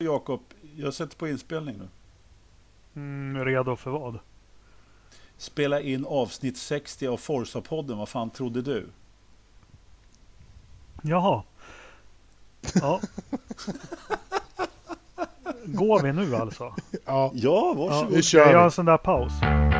Jakob, jag sätter på inspelning nu. Redo för vad? Spela in avsnitt 60 av Forza-podden. Vad fan trodde du? Jaha. Ja. Går vi nu alltså? Ja, varsågod. Ja, jag gör en sån där paus.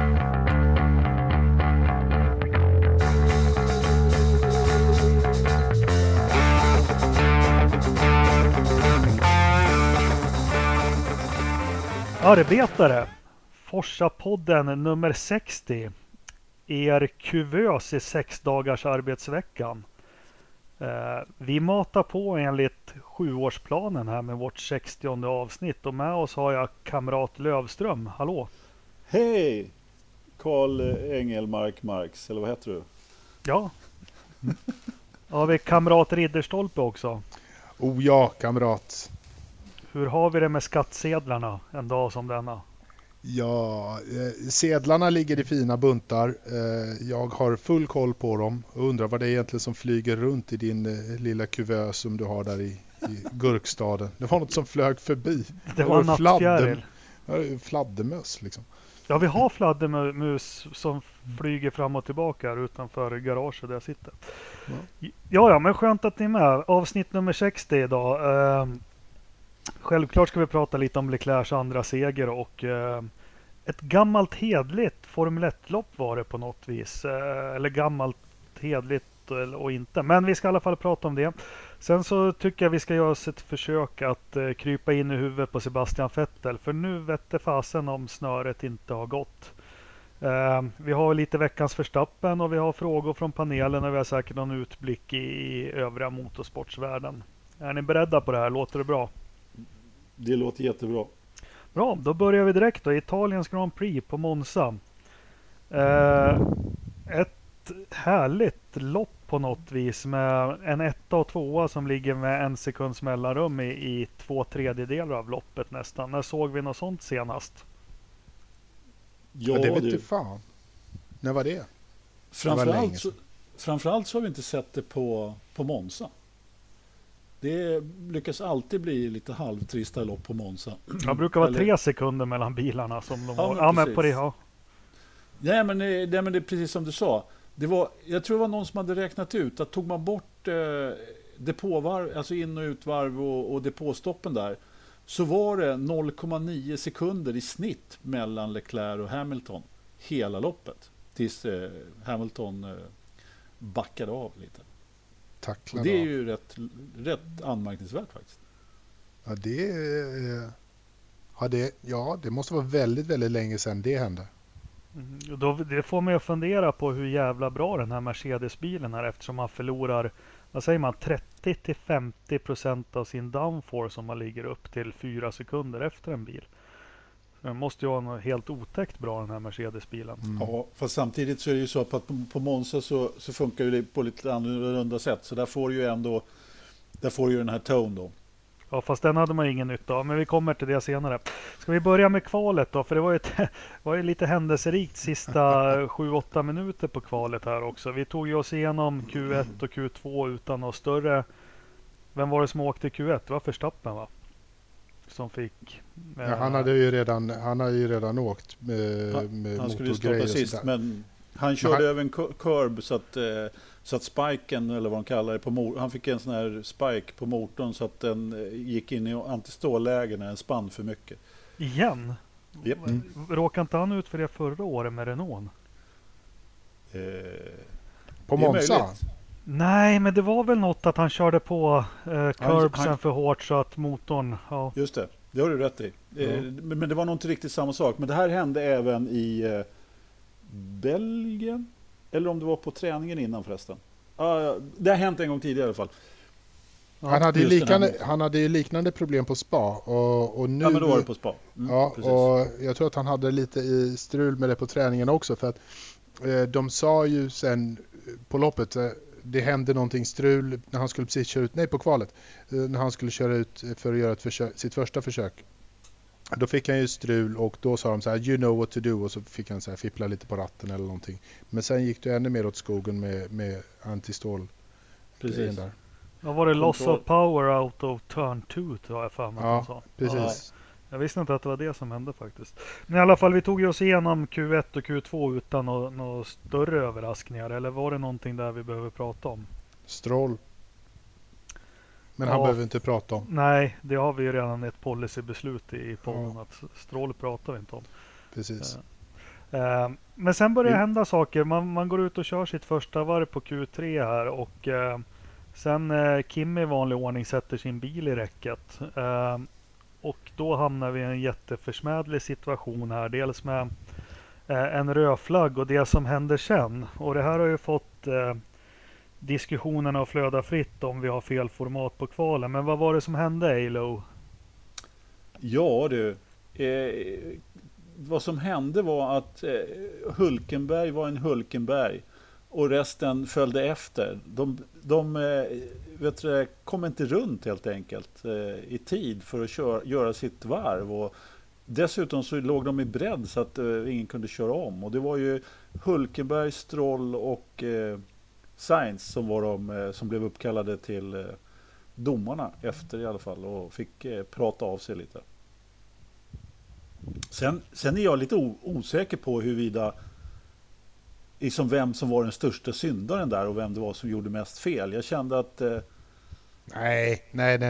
Arbetare, Forza-podden nummer 60. Er kuvös i 6 dagars arbetsveckan. Vi matar på enligt 7-årsplanen här med vårt 60:e avsnitt. Och med oss har jag kamrat Lövström. Hallå! Hej! Karl Engelmark Marx, eller vad heter du? Ja. Har vi kamrat Ridderstolpe också. Oh ja, kamrat. Hur har vi det med skattsedlarna en dag som denna? Ja, sedlarna ligger i fina buntar. Jag har full koll på dem och undrar vad det är egentligen som flyger runt i din lilla kuvös som du har där i Gurkstaden. Det var något som flög förbi. Det var en nattfjäril. Fladdermöss liksom. Ja, vi har fladdermus som flyger fram och tillbaka här utanför garaget där jag sitter. Ja, men skönt att ni är med. Avsnitt nummer 60 idag. Självklart ska vi prata lite om Leclercs andra seger och ett gammalt hedligt Formel 1-lopp var det på något vis. Eller gammalt hedligt och inte. Men vi ska i alla fall prata om det. Sen så tycker jag vi ska göra oss ett försök att krypa in i huvudet på Sebastian Vettel. För nu vette fasen om snöret inte har gått. Vi har lite veckans Verstappen och vi har frågor från panelen och vi har säkert någon utblick i övriga motorsportsvärlden. Är ni beredda på det här? Låter det bra? Det låter jättebra. Bra, då börjar vi direkt då. Italiens Grand Prix på Monza. Ett härligt lopp på något vis med en 1 och 2 som ligger med 1 sekunds mellanrum i 2/3 av loppet nästan. När såg vi något sånt senast? Ja, det vet du fan. När var det? Framförallt så har vi inte sett det på Monza. Det lyckas alltid bli lite halvtrista lopp på Monza. Det brukar vara 3 sekunder mellan bilarna som de har. Ja, men på det, ja. Nej, men det är precis som du sa. Jag tror det var någon som hade räknat ut att tog man bort depåvarv, alltså in- och utvarv och depåstoppen där, så var det 0,9 sekunder i snitt mellan Leclerc och Hamilton hela loppet. Tills Hamilton backade av lite. Och det är ju rätt anmärkningsvärt faktiskt. Ja, det måste vara väldigt, väldigt länge sedan det hände. Det får mig att fundera på hur jävla bra den här Mercedes-bilen är eftersom man förlorar, vad säger man, 30-50% av sin downforce som man ligger upp till 4 sekunder efter en bil. Den måste ju vara något helt otäckt bra den här Mercedes-bilen. Ja, fast samtidigt så är det ju så att på Monza så funkar ju det på lite annorlunda sätt. Så där får du ju den här tone då. Ja, fast den hade man ingen nytta av, men vi kommer till det senare. Ska vi börja med kvalet då? För det var ju lite händelserikt sista 7-8 minuter på kvalet här också. Vi tog ju oss igenom Q1 och Q2 utan något större. Vem var det som åkte Q1? Det var Verstappen, va? Som fick... Ja, han hade ju redan åkt med han skulle ju motorgrejer starta sist, men han körde över en curb så att spiken, eller vad de kallar det, han fick en sån här spike på motorn så att den gick in i antistålläge när den spann för mycket. Igen? Yep. Råkade inte han ut för det förra året med Renault? På Monza? Nej, men det var väl något att han körde på curbsen för hårt så att motorn... Ja. Just det har du rätt i. Men det var nog inte riktigt samma sak. Men det här hände även i Belgien. Eller om det var på träningen innan förresten. Det har hänt en gång tidigare i alla fall. Han hade ju liknande problem på Spa. Och nu, ja, men då var det på Spa. Precis. Och jag tror att han hade lite i strul med det på träningen också. För att de sa ju sen på loppet... Det hände någonting strul när han skulle precis köra ut, på kvalet, när han skulle köra ut för att göra sitt första försök. Då fick han ju strul och då sa de så här, you know what to do, och så fick han så här fippla lite på ratten eller någonting. Men sen gick det ännu mer åt skogen med antistål. Precis. Där. Ja, var det loss kontroll. of power out of turn 2 tror jag för mig att han Ja, sa. precis. Jag visste inte att det var det som hände faktiskt. Men i alla fall, vi tog ju oss igenom Q1 och Q2 utan några större överraskningar. Eller var det någonting där vi behöver prata om? Stroll. Men han Ja. behöver inte prata om. Nej, det har vi ju redan ett policybeslut i podden. Att Stroll pratar vi inte om. Precis. Men sen börjar det hända saker. Man går ut och kör sitt första varv på Q3 här. Och sen Kim i vanlig ordning sätter sin bil i räcket. Och då hamnar vi i en jätteförsmädlig situation här. Dels med en rödflagg och det som händer sen. Och det här har ju fått diskussionerna att flöda fritt om vi har fel format på kvalen. Men vad var det som hände, Alo? Ja du, vad som hände var att Hulkenberg var en Hulkenberg och resten följde efter. De kom inte runt helt enkelt i tid för att göra sitt varv. Och dessutom så låg de i bredd så att ingen kunde köra om. Och det var ju Hulkenberg, Stroll och Sainz som var de som blev uppkallade till domarna efter i alla fall och fick prata av sig lite. Sen är jag lite osäker på huruvida liksom vem som var den största syndaren där och vem det var som gjorde mest fel. Jag kände att Nej.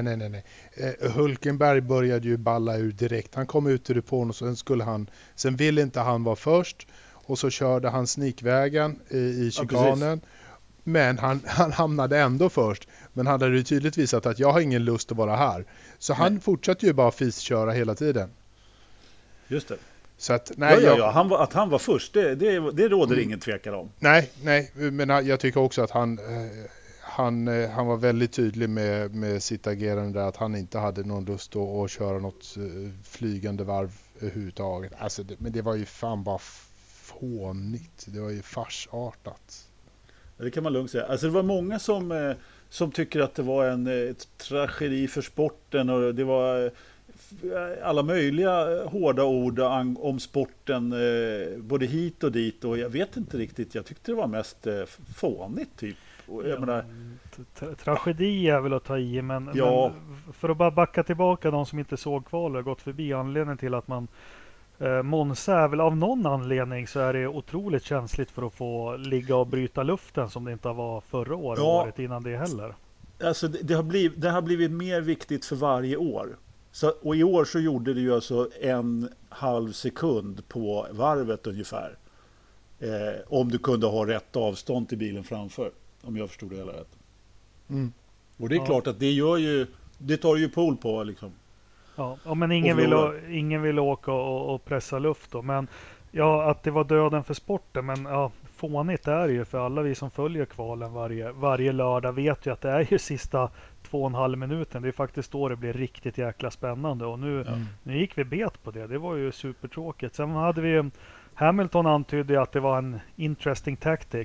Hulkenberg började ju balla ur direkt. Han kom ut ur depån och sen ville inte han vara först och så körde han snikvägen i chikanen. Men han hamnade ändå först. Men han hade ju tydligt visat att jag har ingen lust att vara här. Så han fortsatte ju bara fisköra hela tiden. Just det. Så att, att han var först, det råder ingen tvekan om. Nej, men jag tycker också att han var väldigt tydlig med sitt agerande där, att han inte hade någon lust att köra något flygande varv överhuvudtaget. Alltså, men det var ju fan bara fånigt. Det var ju farsartat. Det kan man lugnt säga. Alltså det var många som tycker att det var en tragedi för sporten och det var alla möjliga hårda ord om sporten både hit och dit och jag vet inte riktigt, jag tyckte det var mest fånigt typ. Och jag menar, tragedi är väl att ta i, men för att bara backa tillbaka de som inte såg kvalet och gått förbi, anledningen till att man Monza är väl av någon anledning så är det otroligt känsligt för att få ligga och bryta luften som det inte var förra året innan det heller. Alltså det har blivit mer viktigt för varje år. Och i år så gjorde det ju alltså 1/2 sekund på varvet ungefär. Om du kunde ha rätt avstånd till bilen framför. Om jag förstod det hela rätt. Mm. Och det är klart att det tar ju pol på liksom. Ja, men ingen vill åka och pressa luft då. Men att det var döden för sporten. Men fånigt är det ju för alla vi som följer kvalen varje lördag vet ju att det är ju sista 2,5 minuten. Det är faktiskt då det blir riktigt jäkla spännande. Och nu gick vi bet på det. Det var ju supertråkigt. Sen hade vi Hamilton antydde att det var en interesting tactic.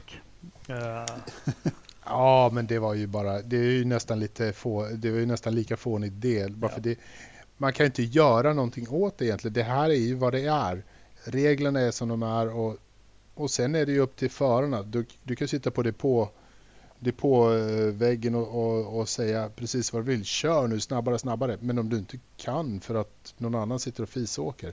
Ja, men det var ju bara, det är ju nästan lika fånigt del. Bara för det, man kan inte göra någonting åt det egentligen. Det här är ju vad det är. Reglerna är som de är och sen är det ju upp till förarna. Du kan sitta på depåväggen och säga precis vad du vill. Kör nu snabbare. Men om du inte kan för att någon annan sitter och fisåker.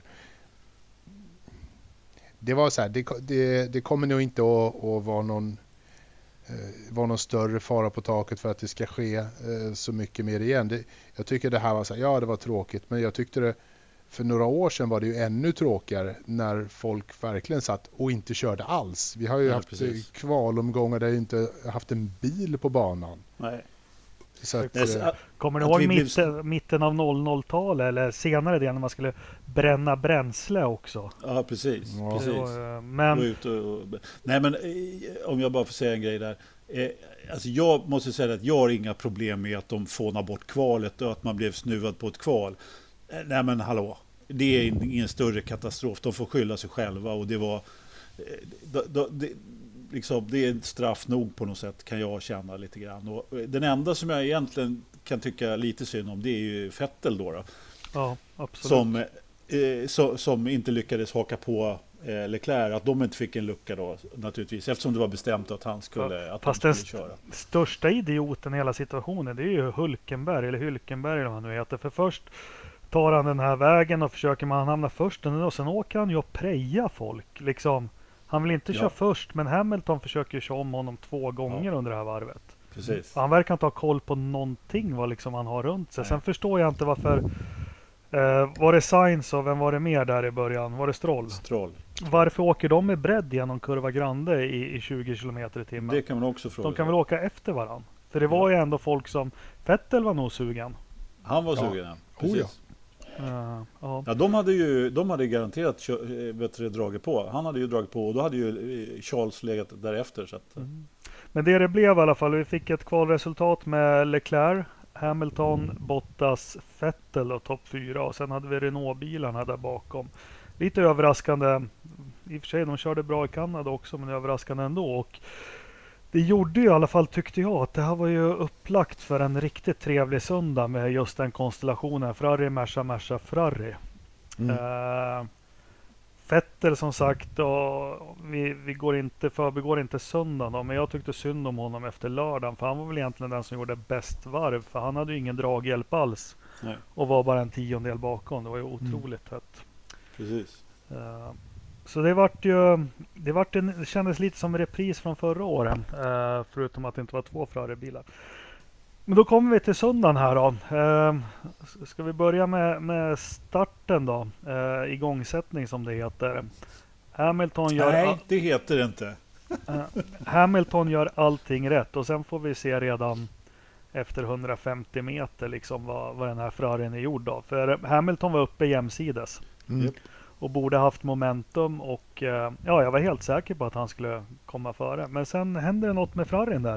Det var så här, det kommer nog inte att vara någon större fara på taket för att det ska ske så mycket mer igen. Jag tycker det här var så här, det var tråkigt, men jag tyckte det för några år sedan var det ju ännu tråkigare när folk verkligen satt och inte körde alls. Vi har ju haft kvalomgångar där vi inte haft en bil på banan. Nej. Så att, kommer ni ihåg mitten av 00-talet eller senare det när man skulle bränna bränsle också? Ja, precis. Men nej, men om jag bara får säga en grej där. Alltså jag måste säga att jag har inga problem med att de fånar bort kvalet och att man blev snuvad på ett kval. Nej men hallå, det är ingen större katastrof. De får skylla sig själva och det var det är ett straff nog på något sätt, kan jag känna lite grann. Och den enda som jag egentligen kan tycka lite synd om, det är ju Vettel då. Ja, absolut. Som inte lyckades haka på Leclerc, att de inte fick en lucka då naturligtvis, eftersom det var bestämt att han skulle, att fast de skulle köra. Största idioten i hela situationen, det är ju Hülkenberg eller vad han nu heter. För först tar han den här vägen och försöker man hamna först och sen åker han ju och preja folk. Liksom, han vill inte köra först, men Hamilton försöker köra om honom 2 gånger under det här varvet. Precis. Han verkar inte ha koll på någonting vad liksom han har runt sig. Nej. Sen förstår jag inte varför. Var det Sainz och vem var det mer där i början? Var det Stroll? Stroll. Varför åker de med bredd genom kurva Grande i 20 km i timmen? Det kan man också fråga. De kan väl åka efter varann? För det var ju ändå folk som... Vettel var nog sugen. Han var sugen, ja. Precis. Ja, de hade garanterat dragit på. Han hade ju dragit på och då hade ju Charles legat därefter. Så att... Men det blev i alla fall, vi fick ett kvalresultat med Leclerc, Hamilton, Bottas, Vettel och topp 4 och sen hade vi Renault-bilarna där bakom. Lite överraskande, i och för sig de körde bra i Kanada också, men överraskande ändå. Och det gjorde ju i alla fall, tyckte jag, att det här var ju upplagt för en riktigt trevlig söndag med just den konstellationen. Ferrari, Merca, Ferrari. Vettel som sagt, och vi förbigår inte söndagen då, men jag tyckte synd om honom efter lördagen, för han var väl egentligen den som gjorde bäst varv, för han hade ju ingen draghjälp alls. Nej. Och var bara en 10-del bakom. Det var ju otroligt hett. Precis. Så det kändes lite som en repris från förra året, förutom att det inte var 2 Ferrari-bilar. Men då kommer vi till söndagen här då. Ska vi börja med starten då? Igångsättning som det heter. Hamilton gör... Nej, det heter det inte. Hamilton gör allting rätt och sen får vi se redan efter 150 meter liksom vad den här Ferrarin är gjord då. För Hamilton var uppe jämsides. Och borde haft momentum och jag var helt säker på att han skulle komma före. Men sen hände det något med Ferrarin där.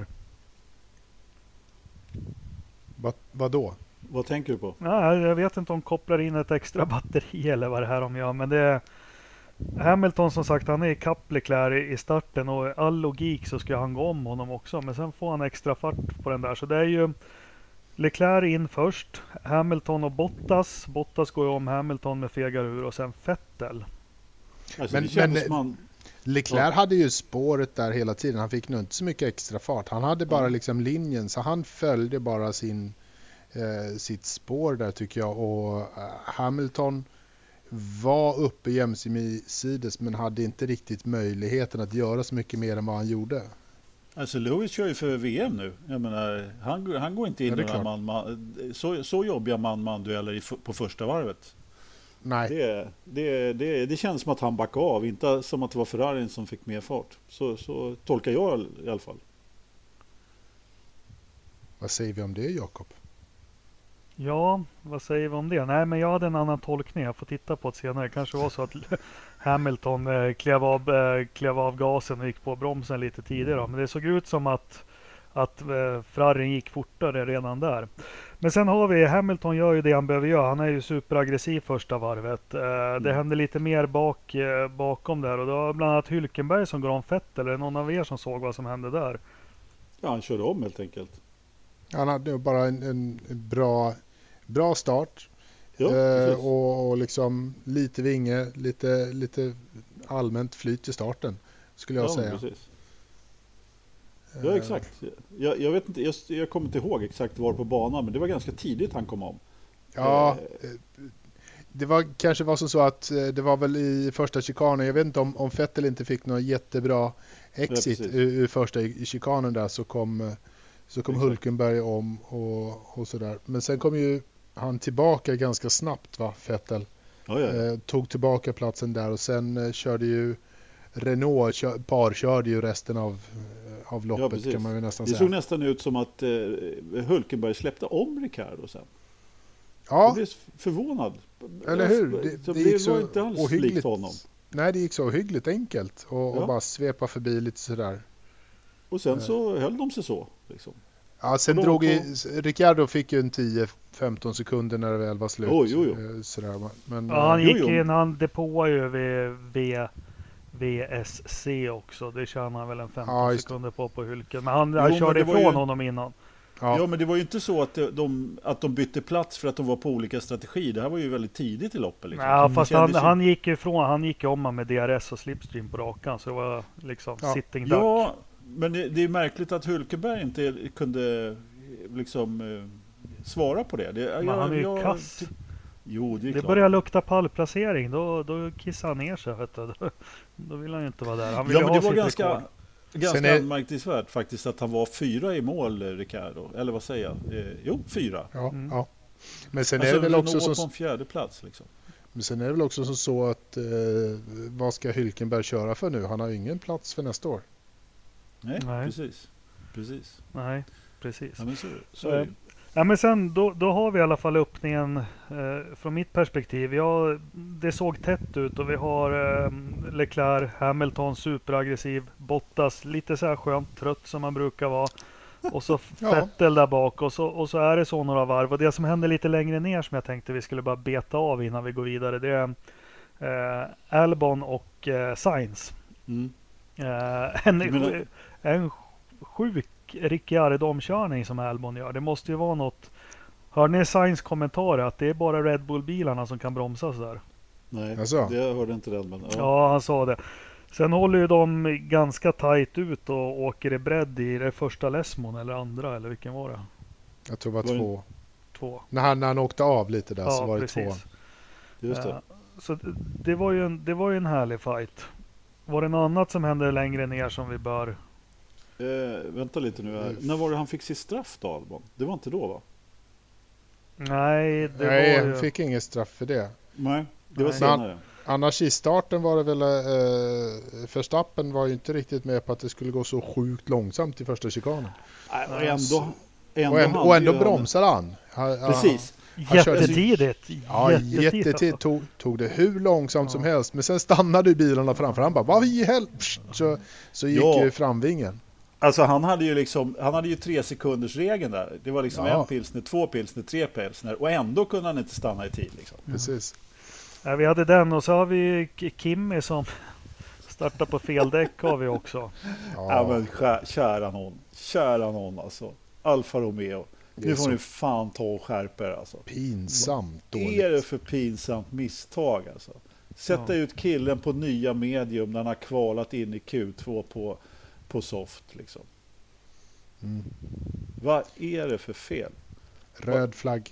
Vad då? Vad tänker du på? Ja, jag vet inte om de kopplar in ett extra batteri eller vad det här om gör. Men det är Hamilton som sagt, han är i kapp Leclerc i starten och all logik så ska han gå om honom också. Men sen får han extra fart på den där. Så det är ju Leclerc in först, Hamilton och Bottas. Bottas går ju om Hamilton med fegar ur och sen Vettel. Alltså, men Leclerc hade ju spåret där hela tiden. Han fick nog inte så mycket extra fart. Han hade bara liksom linjen, så han följde bara sitt spår där tycker jag. Och Hamilton var uppe jämsides men hade inte riktigt möjligheten att göra så mycket mer än vad han gjorde. Alltså Lewis kör ju för VM nu. Jag menar, han går inte in i så jobbiga man-dueller på första varvet. Nej. Det känns som att han backade av, inte som att det var Ferrarin som fick mer fart. Så tolkar jag i alla fall. Vad säger vi om det, Jakob? Ja, vad säger vi om det? Nej, men jag hade en annan tolkning. Jag får titta på det senare. Det kanske var så att Hamilton klev av gasen och gick på bromsen lite tidigare. Men det såg ut som att Ferrarin gick fortare redan där. Men sen har vi Hamilton gör ju det han behöver göra. Han är ju superaggressiv första varvet. Det händer lite mer bakom där. Och det var bland annat Hülkenberg som går om Vettel. Eller någon av er som såg vad som hände där? Ja, han körde om helt enkelt. Han hade bara en bra start. Ja, och liksom lite vinge, lite allmänt flyt i starten skulle jag säga. Precis. Ja, exakt. Jag vet inte, jag kommer inte ihåg exakt var på banan, men det var ganska tidigt han kom om. Ja, det var kanske var så att det var väl i första chikanen. Jag vet inte om Vettel inte fick någon jättebra exit ur första chikanen där, så kom Hülkenberg om och sådär. Men sen kom ju han tillbaka ganska snabbt, Vettel. Tog tillbaka platsen där och sen körde ju Renault körde ju resten av loppet, kan man ju nästan säga. Det såg nästan ut som att Hülkenberg släppte om Ricardo sen. Ja. Jag blev förvånad. Eller hur? Det var inte alls likt honom. Nej, det gick så hyggligt enkelt och bara svepa förbi lite sådär. Och sen så höll de sig så liksom. Ja, sen Ricardo fick ju en 10-15 sekunder när det väl var slut. Sådär. Men, han gick in, han depåade ju vid VSC också. Det tjänade han väl en 15 sekunder på Hülken. Men han körde ifrån honom innan. Ja, men det var ju inte så att de bytte plats för att de var på olika strategier. Det här var ju väldigt tidigt i loppet. Liksom. Ja, fast han gick ju ifrån. Han gick ju om med DRS och slipstream på rakan. Så det var liksom sitting duck. Ja, men det är märkligt att Hulkenberg inte kunde liksom svara på det. Men han är ju kass. Jo, det är det klart. börjar lukta pallplacering. Då kissar han ner sig. Vet du. Då vill han ju inte vara där. Han vill men det var ganska anmärkningsvärt faktiskt att han var 4 i mål, Ricardo. Eller vad säger jag? 4. Ja. Men sen är det väl också som på en fjärde plats liksom. Men sen är det väl också så att vad ska Hülkenberg köra för nu? Han har ju ingen plats för nästa år. Nej. Precis. Nej, precis. Ja, men så är det. Ja, men sen då har vi i alla fall öppningen från mitt perspektiv. Det såg tätt ut och vi har Leclerc, Hamilton superaggressiv, Bottas lite så här skönt trött som man brukar vara. Och så Vettel där bak och så är det så några varv. Och det som händer lite längre ner som jag tänkte vi skulle bara beta av innan vi går vidare, det är Albon och Sainz. En sjuk Ricciardo-omkörning som Albon gör. Det måste ju vara något. Hör ni Sainz kommentarer att det är bara Red Bull-bilarna som kan bromsa så där? Nej, alltså. Det hörde inte den. Men, ja, han sa det. Sen håller ju de ganska tajt ut och åker i bredd i det första Lesmon eller andra, eller vilken var det? Jag tror det var 2. När han åkte av lite där så var det 2. Just det. Så det var ju en härlig fight. Var det något annat som hände längre ner som vi bör... Vänta lite nu här. När var det han fick sitt straff då, Albon? Det var inte då, va? Nej, han fick ingen straff för det. Nej, det var senare. Annars i starten var det väl Verstappen var ju inte riktigt med på att det skulle gå så sjukt långsamt i första chikanen. Och ändå bromsade han. Precis. Jättetidigt. Jättetidigt. Tog det hur långsamt som helst. Men sen stannade ju bilarna framför. Han bara, vad i helvete? Så gick ju framvingen. Alltså han hade ju 3 sekunders regeln där. Det var liksom 1 pilsner, 2 pilsner, 3 pilsner. Och ändå kunde han inte stanna i tid. Liksom. Precis. Ja, vi hade den och så har vi Kimi som startar på fel däck har vi också. Ja men kära någon alltså. Alfa Romeo. Nu får ni fan ta och skärpa er alltså. Pinsamt dåligt. Vad är det för pinsamt misstag alltså? Sätta ut killen på nya medium när han har kvalat in i Q2 på soft liksom. Vad är det för fel? Röd flagg.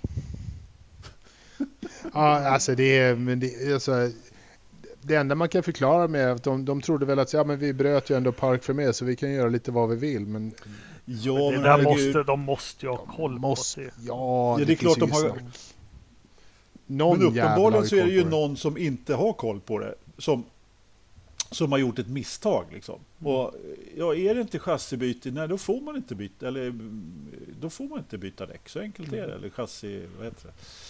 Ja, alltså det är alltså, det enda man kan förklara med att de trodde väl att men vi bröt ju ändå Park för med så vi kan göra lite vad vi vill, men det där de måste ju ha koll på det. Ja, det är klart de har. Men uppenbarligen så är det ju någon som inte har koll på det som har gjort ett misstag liksom. Och är det inte chassibyte, nej då får man inte byta, eller då får man inte byta däck, så enkelt är det, eller chassi, vad heter det?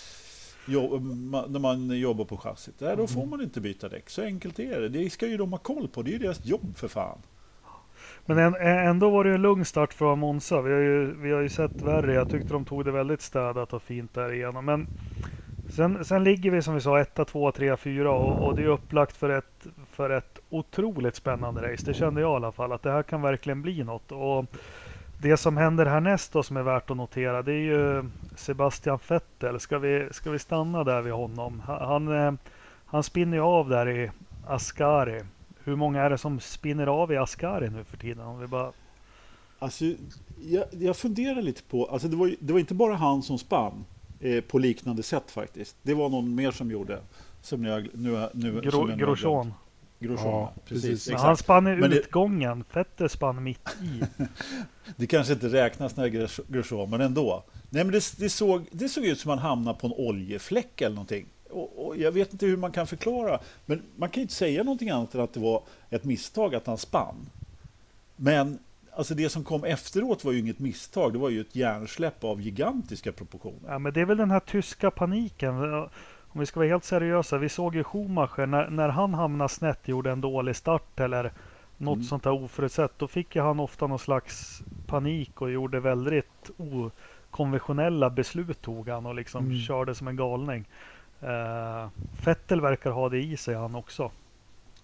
När man jobbar på chassit, då får man inte byta däck, så enkelt är det. Det ska ju de ha koll på, det är ju deras jobb för fan. Men ändå var det en lugn start från Monza. Vi har ju sett värre. Jag tyckte de tog det väldigt städat och fint där igenom. Men sen ligger vi som vi sa 1, 2, 3, 4 och det är upplagt för ett otroligt spännande race. Det kände jag i alla fall, att det här kan verkligen bli något. Och det som händer härnäst då som är värt att notera, det är ju Sebastian Vettel. Ska vi stanna där vid honom? Han spinner ju av där i Ascari. Hur många är det som spinner av i Ascari nu för tiden? Om vi bara... Alltså, jag funderar lite på... Alltså det var inte bara han som spann på liknande sätt faktiskt. Det var någon mer som gjorde. Som Grosjean. Ja, precis. Men han spann i utgången. Vettel spann mitt i. Det kanske inte räknas när Grosjean, men ändå. Nej, men det såg ut som man hamnade på en oljefläck eller någonting. Och jag vet inte hur man kan förklara, men man kan ju inte säga någonting annat än att det var ett misstag att han spann. Men alltså det som kom efteråt var ju inget misstag, det var ju ett hjärnsläpp av gigantiska proportioner. Ja, men det är väl den här tyska paniken. Om vi ska vara helt seriösa, vi såg ju Schumacher när han hamnade snett, gjorde en dålig start eller något sånt där oförutsett, då fick ju han ofta någon slags panik och gjorde väldigt okonventionella beslut, tog han och liksom körde som en galning. Vettel verkar ha det i sig han också.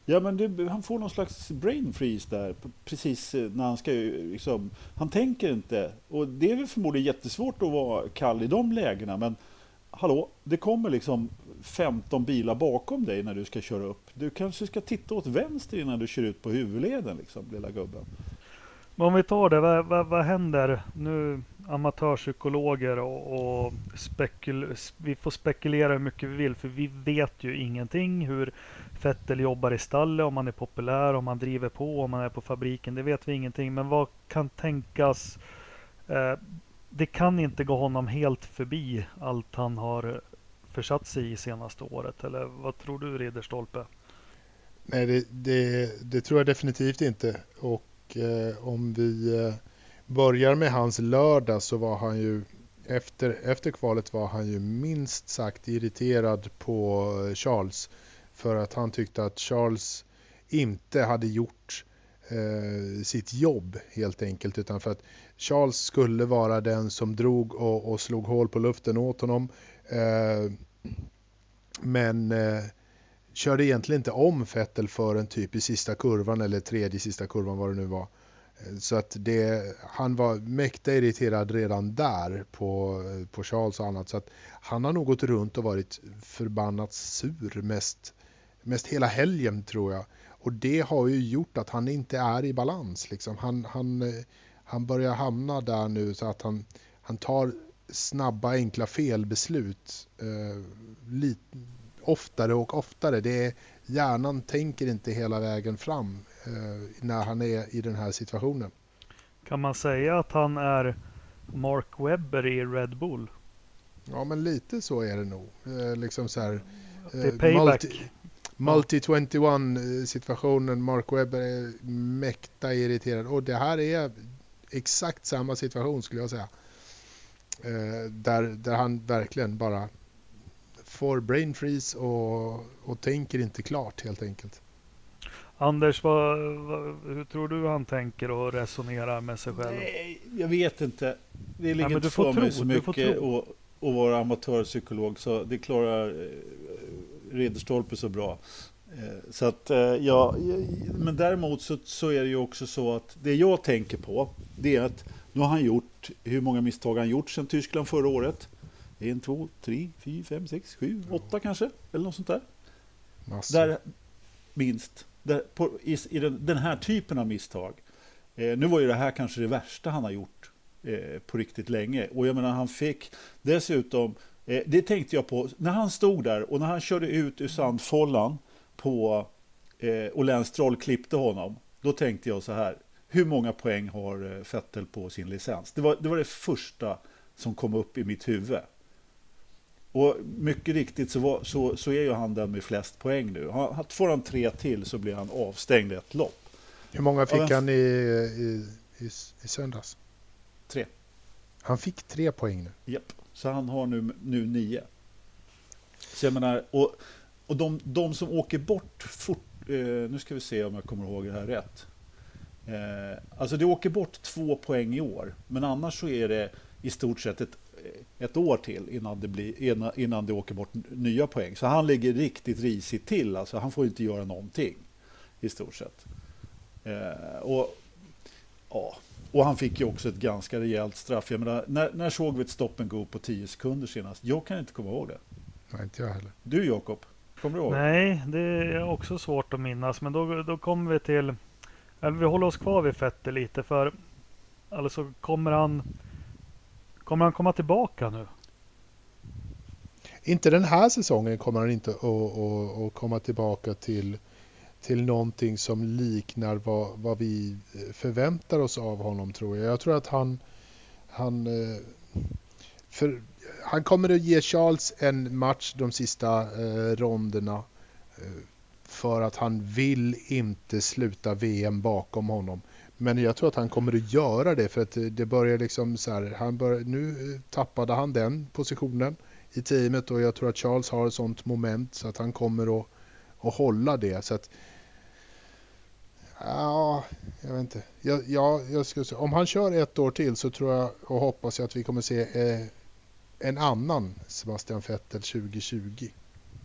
Ja, men han får någon slags brain freeze där precis när han ska liksom, han tänker inte, och det är väl förmodligen jättesvårt att vara kall i de lägena, men hallå, det kommer liksom 15 bilar bakom dig när du ska köra upp. Du kanske ska titta åt vänster innan du kör ut på huvudleden liksom, lilla gubben. Men om vi tar det, vad händer nu? Amatörpsykologer och vi får spekulera hur mycket vi vill, för vi vet ju ingenting hur Vettel jobbar i stallet, om han är populär, om han driver på, om han är på fabriken, det vet vi ingenting. Men vad kan tänkas? Det kan inte gå honom helt förbi allt han har försatt sig i senaste året, eller vad tror du, Ridderstolpe? Nej, det tror jag definitivt inte. Och om vi börjar med hans lördag, så var han ju efter kvalet var han ju minst sagt irriterad på Charles, för att han tyckte att Charles inte hade gjort sitt jobb helt enkelt, utan för att Charles skulle vara den som drog och slog hål på luften åt honom, men körde egentligen inte om Vettel för en typ i sista kurvan eller tredje sista kurvan, vad det nu var. Så att han var mäkta irriterad redan där på Charles och annat, så att han har nog gått runt och varit förbannat sur mest hela helgen, tror jag. Och det har ju gjort att han inte är i balans liksom. Han börjar hamna där nu, så att han tar snabba enkla felbeslut lite oftare och oftare. Hjärnan tänker inte hela vägen fram när han är i den här situationen. Kan man säga att han är Mark Webber i Red Bull? Ja, men lite så är det nog. Liksom så här, det är payback. Multi-21 situationen. Mark Webber är mäkta irriterad. Och det här är exakt samma situation, skulle jag säga. Där han verkligen bara får brain freeze och tänker inte klart, helt enkelt. Anders, hur tror du han tänker och resonerar med sig själv? Nej, jag vet inte. Det ligger inte för mig så mycket och vara amatörpsykolog, så det klarar Ridderstolpe så bra. Så att men däremot så är det ju också så att det jag tänker på, det är att nu har han gjort, hur många misstag han gjort sedan Tyskland förra året? 1, 2, 3, 4, 5, 6, 7, 8 kanske, eller något sånt där. Där minst. I den här typen av misstag. Nu var ju det här kanske det värsta han har gjort på riktigt länge. Och jag menar, han fick dessutom, det tänkte jag på, när han stod där och när han körde ut ur sandfållan och Lance Stroll klippte honom, då tänkte jag så här: hur många poäng har Vettel på sin licens? Det var det första som kom upp i mitt huvud. Och mycket riktigt så är ju han den med flest poäng nu. Får han 3 till så blir han avstängd ett lopp. Hur många fick han i söndags? 3. Han fick 3 poäng nu. Japp, så han har nu 9. Så jag menar, och de som åker bort fort, nu ska vi se om jag kommer ihåg det här rätt. Alltså det åker bort 2 poäng i år, men annars så är det i stort sett ett år till innan det åker bort nya poäng. Så han ligger riktigt risigt till. Alltså han får inte göra någonting i stort sett. Och han fick ju också ett ganska rejält straff. Jag menar, när såg vi ett stop and go på 10 sekunder senast? Jag kan inte komma ihåg det. Nej, inte jag heller. Du, Jakob, kommer du ihåg? Nej, det är också svårt att minnas. Men då kommer vi till... Eller vi håller oss kvar vid Vettel lite, för alltså kommer han komma tillbaka nu? Inte den här säsongen kommer han inte att komma tillbaka till någonting som liknar vad vi förväntar oss av honom, tror jag. Jag tror att han kommer att ge Charles en match de sista ronderna, för att han vill inte sluta VM bakom honom. Men jag tror att han kommer att göra det, för att det börjar liksom så här, nu tappade han den positionen i teamet, och jag tror att Charles har ett sånt moment så att han kommer att hålla det. Så att ja, jag vet inte. Jag skulle säga, om han kör 1 år till, så tror jag och hoppas jag att vi kommer se en annan Sebastian Vettel 2020.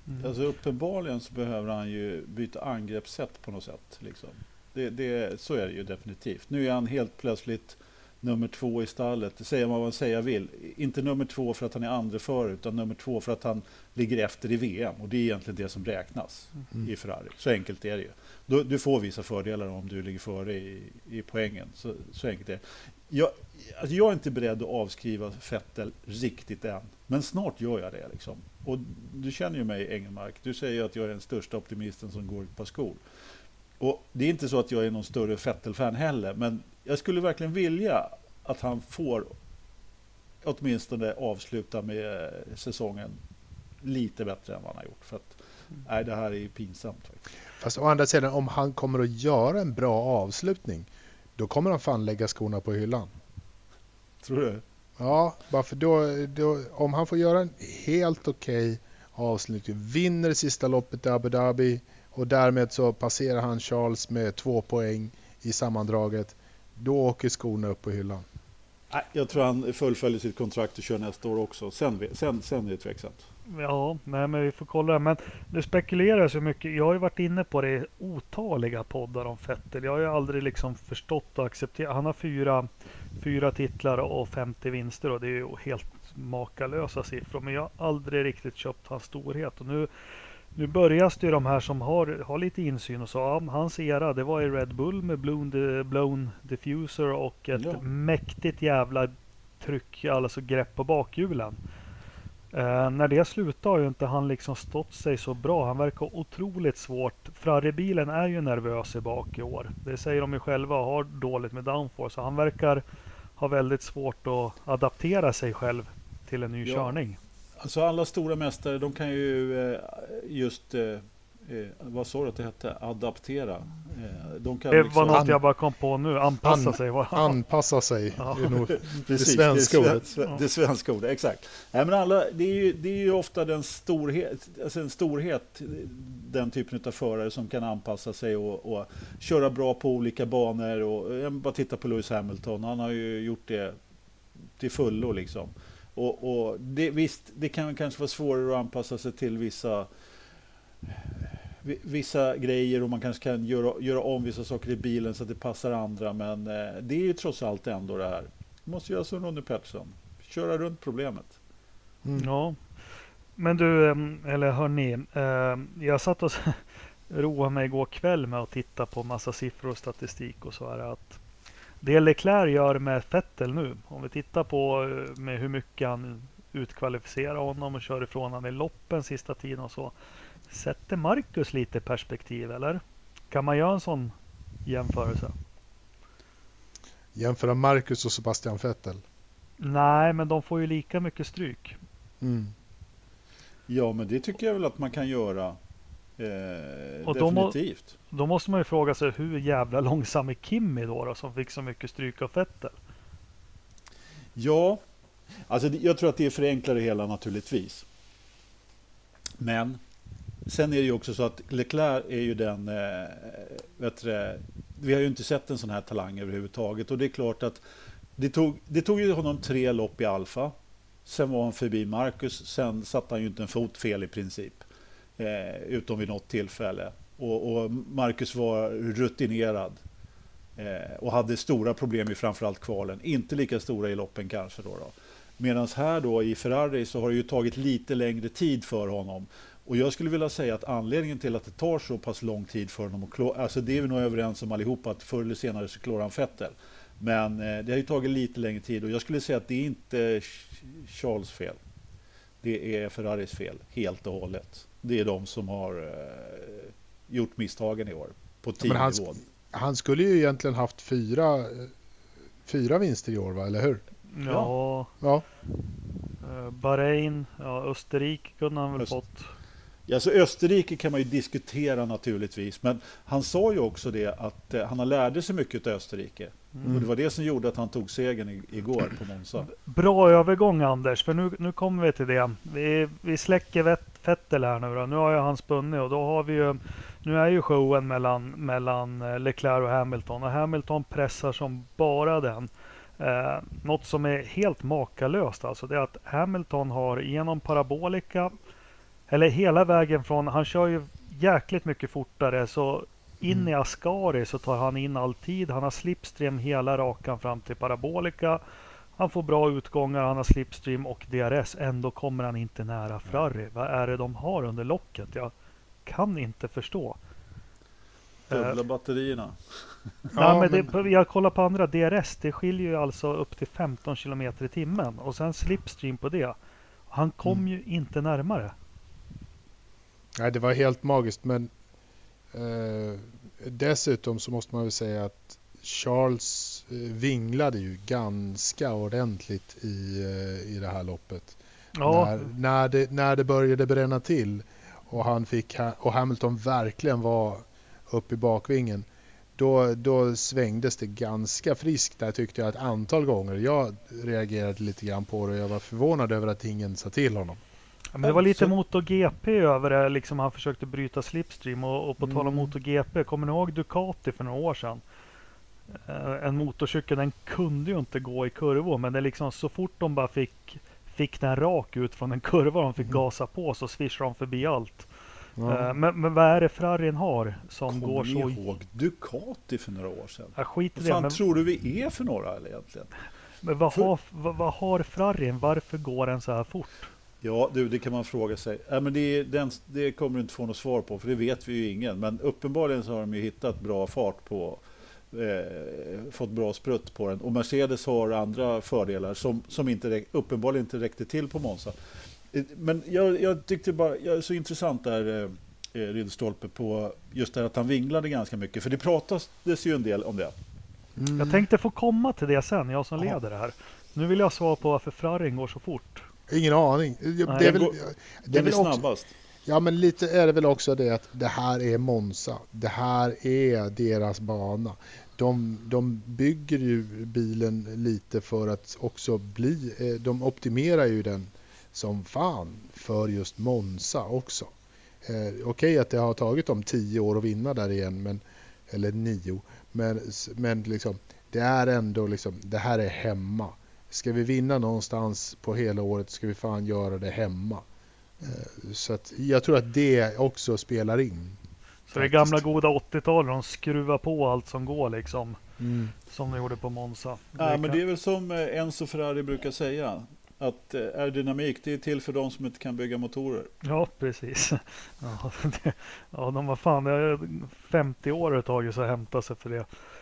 Alltså uppenbarligen så behöver han ju byta angreppssätt på något sätt. Liksom. Så är det ju definitivt. Nu är han helt plötsligt nummer 2 i stallet. Det säger man vad säga vill. Inte nummer 2 för att han är andre före, utan nummer 2 för att han ligger efter i VM. Och det är egentligen det som räknas i Ferrari. Så enkelt är det ju. Du får vissa fördelar om du ligger före i poängen. Så enkelt är det. Jag är inte beredd att avskriva Vettel riktigt än. Men snart gör jag det. Liksom. Och du känner ju mig, Engelmark. Du säger att jag är den största optimisten som går ett par skor. Och det är inte så att jag är någon större Vettel-fan heller. Men jag skulle verkligen vilja att han får åtminstone avsluta med säsongen lite bättre än vad han har gjort. För att det här är ju pinsamt. Fast å andra sidan, om han kommer att göra en bra avslutning, då kommer han fan lägga skorna på hyllan. Tror du? Ja, bara för då om han får göra en helt okej avslutning, vinner det sista loppet i Abu Dhabi och därmed så passerar han Charles med 2 poäng i sammandraget, då åker skorna upp på hyllan. Nej, jag tror han fullföljer sitt kontrakt och kör nästa år också. Sen är det tveksamt. Ja, men vi får kolla. Men det spekuleras så mycket. Jag har ju varit inne på det i otaliga poddar om Vettel. Jag har ju aldrig liksom förstått och accepterat. Han har 4 titlar och 50 vinster och det är ju helt makalösa siffror. Men jag har aldrig riktigt köpt hans storhet. Och nu börjar det ju de här som har lite insyn och så. Ja, hans era, det var i Red Bull med blown diffuser och ett mäktigt jävla tryck, alltså grepp på bakhjulen. När det slutar har ju inte han liksom stått sig så bra. Han verkar otroligt svårt. Ferrari-bilen är ju nervös i bak i år. Det säger de ju själva, har dåligt med downforce. Så han verkar ha väldigt svårt att adaptera sig själv till en ny körning. Alltså alla stora mästare, de kan ju vad sa du att det hette? Adaptera. De kan det liksom var något jag bara kom på nu. Anpassa sig. Anpassa sig. Ja. Det är nog det svenska ordet. Det svenska ordet, exakt. Nej, men det är ju ofta den storhet, den typen av förare som kan anpassa sig och köra bra på olika banor. Och jag bara titta på Lewis Hamilton. Han har ju gjort det till fullo liksom. Och visst, det kan kanske vara svårare att anpassa sig till vissa grejer och man kanske kan göra om vissa saker i bilen så att det passar andra, men det är ju trots allt ändå det här. Du måste göra som Ronnie Peterson. Köra runt problemet. Ja. Men du, eller hörni, jag satt och roade mig igår kväll med att titta på massa siffror och statistik och så är det att det Leclerc gör med Vettel nu, om vi tittar på med hur mycket han utkvalificerar honom och kör ifrån han i loppen sista tiden och så, sätter Marcus lite perspektiv, eller? Kan man göra en sån jämförelse? Jämföra Marcus och Sebastian Vettel? Nej, men de får ju lika mycket stryk. Ja, men det tycker jag väl att man kan göra. Och definitivt. Då måste man ju fråga sig hur jävla långsam är Kimi då som fick så mycket stryk av Vettel? Ja, alltså jag tror att det är förenklar det hela naturligtvis. Men sen är det ju också så att Leclerc är ju den, vi har ju inte sett en sån här talang överhuvudtaget. Och det är klart att det tog ju honom 3 lopp i Alfa. Sen var han förbi Marcus, sen satte han ju inte en fot fel i princip. Utom vid något tillfälle. Och Marcus var rutinerad. Och hade stora problem i framförallt kvalen. Inte lika stora i loppen kanske då. Medan här då i Ferrari så har det ju tagit lite längre tid för honom. Och jag skulle vilja säga att anledningen till att det tar så pass lång tid för honom alltså det är vi nog överens om allihopa, att förr eller senare så klarar han Vettel. Men det har ju tagit lite längre tid och jag skulle säga att det är inte Charles fel. Det är Ferraris fel helt och hållet. Det är de som har gjort misstagen i år på teamnivå. Han skulle ju egentligen haft 4 vinster i år, va? Eller hur? Ja. Bahrain, Österrike kunde han väl fått. Ja, så Österrike kan man ju diskutera naturligtvis, men han sa ju också det att han har lärde sig mycket av Österrike. Och det var det som gjorde att han tog segern igår på Monza. Bra övergång, Anders, för nu kommer vi till det. Vi släcker Vettel här nu då. Nu har ju han spunnit och då har vi ju, nu är ju showen mellan Leclerc och Hamilton, och Hamilton pressar som bara den. Något som är helt makalöst alltså, det är att Hamilton har genom parabolika eller hela vägen från, han kör ju jäkligt mycket fortare, så in i Ascari så tar han in all tid. Han har slipstream hela rakan fram till parabolika. Han får bra utgångar, han har slipstream och DRS. Ändå kommer han inte nära Ferrari. Vad är det de har under locket? Jag kan inte förstå. Dubbla batterierna. Nej, men jag kollar på andra DRS. Det skiljer ju alltså upp till 15 km i timmen. Och sen slipstream på det. Han kom ju inte närmare. Nej, det var helt magiskt. Men dessutom så måste man väl säga att Charles vinglade ju ganska ordentligt i det här loppet. Ja. När det började bränna till och Hamilton verkligen var uppe i bakvingen, då svängdes det ganska friskt där, tyckte jag, ett antal gånger. Jag reagerade lite grann på det och jag var förvånad över att ingen sa till honom. Ja, men det var lite MotoGP över det, liksom han försökte bryta slipstream och på tal om MotoGP, kommer ni ihåg Ducati för några år sedan? En motorcykel, den kunde ju inte gå i kurvor, men det liksom, så fort de bara fick den rak ut från en kurva, de fick gasa på, så swishade de förbi allt. Men vad är det Ferrarin har som går så... Kommer ni ihåg Ducati för några år sedan? Skit i Vad det, fan men... tror du vi är för några eller egentligen? Men vad har Ferrarin? Varför går den så här fort? Ja, det kan man fråga sig. Men det kommer du inte få något svar på, för det vet vi ju ingen. Men uppenbarligen så har de ju hittat bra fart på, fått bra sprutt på den. Och Mercedes har andra fördelar som uppenbarligen inte räckte till på Monza. Men jag tyckte bara, så intressant där, Ridderstolpe, på just det att han vinglade ganska mycket. För det pratades ju en del om det. Jag tänkte få komma till det sen, jag som leder det här. Nu vill jag svara på varför Ferrarin går så fort. Ingen aning. Det är väl snabbast. Ja, men lite är det väl också det att det här är Monza. Det här är deras bana. De bygger ju bilen lite för att också de optimerar ju den som fan för just Monza också. Okej att det har tagit dem 10 år att vinna där igen, eller 9. Men liksom, det är ändå liksom, det här är hemma. Ska vi vinna någonstans på hela året, ska vi fan göra det hemma. Så att jag tror att det också spelar in. Så det gamla goda 80-talet, de skruvar på allt som går liksom. Som de gjorde på Monza. Men det är väl som Enzo Ferrari brukar säga, att aerodynamik, det är till för de som inte kan bygga motorer. Ja, precis. De var fan 50 år ett tag så att hämta sig för det.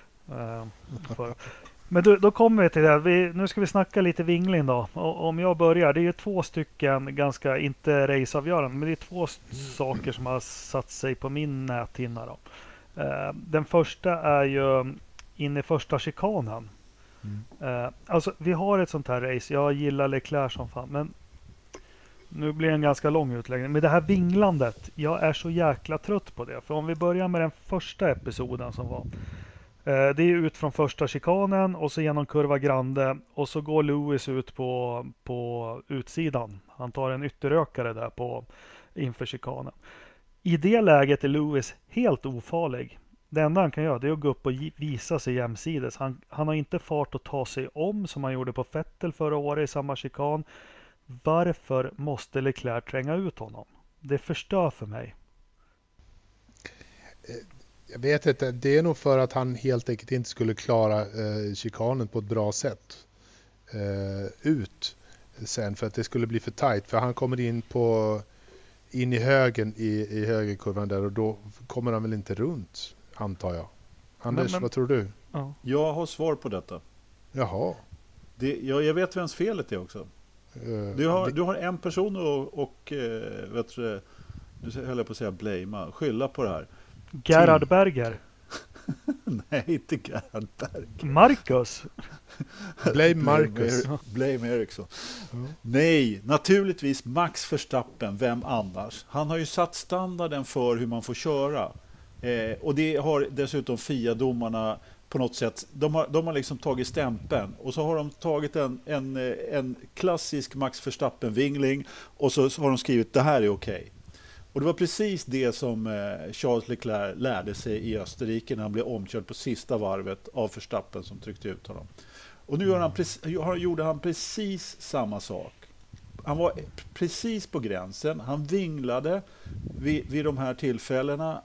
Men då kommer vi till det. Nu ska vi snacka lite vingling då. Om jag börjar, det är ju 2 stycken ganska, inte raceavgörande, men det är 2 saker som har satt sig på min näthinna då. Den första är ju in i första chikanen. Alltså vi har ett sånt här race. Jag gillar Leclerc som fan, men nu blir det en ganska lång utläggning. Men det här vinglandet, jag är så jäkla trött på det. För om vi börjar med den första episoden som var. Det är ut från första chikanen och så genom kurva Grande och så går Lewis ut på utsidan. Han tar en ytterökare där inför chikanen. I det läget är Lewis helt ofarlig. Det enda han kan göra det är att gå upp och visa sig jämsides. Han har inte fart att ta sig om som han gjorde på Vettel förra året i samma chikan. Varför måste Leclerc tränga ut honom? Det förstör för mig. Jag vet inte, det är nog för att han helt enkelt inte skulle klara chikanen på ett bra sätt ut sen, för att det skulle bli för tajt, för han kommer in i högen i högerkurvan där och då kommer han väl inte runt, antar jag. Anders, vad tror du? Ja. Jag har svar på detta. Jaha. Jag vet vems felet är också. Du har en person och vet du, nu höll jag på att säga blamea, skylla på det här. Gerhard Berger. Nej, inte Gerhard Berger. Marcus. Blame Marcus. Blame Ericsson. Nej, naturligtvis Max Verstappen, vem annars? Han har ju satt standarden för hur man får köra. Och det har dessutom FIA-domarna på något sätt, de har liksom tagit stämpeln och så har de tagit en klassisk Max Verstappen-vingling och så har de skrivit det här är okej. Och det var precis det som Charles Leclerc lärde sig i Österrike när han blev omkörd på sista varvet av Verstappen som tryckte ut honom. Och nu gjorde han precis samma sak. var precis på gränsen. Han vinglade vid de här tillfällena.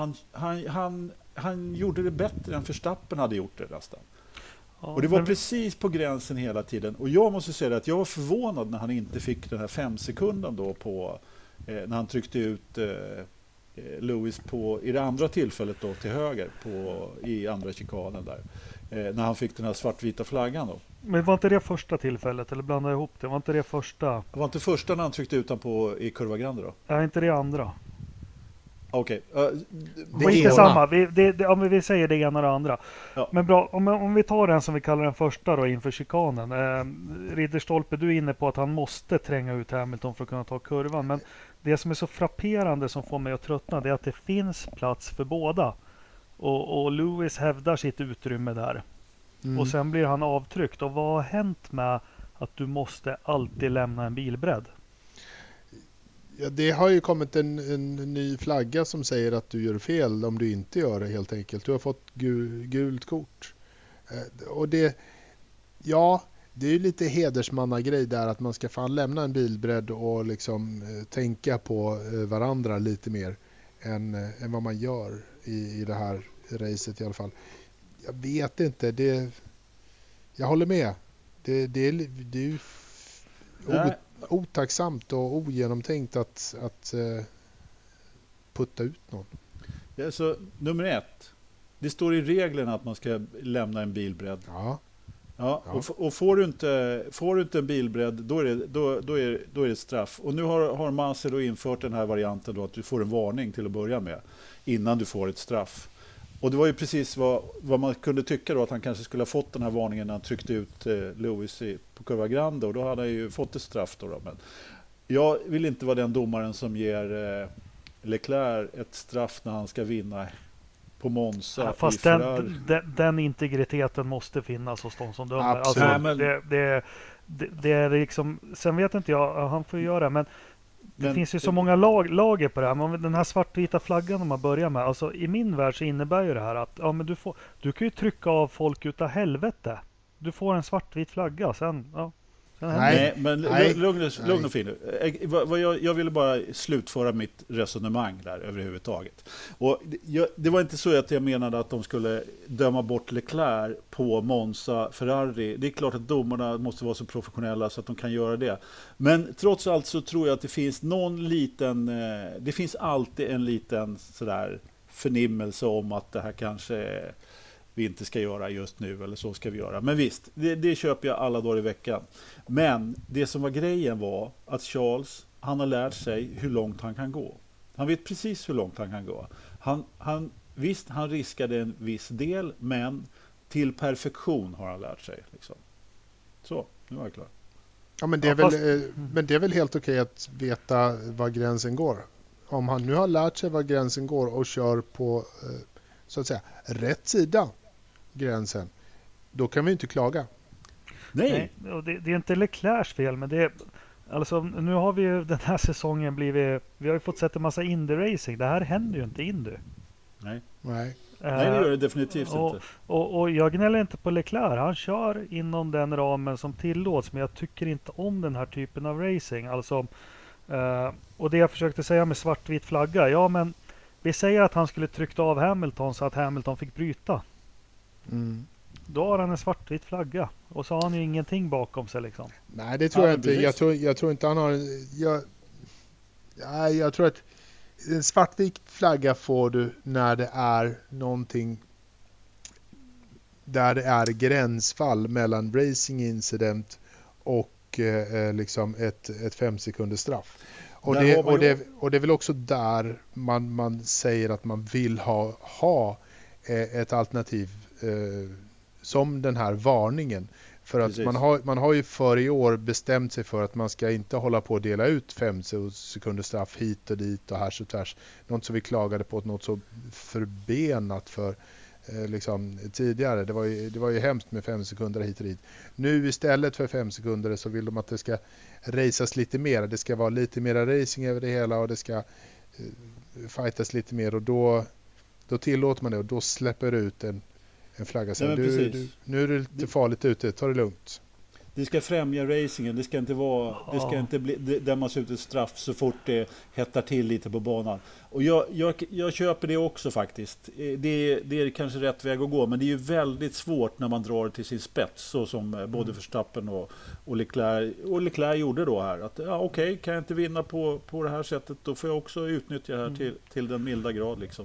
Han gjorde det bättre än Verstappen hade gjort det nästan. Ja, och det var precis på gränsen hela tiden. Och jag måste säga att jag var förvånad när han inte fick den här 5 sekunden då på när han tryckte ut Lewis i det andra tillfället då till höger i andra chikanen där. När han fick den här svartvita flaggan då. Men var inte det första tillfället, eller blandade jag ihop det? Var inte det första? Det var inte första när han tryckte ut den i Curva Grande då? Ja, inte det andra. Okej. Inte samma. Om vi säger det ena och det andra. Ja. Men bra, om vi tar den som vi kallar den första då inför chikanen. Ridderstolpe, du är inne på att han måste tränga ut Hamilton för att kunna ta kurvan. Men det som är så frapperande som får mig att tröttna, det är att det finns plats för båda. Och Lewis hävdar sitt utrymme där. Och sen blir han avtryckt. Och vad har hänt med att du måste alltid lämna en bilbredd? Ja, det har ju kommit en ny flagga som säger att du gör fel om du inte gör det helt enkelt. Du har fått gult kort. Och det är ju lite hedersmannagrej där att man ska fan lämna en bilbredd och liksom tänka på varandra lite mer än vad man gör i det här racet i alla fall. Jag vet inte, jag håller med. Det är ju otacksamt och ogenomtänkt att putta ut någon. Ja, så nummer 1. Det står i reglerna att man ska lämna en bilbredd. Ja. Och får du inte en bilbredd, då är det straff. Och nu har Masi då infört den här varianten då att du får en varning till att börja med innan du får ett straff. Och det var ju precis vad man kunde tycka då, att han kanske skulle ha fått den här varningen när han tryckte ut Lewis på Curva Grande, och då hade han ju fått ett straff då. Men jag vill inte vara den domaren som ger Leclerc ett straff när han ska vinna på Monza. Ja, fast den integriteten måste finnas hos de som dömer. Absolut. Alltså, det är liksom, sen vet inte jag, han får göra, men det finns ju så många lager på det här. Men den här svartvita flaggan man börjar med, alltså i min värld så innebär ju det här att men du kan ju trycka av folk utav helvete. Du får en svartvit flagga sen. Nej, men lugn och fin. Jag ville bara slutföra mitt resonemang där överhuvudtaget. Och det var inte så att jag menade att de skulle döma bort Leclerc på Monza Ferrari. Det är klart att domarna måste vara så professionella så att de kan göra det. Men trots allt så tror jag att det finns det finns alltid en liten sådär förnimmelse om att det här kanske vi inte ska göra just nu, eller så ska vi göra. Men visst, det köper jag alla dagar i veckan. Men det som var grejen var att Charles, han har lärt sig hur långt han kan gå. Han vet precis hur långt han kan gå. Visst, han riskade en viss del, men till perfektion har han lärt sig. Liksom. Så, nu var jag klar. Ja, men det är väl helt okej att veta var gränsen går. Om han nu har lärt sig var gränsen går och kör på så att säga rätt sida gränsen, då kan vi inte klaga. Nej. Och det är inte Leclercs fel, men alltså, nu har vi ju den här säsongen vi har ju fått sett en massa Indy-racing. Det här händer ju inte Indy. Nej, det gör det definitivt inte. Och jag gnäller inte på Leclerc. Han kör inom den ramen som tillåts, men jag tycker inte om den här typen av racing. Alltså, och det jag försökte säga med svartvit flagga, ja men vi säger att han skulle tryckt av Hamilton så att Hamilton fick bryta. Då har han en svartvit flagga. Och så har han ju ingenting bakom sig liksom. Nej, det tror jag inte. Jag tror inte han har... Jag tror att en svartvit flagga får du när det är någonting där det är gränsfall mellan racing incident och liksom ett 5 sekunders straff. Och det är väl också där man säger att man vill ha ett alternativ som den här varningen. För att man har ju för i år bestämt sig för att man ska inte hålla på att dela ut 5 sekunders straff hit och dit och här och tvärs. Något som vi klagade på, något så förbenat för liksom tidigare. Det var ju hemskt med 5 sekunder hit och dit. Nu istället för 5 sekunder så vill de att det ska racas lite mer. Det ska vara lite mer racing över det hela och det ska fightas lite mer, och då tillåter man det och då släpper ut en flagga. Nu är det lite farligt ute, ta det lugnt. det ska främja racingen. Det ska inte vara, det ska inte dömas ut ett straff så fort det hettar till lite på banan. Och jag köper det också faktiskt. Det är kanske rätt väg att gå, men det är ju väldigt svårt när man drar det till sin spets, så som både Verstappen och Leclerc gjorde då här. Att okej, kan jag inte vinna på det här sättet, då får jag också utnyttja det här till den milda grad liksom.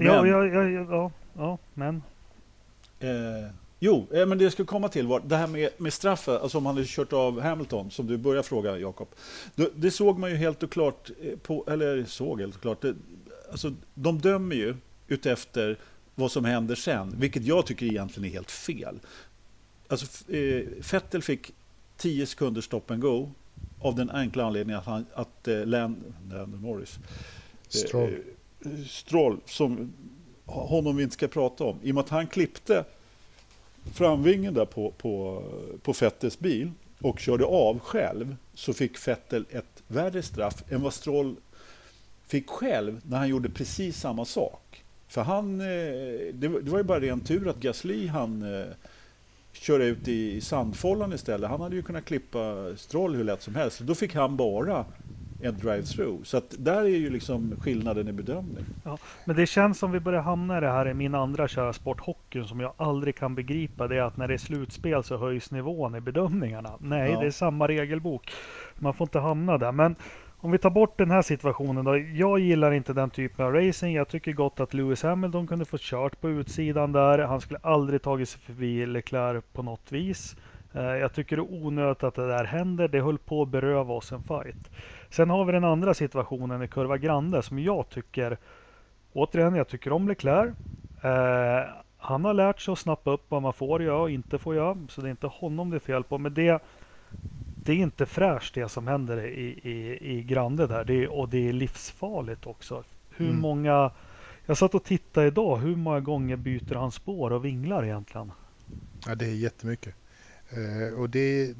Men men det jag skulle komma till var det här med straffet, alltså om han hade kört av Hamilton, som du börjar fråga, Jakob. Det såg man ju helt och klart alltså de dömer ju utefter vad som händer sen, vilket jag tycker egentligen är helt fel. Alltså Vettel fick 10 sekunder stop and go av den enkla anledningen att Lando Norris Stroll, som honom vi inte ska prata om, i och med att han klippte framvingen där på Vettels bil och körde av själv, så fick Vettel ett värre straff än vad Stroll fick själv när han gjorde precis samma sak. För det var ju bara ren tur att Gasly körde ut i sandfållan istället. Han hade ju kunnat klippa Stroll hur lätt som helst. Då fick han bara en drive-through. Så att där är ju liksom skillnaden i bedömning. Ja, men det känns som vi börjar hamna i det här i min andra körsport, hockeyn, som jag aldrig kan begripa. Det är att när det är slutspel så höjs nivån i bedömningarna. Nej, det är samma regelbok. Man får inte hamna där. Men om vi tar bort den här situationen då. Jag gillar inte den typen av racing. Jag tycker gott att Lewis Hamilton kunde få kört på utsidan där. Han skulle aldrig tagit sig förbi Leclerc på något vis. Jag tycker det är onödigt att det där händer. Det höll på att beröva oss en fight. Sen har vi den andra situationen i Kurva Grande som jag tycker om Leclerc. Han har lärt sig att snappa upp vad man får göra och inte får göra. Så det är inte honom det är fel på. Men det är inte fräscht det som händer i Grande där. Det är livsfarligt också. Hur många... Jag satt och tittade idag. Hur många gånger byter han spår och vinglar egentligen? Ja, det är jättemycket. Och det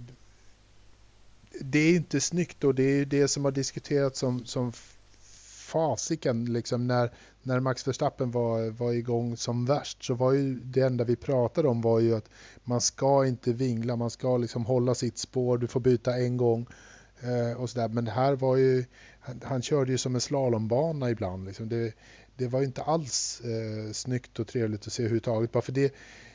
är inte snyggt, och det är det som har diskuterats som fasiken liksom när Max Verstappen var igång som värst, så var ju det enda vi pratade om var ju att man ska inte vingla, man ska liksom hålla sitt spår, du får byta en gång och sådär. Men det här var ju, han körde ju som en slalombana ibland liksom. Det var ju inte alls snyggt och trevligt att se överhuvudtaget, bara för det.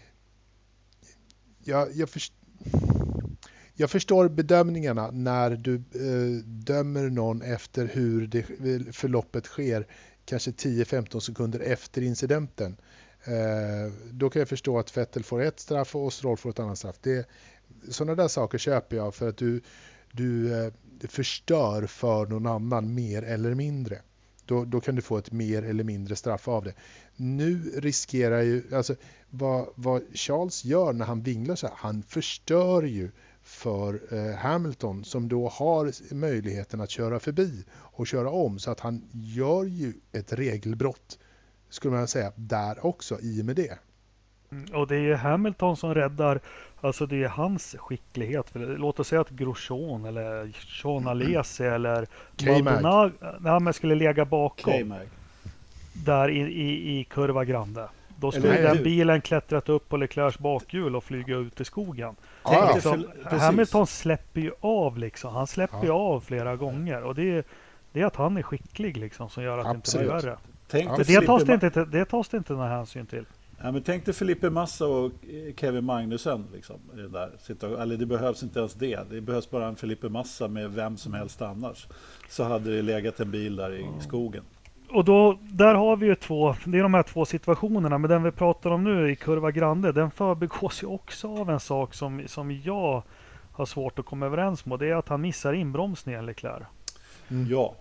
Jag förstår bedömningarna när du dömer någon efter hur förloppet sker, kanske 10-15 sekunder efter incidenten. Då kan jag förstå att Vettel får ett straff och Stroll får ett annat straff. Sådana där saker köper jag, för att du förstör för någon annan mer eller mindre. Då kan du få ett mer eller mindre straff av det. Nu riskerar ju, alltså vad Charles gör när han vinglar så här, han förstör ju för Hamilton, som då har möjligheten att köra förbi och köra om, så att han gör ju ett regelbrott, skulle man säga, där också i och med det. Och det är Hamilton som räddar, alltså det är hans skicklighet. Låt oss säga att Grosjean eller Sean Alesi eller Maldonado skulle lägga bakom K-Mag där i Kurva Grande. Då skulle den bilen klättrat upp på Leclercs bakhjul och flyga ut i skogen. Hamilton släpper ju av liksom. Han släpper ju av flera gånger. Och det är att han är skicklig liksom, som gör att det inte blir värre. Det tas det inte någon hänsyn till. Ja, men tänk dig Felipe Massa och Kevin Magnussen liksom, eller det behövs inte ens det. Det behövs bara en Felipe Massa med vem som helst annars. Så hade det legat en bil där i skogen. Och där har vi ju det är de här två situationerna, men den vi pratar om nu i Kurva Grande, den förbigås ju också av en sak som jag har svårt att komma överens med, och det är att han missar inbromsningen, Leclerc. Ja,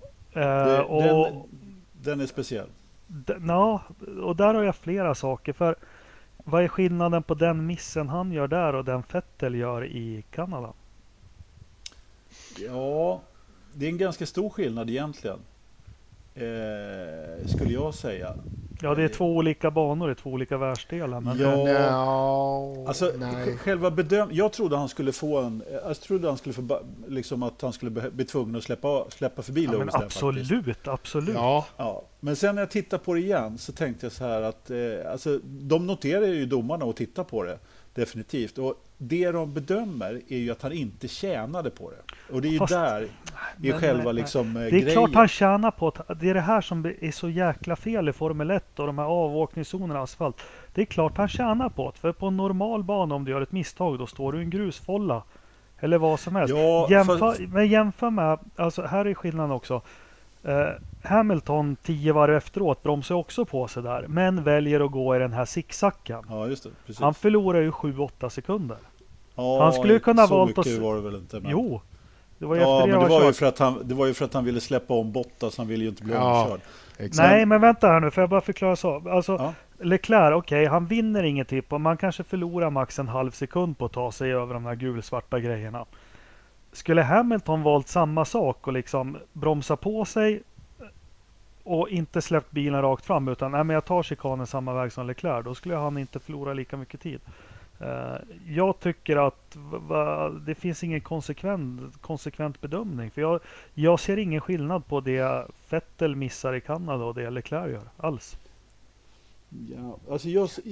den är speciell. Och där har jag flera saker, för vad är skillnaden på den missen han gör där och den Vettel gör i Kanada? Ja, det är en ganska stor skillnad egentligen. Skulle jag säga. Ja, det är två olika banor i två olika världsdelar. Men själva jag trodde han skulle få liksom att han skulle bli tvungen att släppa förbi Lewis. Absolut. Ja. Men sen när jag tittar på det igen så tänkte jag så här att de noterar ju domarna och tittar på det definitivt. Och det de bedömer är ju att han inte tjänade på det. Och det är ju Fast, där är själva liksom det är grejen. klart han tjänar på att det är det här som är så jäkla fel i Formel 1 och de här avåkningszonerna och asfalt. Det är klart han tjänar på det. För på en normal bana om du gör ett misstag då står du i en grusfolla. Eller vad som helst. Ja, Men jämför med, alltså här är skillnaden också. Hamilton 10 varv efteråt bromsar också på sig där. Men väljer att gå i den här zigzackan. Ja, just det. Precis. Han förlorar ju 7-8 sekunder. Ja, han skulle ju kunna så valt mycket att... var det väl inte. Men... Jo. Det var ju ja, efter men det det var ju för att han ville släppa om Bottas. Han ville ju inte bli omkörd. Exakt. Nej, men vänta här nu. Får jag bara förklara så. Alltså, Ja. Leclerc, okej, han vinner inget typ. Och man kanske förlorar max en halv sekund på att ta sig över de här gulsvarta grejerna. Skulle Hamilton valt samma sak och liksom bromsa på sig och inte släppt bilen rakt fram utan nej, men jag tar chikanen samma väg som Leclerc, då skulle han inte förlora lika mycket tid. Jag tycker att det finns ingen konsekvent bedömning. För jag ser ingen skillnad på det Vettel missar i Kanada och det Leclerc gör alls. Ja, alltså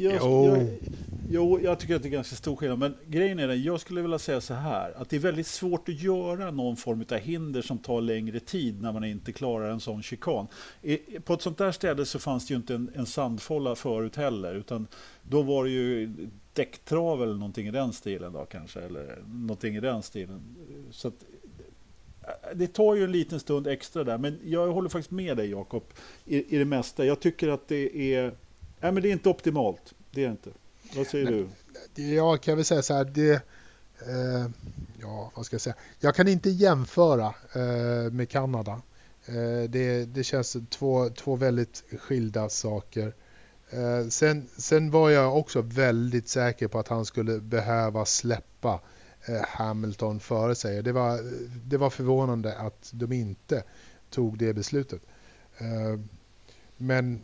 jag tycker att det är ganska stor skillnad. Men grejen är den, jag skulle vilja säga så här. Att det är väldigt svårt att göra någon form av hinder som tar längre tid när man inte klarar en sån chikan. På ett sånt där ställe så fanns det ju inte en sandfålla förut heller. Utan då var det ju däcktrav eller någonting i den stilen då kanske. Eller någonting i den stilen. Så att, det tar ju en liten stund extra där. Men jag håller faktiskt med dig, Jakob, i det mesta. Jag tycker att det är... Nej, men det är inte optimalt. Det är inte. Vad säger du? Jag kan väl säga så här. Vad ska jag säga? Jag kan inte jämföra med Kanada. Det känns två väldigt skilda saker. Sen var jag också väldigt säker på att han skulle behöva släppa Hamilton före sig. Det var förvånande att de inte tog det beslutet. Men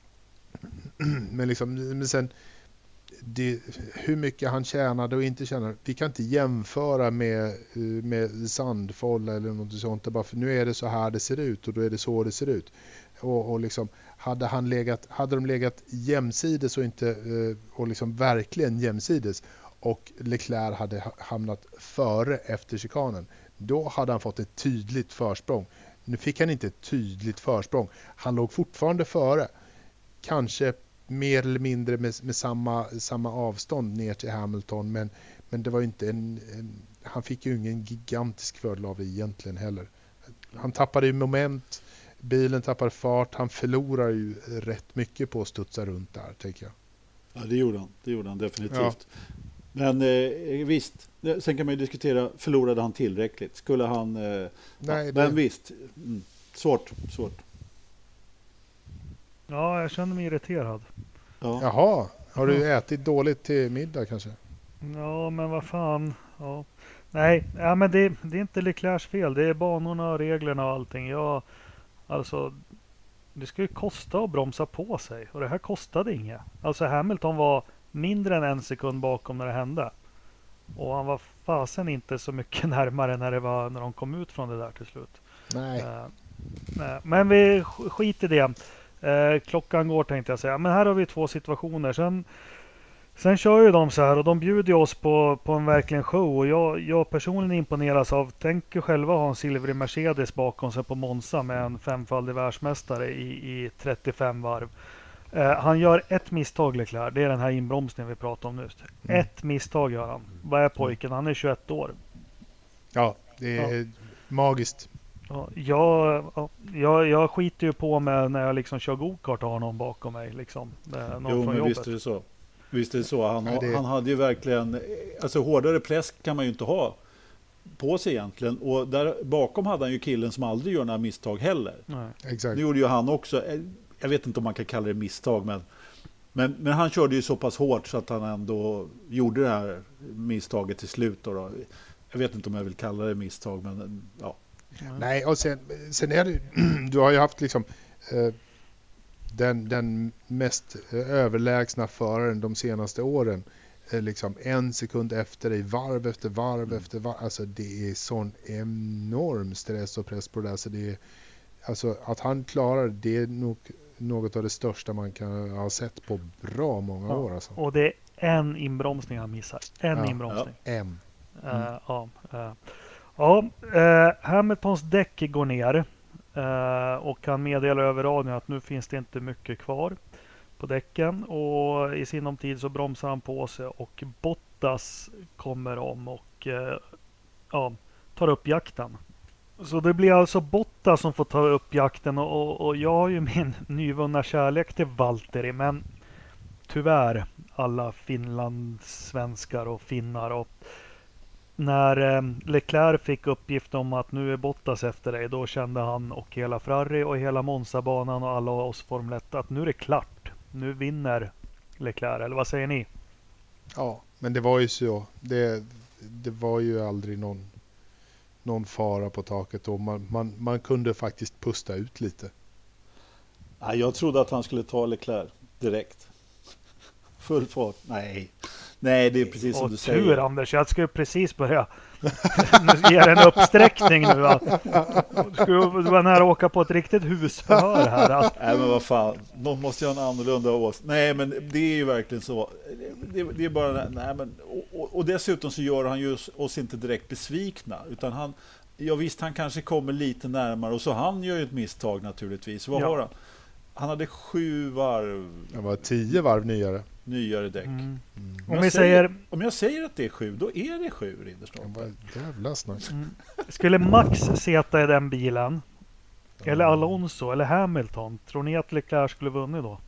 sen hur mycket han tjänade och inte tjänade, vi kan inte jämföra med sandfålla eller något sånt, bara för nu är det så här det ser ut och då är det så det ser ut. Och liksom hade de legat jämsides och inte och liksom verkligen jämsides och Leclerc hade hamnat före efter chikanen, då hade han fått ett tydligt försprång. Nu fick han inte ett tydligt försprång. Han låg fortfarande före. Kanske mer eller mindre med samma avstånd ner till Hamilton, men det var inte han fick ju ingen gigantisk fördel av det egentligen heller. Han tappade ju moment, bilen tappade fart, han förlorar ju rätt mycket på att studsa runt där, tänker jag. Ja, det gjorde han definitivt. Ja. Men visst, sen kan man ju diskutera, förlorade han tillräckligt? Skulle han... Nej, men visst, svårt. Ja, jag känner mig irriterad. Ja. Jaha, har du ätit dåligt till middag kanske? Ja, men vad fan. Ja. Nej, ja, men det är inte Leclercs fel. Det är banorna, reglerna och allting. Alltså, det ska ju kosta att bromsa på sig. Och det här kostade inget. Alltså Hamilton var mindre än en sekund bakom när det hände. Och han var fasen inte så mycket närmare när de kom ut från det där till slut. Nej. Nej. Men vi skiter i det. Klockan går, tänkte jag säga. Men här har vi två situationer. Sen kör ju de så här och de bjuder oss på en verkligen show. Och jag personligen imponeras av, tänker själva ha en silvrig Mercedes bakom sig på Monza med en femfaldig världsmästare i 35 varv. Han gör ett misstag, Leclerc. Det är den här inbromsningen vi pratar om nu. Ett misstag gör han. Vad är pojken? Han är 21 år. Ja, det är magiskt. Jag skiter ju på mig när jag liksom kör go-kart och har någon bakom mig. Liksom, någon från jobbet. Visst är det så. Han hade ju verkligen... Alltså hårdare press kan man ju inte ha på sig egentligen. Och där bakom hade han ju killen som aldrig gör några misstag heller. Nej. Exakt. Nu gjorde ju han också... Jag vet inte om man kan kalla det misstag, men han körde ju så pass hårt så att han ändå gjorde det här misstaget till slut. Då. Jag vet inte om jag vill kalla det misstag, men ja. Nej, och sen är det, du har ju haft liksom den mest överlägsna föraren de senaste åren, liksom en sekund efter dig, varv efter varv efter varv. Alltså det är sån enorm stress och press på det där, så det är, alltså att han klarar det är nog något av det största man kan ha sett på bra många år. Alltså. Och det är en inbromsning han missar. En inbromsning. M. Hamiltons däck går ner och han meddelar över radion att nu finns det inte mycket kvar på däcken, och i sinom tid så bromsar han på sig och Bottas kommer om och tar upp jakten. Så det blir alltså Bottas som får ta upp jakten, och jag har ju min nyvunna kärlek till Valtteri, men tyvärr alla finlandssvenskar och finnar, och när Leclerc fick uppgift om att nu är Bottas efter dig, då kände han och hela Ferrari och hela Monza-banan och alla oss Formel 1 att nu är det klart. Nu vinner Leclerc, eller vad säger ni? Ja, men det var ju så. Det var ju aldrig någon fara på taket, och man kunde faktiskt pusta ut lite. Ja, jag trodde att han skulle ta Leclerc direkt. Full fart. Nej, det är precis som du säger. Tur Anders, jag ska ju precis börja nu ger en uppsträckning nu. Du var nära att åka på ett riktigt husförhör här. Alltså. Nej, men vad fan, någon måste ju ha en annorlunda åsikt. Nej, men det är ju verkligen så. Det är bara, nej, men, och dessutom så gör han ju oss inte direkt besvikna, utan visst, han kanske kommer lite närmare, och så han gör ju ett misstag naturligtvis. Vad har han? Han hade 7 varv. Det var 10 varv nyare däck. Om jag säger att det är 7, då är det 7, Rinderstolpe. Det var jävla snack. Skulle Max sitta i den bilen, eller Alonso eller Hamilton, tror ni att Leclerc skulle vunnit då?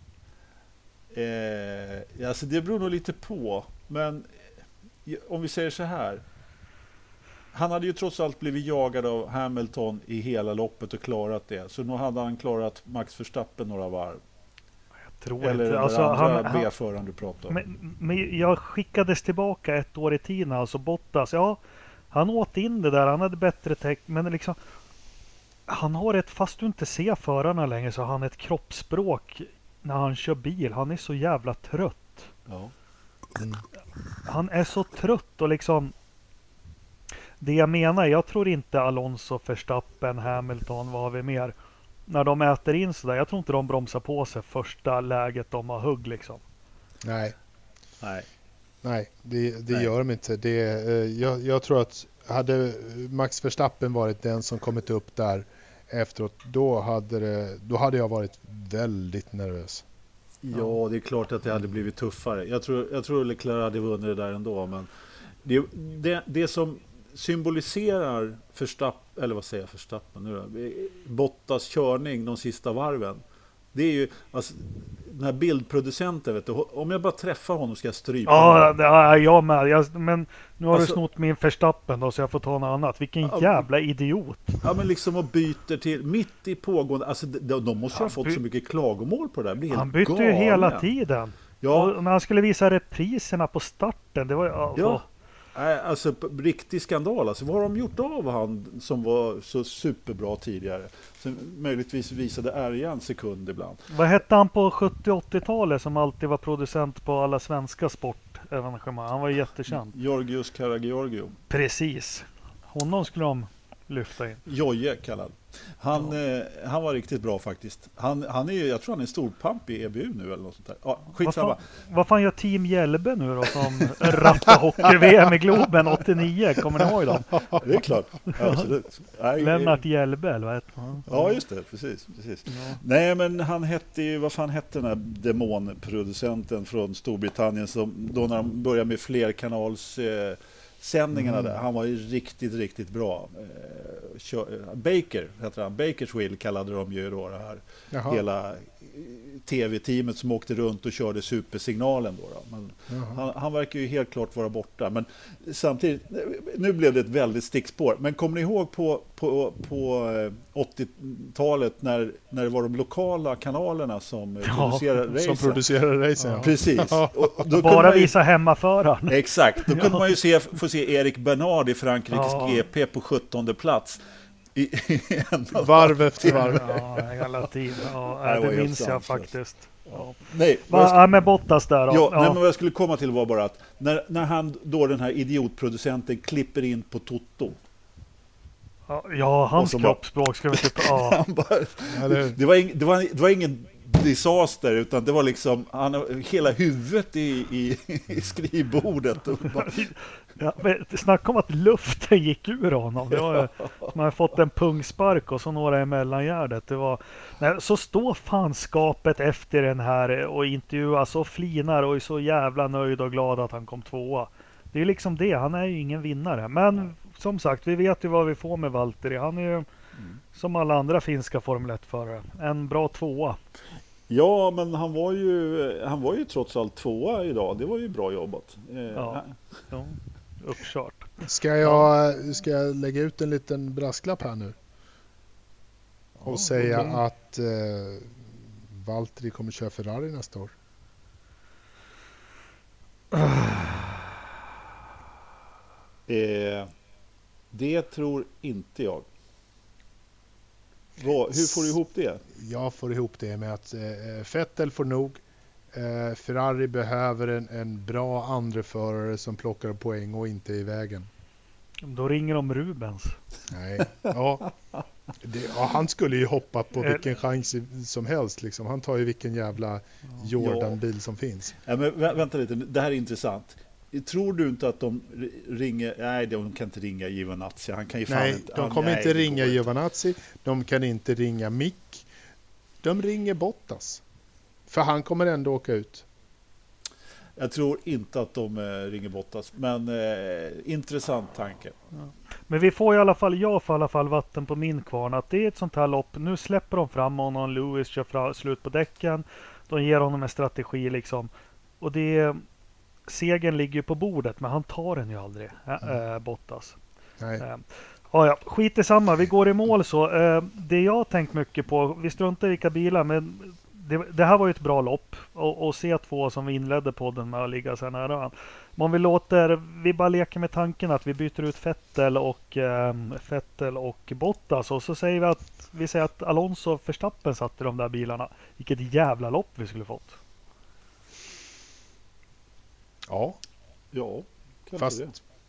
Alltså det beror nog lite på, men om vi säger så här, han hade ju trots allt blivit jagad av Hamilton i hela loppet och klarat det, så nu hade han klarat Max Verstappen några varv. Tror eller inte. den Alltså, andra B-föraren du pratade om. Men jag skickades tillbaka 1 år i tiden, alltså Bottas. Ja, han åt in det där, han hade bättre täck, men liksom han har fast du inte ser förarna längre, så har han ett kroppsspråk när han kör bil. Han är så jävla trött. Ja. Han är så trött, och liksom det jag menar, jag tror inte Alonso, Verstappen, Hamilton, vad har vi mer? När de äter in så där, jag tror inte de bromsar på sig första läget de har hugg liksom. Nej, det Nej. gör de inte. Jag tror att hade Max Verstappen varit den som kommit upp där efteråt, då hade jag varit väldigt nervös. Ja, det är klart att det hade blivit tuffare. Jag tror Leclerc hade vunnit det där ändå, men det som symboliserar Verstappen nu då, Bottas körning de sista varven, det är ju alltså, den här bildproducenten, vet du, om jag bara träffar honom ska jag strypa honom. Ja, jag med. Men nu har du snott min Verstappen då, så jag får ta något annat. Vilken jävla idiot. Ja, men liksom och byter till mitt i pågående, alltså de måste ju ha fått så mycket klagomål på det där. Han bytte ju hela tiden. Ja. Och när han skulle visa repriserna på starten, det var ja. Alltså riktig skandal. Alltså, vad har de gjort av han som var så superbra tidigare? Som möjligtvis visade ärga en sekund ibland. Vad hette han på 70-80-talet som alltid var producent på alla svenska sportevenemang? Han var jättekänd. Georgios Karageorgio. Precis. Honom skulle de lyfta in. Joje kallad. Han var riktigt bra faktiskt. Han är ju, jag tror han är storpamp i EBU nu eller något sånt där. Ja, skitsamma. Vad fan gör Team Hjälbe nu då som rattar hockey-VM i Globen 89? Kommer ni ihåg dem? Det är klart. Absolut. Lennart Hjälbe eller vad heter han? Ja, just det. Precis. Ja. Nej, men han hette ju, vad fan hette den här demonproducenten från Storbritannien som då när de började med flerkanals sändningarna där. Han var ju riktigt, riktigt bra. Baker heter han. Bakers Will kallade de ju då det här. Jaha. Hela tv-teamet som åkte runt och körde supersignalen då. Men han verkar ju helt klart vara borta. Men samtidigt, nu blev det ett väldigt stickspår. Men kommer ni ihåg på 80-talet när det var de lokala kanalerna som producerade racen? Som producerade racen, ja. Precis. Och då bara visa hemmaföraren. Exakt. Då kunde man ju få se Erik Bernard i Frankrikes GP på 17:e plats. Varv efter varv. Ja, hela tiden. Ja, det minns jag faktiskt. Ja. Nej, med Bottas där. Ja. Nej, men vad jag skulle komma till var bara att när han då, den här idiotproducenten, klipper in på Toto. Ja, hans kroppsspråk ska vi tycka. Ja. Det var disaster, utan det var liksom hela huvudet i skrivbordet. Ja, snacka om att luften gick ur honom. Det var, man har fått en pungspark och så några i mellangärdet. Det var, nej, så står fanskapet efter den här och intervjuas och flinar och är så jävla nöjd och glad att han kom tvåa. Det är liksom det, han är ju ingen vinnare. Men som sagt, vi vet ju vad vi får med Valtteri. Han är ju som alla andra finska Formel 1-förare. En bra tvåa. Ja, men han var ju trots allt tvåa idag. Det var ju bra jobbat. Ja, uppkört. Ska jag lägga ut en liten brasklapp här nu? Och säga att Valtteri kommer köra Ferrari nästa år. Det tror inte jag. Hur får du ihop det? Jag får ihop det med att Vettel får nog. Ferrari behöver en bra andreförare som plockar poäng och inte i vägen. Då ringer de Rubens. Nej, han skulle ju hoppa på vilken chans som helst. Liksom. Han tar ju vilken jävla Jordan-bil som finns. Ja, men vänta lite, det här är intressant. Tror du inte att de ringer... Nej, de kan inte ringa Giovinazzi. Han kan ju fan inte... De kommer inte ringa Giovinazzi. De kan inte ringa Mick. De ringer Bottas. För han kommer ändå åka ut. Jag tror inte att de ringer Bottas. Men intressant tanke. Ja. Men vi får i alla fall, jag får i alla fall vatten på min kvarn. Att det är ett sånt här lopp. Nu släpper de fram honom. Lewis kör slut på däcken. De ger honom en strategi liksom. Och det... Segern ligger ju på bordet, men han tar den ju aldrig, Bottas. Nej. Ja, skit i samma, vi går i mål så. Det jag har tänkt mycket på, vi struntar i vilka bilar, men det här var ju ett bra lopp. Och C2 som vi inledde podden med att ligga så nära. Men om vi bara leker med tanken att vi byter ut Vettel och Bottas och så säger vi säger att Alonso och Verstappen satt i de där bilarna. Vilket jävla lopp vi skulle fått. Ja, fast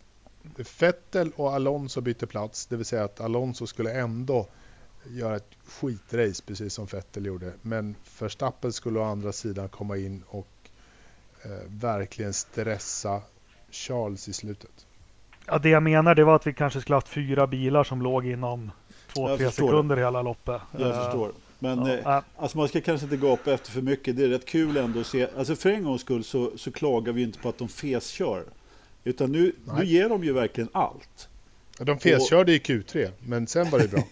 Vettel och Alonso bytte plats, det vill säga att Alonso skulle ändå göra ett skitrace precis som Vettel gjorde, men Verstappen skulle å andra sidan komma in och verkligen stressa Charles i slutet. Ja, det jag menar det var att vi kanske skulle haft 4 bilar som låg inom 2-3 sekunder i hela loppet. Jag förstår. Men alltså man ska kanske inte gapa efter för mycket. Det är rätt kul ändå att se. Alltså för en gångs skull så klagar vi inte på att de feskör. Utan nu ger de ju verkligen allt. De feskörde i Q3, men sen var det bra.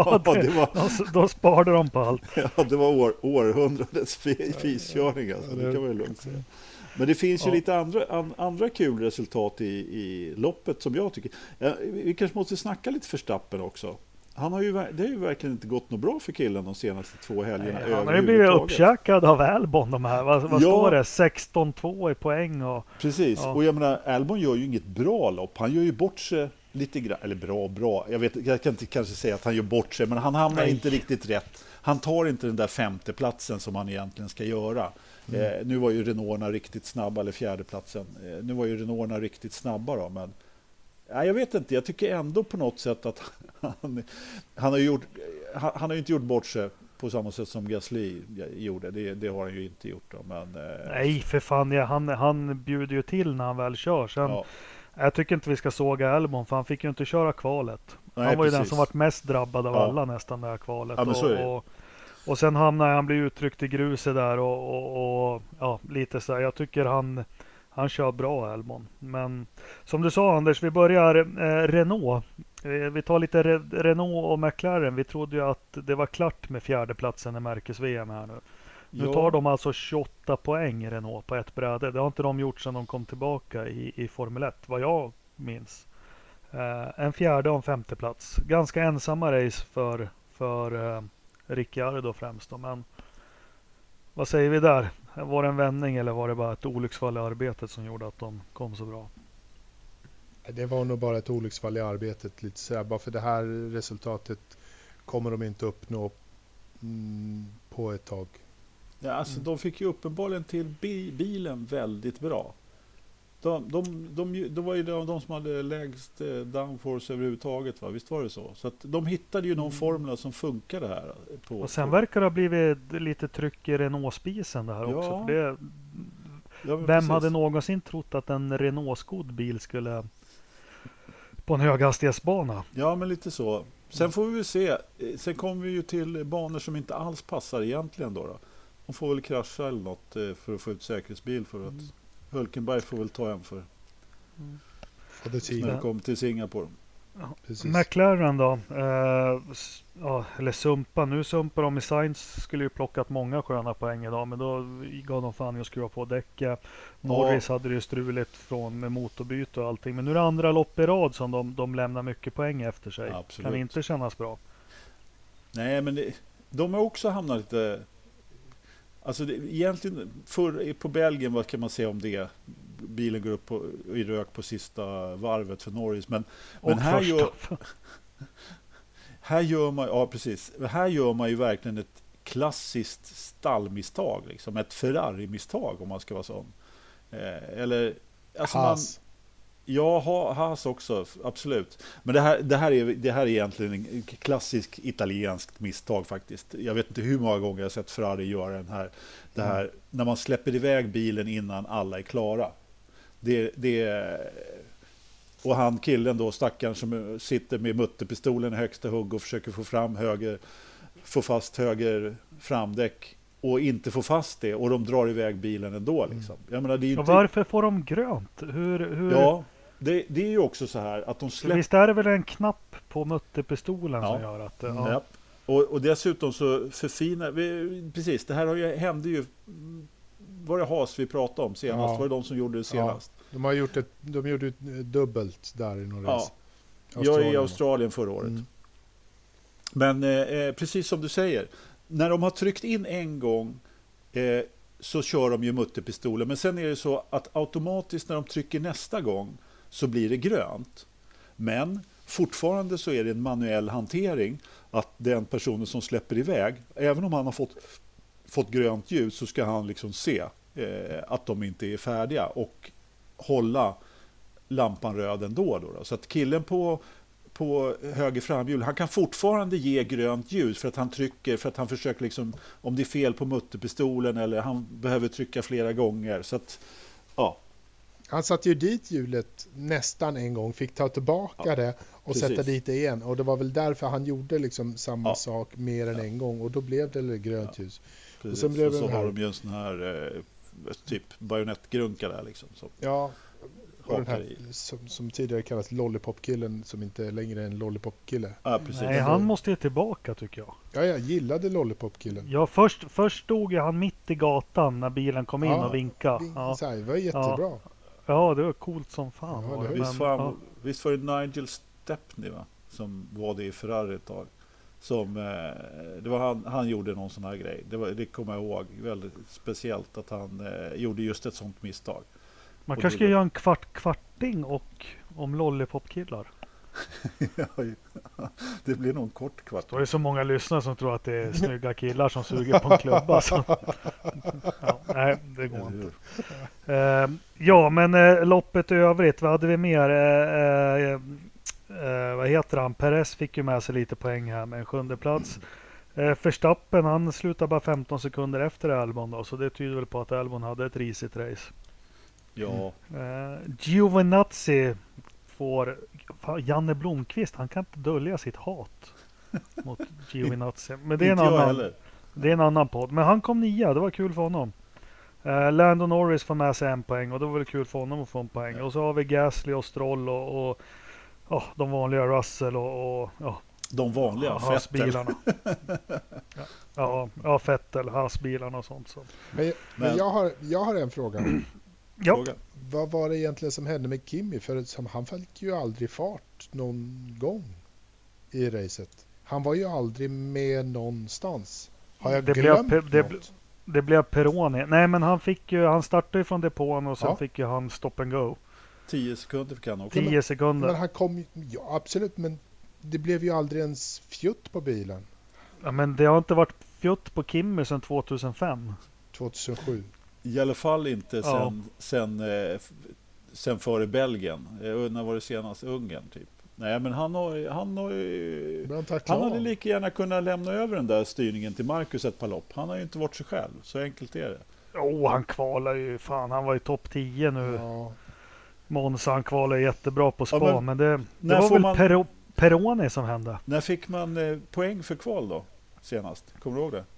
Då sparade de på allt. Ja, det var århundradets feskörning. Alltså. Det kan man ju lugnt säga. Men det finns ju lite andra kul resultat i loppet som jag tycker. Vi kanske måste snacka lite Verstappen också. Det har ju verkligen inte gått något bra för killen de senaste 2 helgerna. Han har ju blivit uppkäkad av Albon de här. Vad står det? 16-2 i poäng. Precis, och jag menar Albon gör ju inget bra lopp. Han gör ju bort sig lite grann, eller bra. Jag kan inte kanske säga att han gör bort sig, men han hamnar inte riktigt rätt. Han tar inte den där 5:e platsen som han egentligen ska göra. Nu var ju Renaultna riktigt snabba, eller 4:e platsen. Nu var ju Renaultna riktigt snabba då, men jag vet inte, jag tycker ändå på något sätt att han har ju inte gjort bort sig på samma sätt som Gasly gjorde. Det har han ju inte gjort då, men nej för fan, han bjuder ju till när han väl kör. Sen, jag tycker inte vi ska såga Albon, för han fick ju inte köra kvalet. Nej, han var ju den som varit mest drabbad av alla nästan det här kvalet. Och sen hamnar han blir uttryckt i gruset där och lite så här. Jag tycker han kör bra Albon. Men som du sa Anders, vi börjar Renault. Vi tar lite Renault och McLaren. Vi trodde ju att det var klart med 4:e platsen i märkes-VM här nu. Nu tar de alltså 28 poäng Renault på ett bräde. Det har inte de gjort sedan de kom tillbaka i Formel 1, vad jag minns. En 4:e och en 5:e plats. Ganska ensamma race för Ricciardo främst då, men vad säger vi där? Var det en vändning eller var det bara ett olycksfall i arbetet som gjorde att de kom så bra? Det var nog bara ett olycksfall i arbetet, lite så här, bara för det här resultatet kommer de inte uppnå på ett tag. Ja, alltså de fick ju uppenbarligen till bilen väldigt bra. De var ju de som hade lägst downforce överhuvudtaget, va? Visst var det så? Så att de hittade ju någon formula som funkar det här. Och sen verkar det ha blivit lite tryck i Renault-spisen där Ja. också. För det, men vem precis. hade någonsin trott att en Renault-skodd bil skulle på en höghastighetsbana? Ja, men lite så. Sen får vi väl se. Sen kommer vi ju till banor som inte alls passar egentligen då. De får väl krascha eller något för att få ut säkerhetsbil för att Hülkenberg får väl ta en för när det kommer till Singapore. Precis. McLaren då? Eller Sumpa. Nu Sumpa de i Sainz skulle ju plockat många sköna poäng idag, men då gav de fan att skruva på däcket. Norris hade det ju struligt med motorbyte och allting, men nu är det andra lopp i rad som de lämnar mycket poäng efter sig. Absolut. Kan inte kännas bra. Nej, men de har också hamnat lite... Alltså egentligen förr på Belgien, vad kan man säga om det? Bilen går upp i rök på sista varvet för Norris. Men här gör man, ja precis. Här gör man ju verkligen ett klassiskt stallmisstag, liksom ett Ferrari-misstag om man ska vara sån. Eller alltså Haas. Haas också, absolut. Men det här är egentligen en klassisk italienskt misstag faktiskt. Jag vet inte hur många gånger jag har sett Ferrari göra det här när man släpper iväg bilen innan alla är klara. Och han killen då, stackaren som sitter med mutterpistolen i högsta hugg och försöker få fast höger framdäck och inte få fast det, och de drar iväg bilen ändå liksom. Jag menar, det är ju inte... Varför får de grönt? Hur... Ja, det är ju också så här att de släpper... Visst är det väl en knapp på mutterpistolen som gör att... Ja. Och dessutom så förfinar precis, det här hände ju, var det Haas vi pratade om senast? Var det de som gjorde det senast? Ja, de gjorde ett dubbelt där i några race. Jag är i Australien förra året. Men precis som du säger, när de har tryckt in en gång så kör de ju mutterpistolen, men sen är det så att automatiskt när de trycker nästa gång så blir det grönt. Men fortfarande så är det en manuell hantering att den personen som släpper iväg, även om han har fått grönt ljus, så ska han liksom se att de inte är färdiga och hålla lampan röd ändå. Då. Så att killen på höger framhjul, han kan fortfarande ge grönt ljus för att han trycker, för att han försöker liksom, om det är fel på mutterpistolen eller han behöver trycka flera gånger. Så att, ja. Han satte ju dit hjulet nästan en gång, fick ta tillbaka det och sätta dit det igen. Och det var väl därför han gjorde liksom samma sak mer än en gång. Och då blev det grönt ljus. Och sen blev så har de ju en sån här typ bajonettgrunka där liksom. Så. Ja, och den här som tidigare kallats lollipop-killen som inte längre är en lollipop-kille. Ja, precis. Nej, han måste ju tillbaka tycker jag. Ja, jag gillade lollipop-killen. Ja, först stod han mitt i gatan när bilen kom in och vinkade. Det var jättebra. Ja, det var coolt som fan. Ja, visst var det Nigel Stepney som var det i Ferrari ett tag. Som, det var han gjorde någon sån här grej. Det kommer jag ihåg. Väldigt speciellt att han gjorde just ett sånt misstag. Man kanske ska göra en kvarting om lollipop-killar. Det blir nog en kort kvart. Det är så många lyssnare som tror att det är snygga killar som suger på en klubba. Så. Ja, nej, det går inte. Men loppet i övrigt, vad hade vi mer? Vad heter han? Perez fick ju med sig lite poäng här med en 7:e plats. Verstappen, han slutade bara 15 sekunder efter Albon då, så det tyder väl på att Albon hade ett risigt race. Ja. Giovinazzi får Janne Blomqvist, han kan inte dölja sitt hat mot Giovinazzi. Men det är en annan podd. Men han kom 9, det var kul för honom. Lando Norris får med sig en poäng och det var väl kul för honom att få en poäng. Och så har vi Gasly och Stroll och de vanliga Russell och de vanliga Haas-bilarna. Vettel, Haas-bilarna och sånt. Så. Men jag har en fråga. Ja. Vad var det egentligen som hände med Kimi? För han fick ju aldrig fart någon gång i racet. Han var ju aldrig med någonstans. Har jag glömt något? Det blev Peroni. Nej, men han startade ju från depån och sen fick ju han stop and go. 10 sekunder fick han också. 10 sekunder. Men han kom, absolut, men det blev ju aldrig ens fjutt på bilen. Ja, men det har inte varit fjutt på Kimi sedan 2005. 2007. I alla fall inte sen sen före Belgien. När var det senast? Ungern typ. Nej, men han hade lika gärna kunnat lämna över den där styrningen till Marcus ett par lopp. Han har ju inte varit sig själv, så enkelt är det. Han kvalar ju, han var ju topp 10 nu. Ja. Monza, han kvalar jättebra på Spa, men det var väl Peroni som hände. När fick man poäng för kval då? Senast, kommer du ihåg det?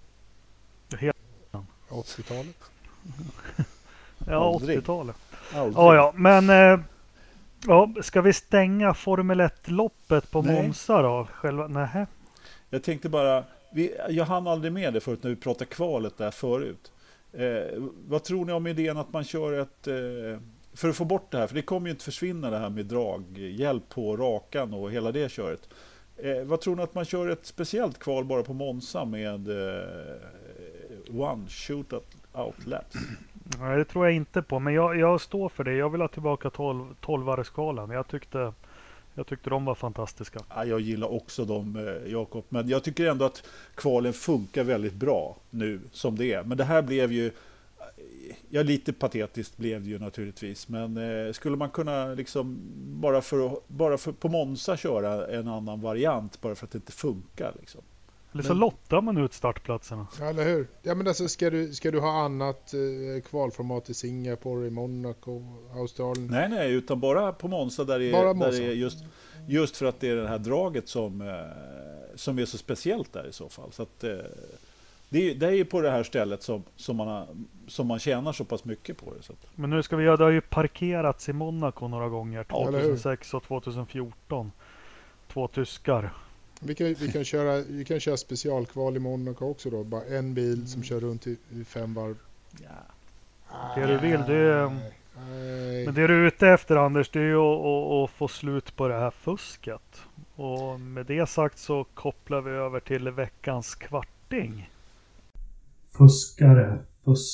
80-talet. Ja, 80-talet. Ja, men ska vi stänga Formel 1-loppet på Monza då? Nej. Jag tänkte bara, jag hann aldrig med det förut när vi pratade kvalet där förut. Vad tror ni om idén att man kör ett... för att få bort det här, för det kommer ju inte försvinna det här med draghjälp på rakan och hela det köret. Vad tror ni att man kör ett speciellt kval bara på Monza med one shootout laps? Nej, det tror jag inte på, men jag står för det. Jag vill ha tillbaka 12-varvskvalen. Jag tyckte de var fantastiska. Ja, jag gillar också dem, Jakob. Men jag tycker ändå att kvalen funkar väldigt bra nu som det är. Men det här blev ju... Ja, lite patetiskt blev det ju naturligtvis. Men skulle man kunna liksom bara för på Monza köra en annan variant bara för att det inte funkar liksom. Eller så lottar man ut startplatserna. Ja, eller hur? Ja, men alltså ska du ha annat kvalformat i Singapore, i Monaco, Australien? Nej, utan bara på Monza där det är just för att det är det här draget som är så speciellt där i så fall. Så att det är ju på det här stället som man tjänar så pass mycket på det. Så att. Men nu ska vi göra, det har ju parkerats i Monaco några gånger, 2006 och 2014. 2 tyskar. Vi kan köra specialkval i Monaco också då. Bara en bil som kör runt i 5 varv. Ja. Det du vill, men det du är ute efter, Anders, det är ju att få slut på det här fusket. Och med det sagt så kopplar vi över till veckans kvarting. Fuskare.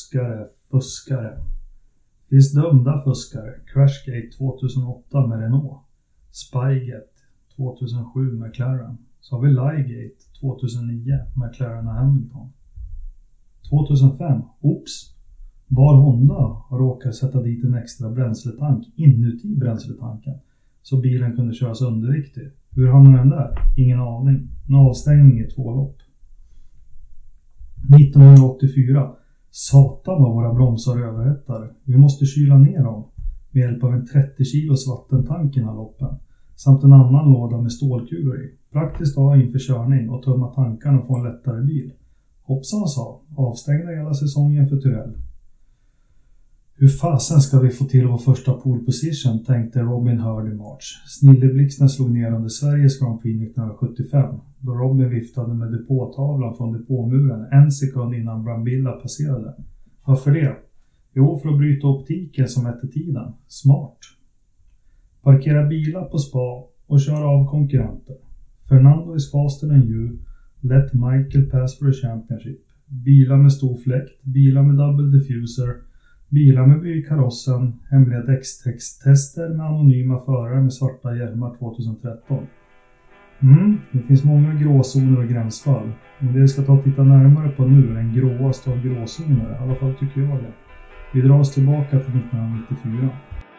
Finns dömda fuskare. Crashgate 2008 med Renault. Spygate 2007 med McLaren. Så har vi Liegate 2009 med McLaren och Hamilton. 2005, Bar Honda har råkat sätta dit en extra bränsletank inuti bränsletanken. Så bilen kunde köras underviktig. Hur hamnar den där? Ingen aning. En avstängning i 2 lopp. 1984. Satan vad våra bromsar överhettade. Vi måste kyla ner dem med hjälp av en 30 kilos vattentank i loppen. Samt en annan låda med stålkulor i. Praktiskt att ha inför körning och tömma tankarna och få en lättare bil. Hoppsan sa, avstängda hela säsongen för Tyrell. Hur fasen ska vi få till vår första pole position, tänkte Robin Hurd i March. Snilleblixten slog ner under Sveriges Grand Prix 1975, då Robin viftade med depåtavlan från depåmuren 1 sekund innan Brambilla passerade. Varför det? Jo, för att bryta optiken som hette tiden. Smart. Parkera bilar på spa och köra av konkurrenter. Fernando is faster than you. Let Michael pass for a championship. Bilar med stor fläkt, bilar med double diffuser, bilar med byggkarossen, hemliga däckstester med anonyma förare med svarta hjälmar 2013. Det finns många gråzoner och gränsfall. Men det vi ska ta och titta närmare på nu är den gråaste av gråzoner. I alla fall tycker jag det. Vi drar oss tillbaka till 1994.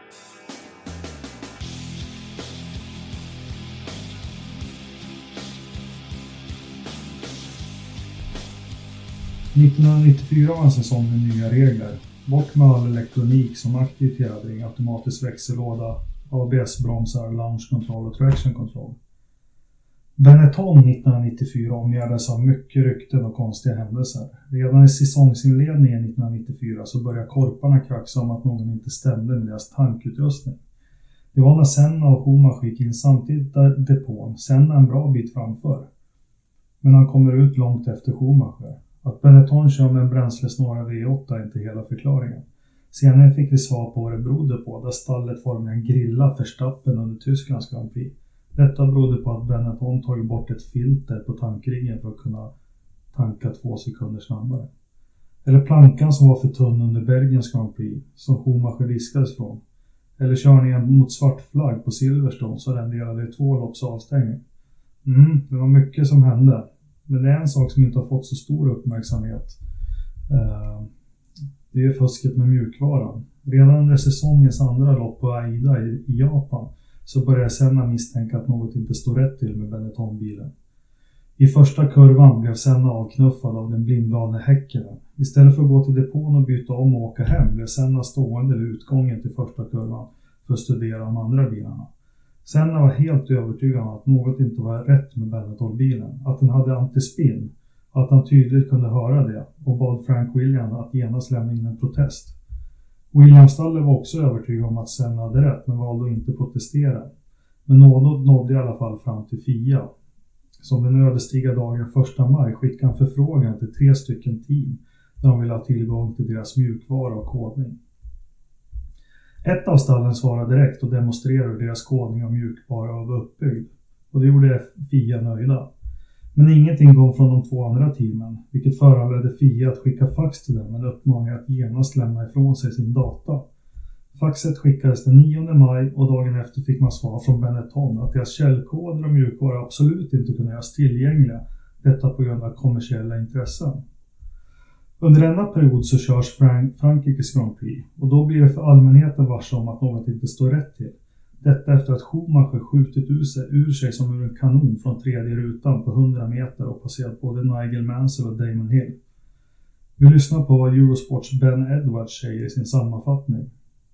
...1994 var en säsong med nya regler. Bort med all elektronik som aktiv fjädring, automatisk växellåda, ABS-bromsar, launch control och traction control. Benetton 1994 omgärdades av mycket rykten och konstiga händelser. Redan i säsongsinledningen 1994 så började korparna kraxa om att någon inte stämde med deras tankutrustning. Det var när Senna och Schumacher gick in samtidigt där depån, Senna en bra bit framför. Men han kommer ut långt efter Schumacher. Att Benetton kör med en bränslesnåra V8 är inte hela förklaringen. Senare fick vi svar på vad det berodde på, där stallet formligen grilla Verstappen under Tysklands Grand Prix. Detta berodde på att Benetton tagit bort ett filter på tankriggen för att kunna tanka 2 sekunder snabbare. Eller plankan som var för tunn under Belgiens Grand Prix, som Schumacher diskades från. Eller körningen mot svart flagg på Silverstone så renderade i 2 lopps avstängning. Det var mycket som hände. Men det är en sak som inte har fått så stor uppmärksamhet. Det är fusket med mjukvaran. Redan under säsongens andra lopp på Aida i Japan så börjar Senna misstänka att något inte står rätt till med Benetton-bilen. I första kurvan blev Senna avknuffad av den blindgalne Häkkinen. Istället för att gå till depån och byta om och åka hem blev Senna stående vid utgången till första kurvan för att studera de andra bilarna. Senna var helt övertygad om att något inte var rätt med Benetton-bilen, att den hade antispinn, att han tydligt kunde höra det och bad Frank Williams att genast lämna in en protest. Williams-stallet var också övertygad om att Senna hade rätt men valde att inte protestera. Men något nådde i alla fall fram till FIA. Som den ödesdigra dagen 1 maj skickade han förfrågan till 3 stycken team där de ville ha tillgång till deras mjukvara och kodning. Ett av stallen svarade direkt och demonstrerade hur deras kodning och mjukvara var uppbyggd. Och det gjorde FIA nöjda. Men ingenting kom från de 2 andra teamen, vilket föranledde FIA att skicka fax till dem med uppmaning att genast lämna ifrån sig sin data. Faxet skickades den 9 maj och dagen efter fick man svar från Benetton att deras källkoder och mjukvara absolut inte kunde göras tillgängliga, detta på grund av kommersiella intressen. Under denna period så körs Frankrikes Grand Prix och då blir det för allmänheten varse om att något inte står rätt till. Detta efter att Schumacher skjutit ur sig som ur en kanon från tredje rutan på 100 meter och passerat både Nigel Mansell och Damon Hill. Vi lyssnar på vad Eurosports Ben Edwards säger i sin sammanfattning.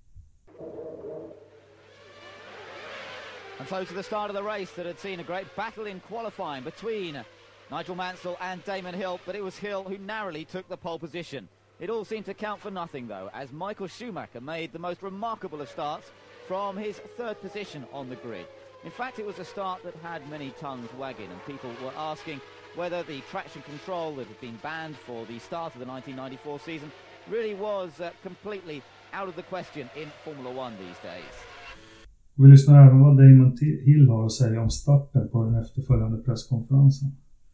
And so to the start of the race that had seen a great battle in qualifying between Nigel Mansell and Damon Hill, but it was Hill who narrowly took the pole position. It all seemed to count for nothing though, as Michael Schumacher made the most remarkable of starts from his 3rd position on the grid. In fact, it was a start that had many tongues wagging, and people were asking whether the traction control that had been banned for the start of the 1994 season really was completely out of the question in Formula 1 these days. Vi lyssnar även vad Damon Hill har att säga om starten på den efterföljande presskonferensen.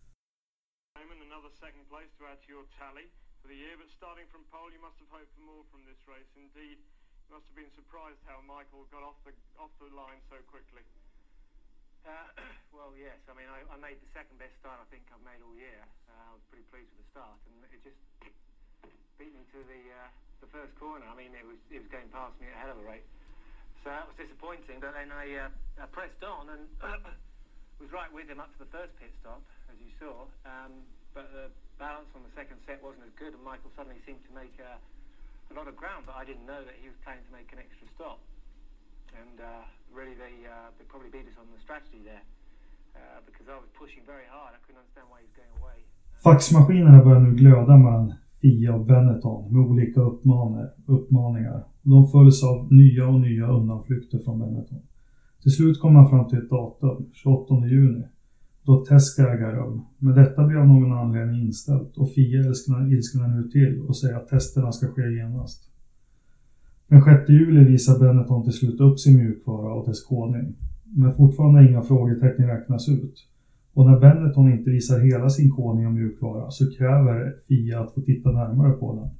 Another second place to add to your tally for the year, but starting from pole you must have hoped for more from this race. Indeed, you must have been surprised how Michael got off the line so quickly. Well, yes. I mean, I made the second best start I think I've made all year. I was pretty pleased with the start, and it just beat me to the first corner. I mean, it was going past me at a hell of a rate. So that was disappointing, but then I pressed on and was right with him up to the first pit stop, as you saw. But the balance on the second set wasn't as good, and Michael suddenly seemed to make a lot of ground, but I didn't know that he was planning to make an extra stop. And really they probably beat us on the strategy there, because I was pushing very hard. I couldn't understand why he was going away. Faxmaskinerna börjar nu glöda mellan FIA och Benetton med olika uppmaningar. De följs av nya undanflykter från Benetton. Till slut kommer man fram till ett datum, 28 juni, då test ska äga rum. Men detta blir av någon anledning inställt och FIA ilsknar nu till och säger att testerna ska ske genast. Den 6 juli visar Benetton till slut upp sin mjukvara och dess kodning. Men fortfarande inga frågetecken räknas ut. Och när Benetton inte visar hela sin kodning och mjukvara så kräver FIA att få titta närmare på den.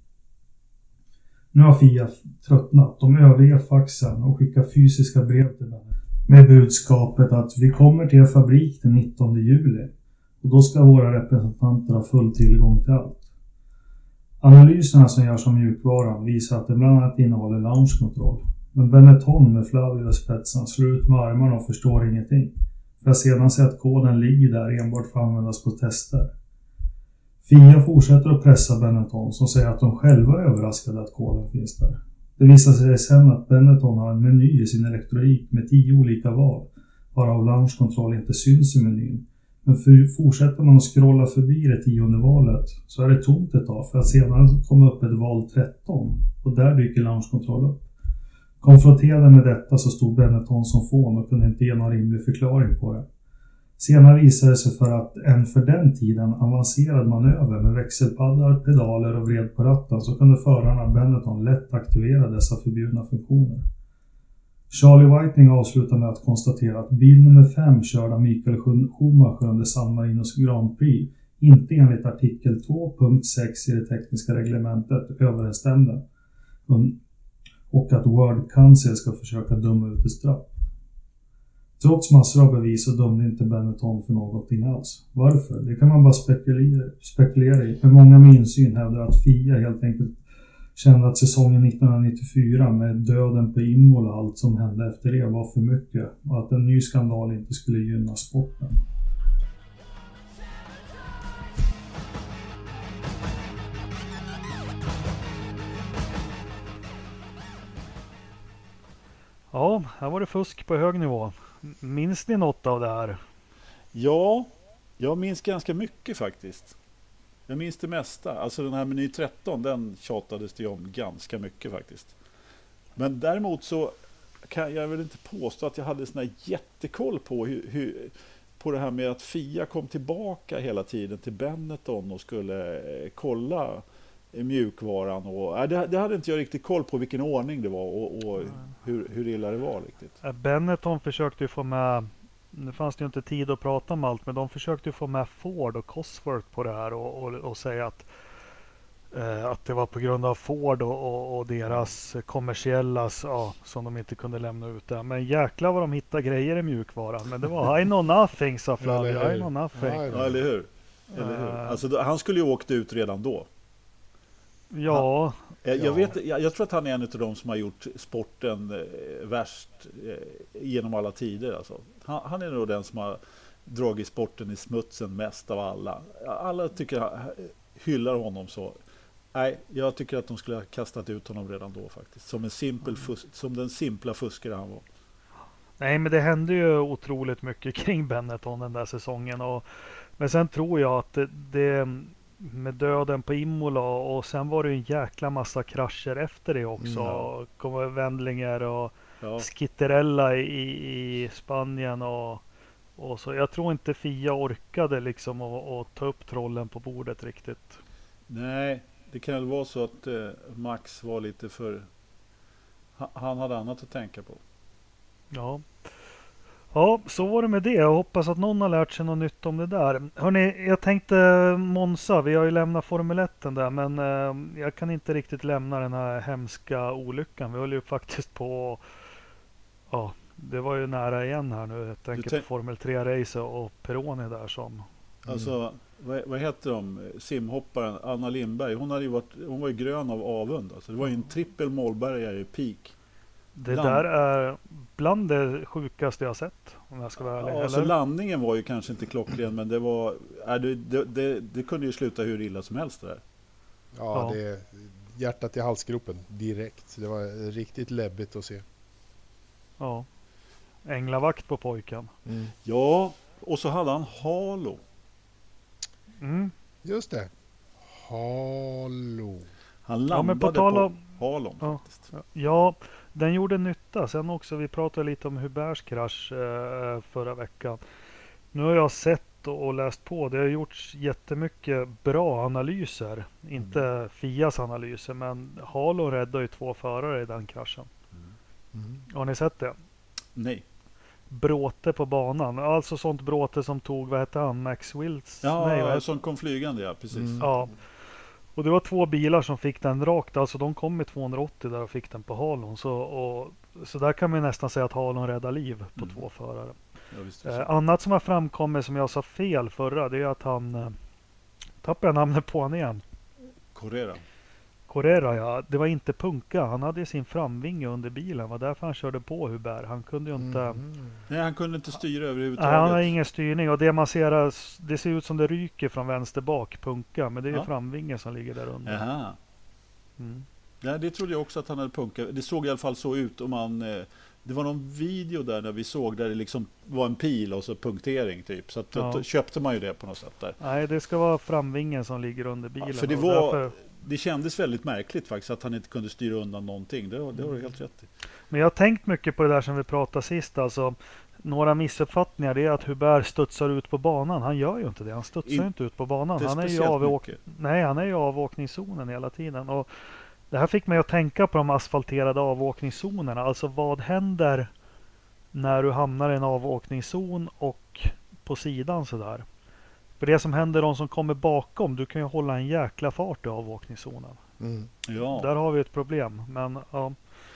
Nu har FIA tröttnat. De överger faxen och skickar fysiska brev till Benetton med budskapet att vi kommer till er fabrik den 19 juli och då ska våra representanter ha full tillgång till allt. Analyserna som görs om mjukvaran visar att det bland annat innehåller launchkontroll. Men Benetton med Flavio spetsen slår ut med armarna och förstår ingenting. För att sedan se att koden ligger där enbart för att användas på tester. FIA fortsätter att pressa Benetton som säger att de själva är överraskade att koden finns där. Det visar sig sen att Benetton har en meny i sin elektronik med 10 olika val, varav launchkontroll inte syns i menyn. Men fortsätter man att scrolla förbi det 10:e valet så är det tomt ett tag för att sedan komma upp ett val 13 och där dyker launchkontroll upp. Konfronterade med detta så stod Benetton som fån och kunde inte ge någon rimlig förklaring på det. Senare visade det sig för att en för den tiden avancerad manöver med växelpaddar, pedaler och vred på ratten så kunde förarna Benetton lätt aktivera dessa förbjudna funktioner. Charlie Whiting avslutar med att konstatera att bil nummer 5 körd av Michael Schumacher under San Marinos Grand Prix inte enligt artikel 2.6 i det tekniska reglementet överensstämde och att World Council ska försöka döma ut ett straff. Trots massor av bevis så dömde inte Benetton för någonting alls. Varför? Det kan man bara spekulera i. Men många med insyn hävdar att FIA helt enkelt kände att säsongen 1994 med döden på Imola och allt som hände efter det var för mycket och att en ny skandal inte skulle gynna sporten. Ja, här var det fusk på hög nivå. Minns ni något av det här? Ja, jag minns ganska mycket faktiskt. Jag minns det mesta. Alltså den här meny 13, den tjatades det om ganska mycket faktiskt. Men däremot så kan jag väl inte påstå att jag hade sån här jättekoll på på det här med att Fia kom tillbaka hela tiden till Benetton och skulle kolla mjukvaran. Och, det hade inte jag riktigt koll på vilken ordning det var och hur illa det var riktigt. Benetton försökte ju få med, nu fanns det ju inte tid att prata om allt, men de försökte ju få med Ford och Cosworth på det här och säga att det var på grund av Ford och deras kommersiella, som de inte kunde lämna ut där. Men jäklar vad de hittade grejer i mjukvaran. Men det var I know nothing, sa Flavio. I know nothing. Ja, eller hur? Alltså, han skulle ju åkt ut redan då. Ja. Jag tror att han är en av de som har gjort sporten värst genom alla tider. Alltså. Han är nog den som har dragit sporten i smutsen mest av alla. Alla hyllar honom så. Nej, jag tycker att de skulle ha kastat ut honom redan då faktiskt. Som den simpla fuskare han var. Nej, men det hände ju otroligt mycket kring Benetton den där säsongen. Men sen tror jag att det med döden på Imola och sen var det en jäkla massa krascher efter det också. Kom Wendlinger och Skitterella i Spanien och så. Jag tror inte Fia orkade liksom att ta upp trollen på bordet riktigt. Nej, det kan väl vara så att Max var lite för... Han hade annat att tänka på. Ja, så var det med det. Jag hoppas att någon har lärt sig något nytt om det där. Hörrni, jag tänkte Monza, vi har ju lämnat Formel 1 där, men jag kan inte riktigt lämna den här hemska olyckan. Vi höll ju faktiskt på... Ja, det var ju nära igen här nu. Jag tänker på Formel 3-race och Peroni där som... Alltså, vad heter de? Simhopparen Anna Lindberg. Hon var ju grön av avund. Alltså, det var ju en trippel målbergare i peak. Det där är bland det sjukaste jag sett, om jag ska vara ärlig. Alltså landningen var ju kanske inte klockren, men det var det kunde ju sluta hur illa som helst det där. Ja, det hjärtat i halsgropen direkt. Det var riktigt läbbigt att se. Ja. Änglavakt på pojken. Ja, och så hade han halo. Just det. Halo. Han landade på halon faktiskt. Ja, den gjorde nytta. Sen också, vi pratade lite om Huberts krasch förra veckan. Nu har jag sett och läst på. Det har gjorts jättemycket bra analyser. Inte Fias analyser, men Halo räddade ju 2 förare i den kraschen. Har ni sett det? Nej. Bråte på banan. Alltså sånt bråte som tog, vad heter han? Max Wills? Ja, som kom flygande, ja, precis. Ja. Och det var 2 bilar som fick den rakt. Alltså de kom med 280 där och fick den på halon. Så där kan man nästan säga att halon räddar liv på 2 förare. Ja, visst, annat som har framkommit som jag sa fel förra, det är att han tappade namnet på han igen. Correra, ja. Det var inte Punka. Han hade sin framvinge under bilen. Var därför han körde på Hubert. Han kunde ju inte... Nej, han kunde inte styra överhuvudtaget. Nej, han har ingen styrning. Och det man ser, det ser ut som det ryker från vänster bak, Punka. Men det är ju framvingen som ligger där under. Jaha. Ja, det trodde jag också att han hade Punka. Det såg i alla fall så ut om man... Det var någon video där vi såg där det liksom var en pil och så punktering typ. Så att då köpte man ju det på något sätt där. Nej, det ska vara framvingen som ligger under bilen. Ja, för det kändes väldigt märkligt faktiskt att han inte kunde styra undan någonting. Det har du helt rätt i. Men jag har tänkt mycket på det där som vi pratade sist. Alltså, några missuppfattningar det är att Hubert studsar ut på banan. Han gör ju inte det. Han studsar ju inte ut på banan. Han är ju i avåkningszonen hela tiden. Och det här fick mig att tänka på de asfalterade avåkningszonerna. Alltså vad händer när du hamnar i en avåkningszon och på sidan sådär? För det som händer de som kommer bakom, du kan ju hålla en jäkla fart i avåkningszonen. Ja. Där har vi ett problem. Men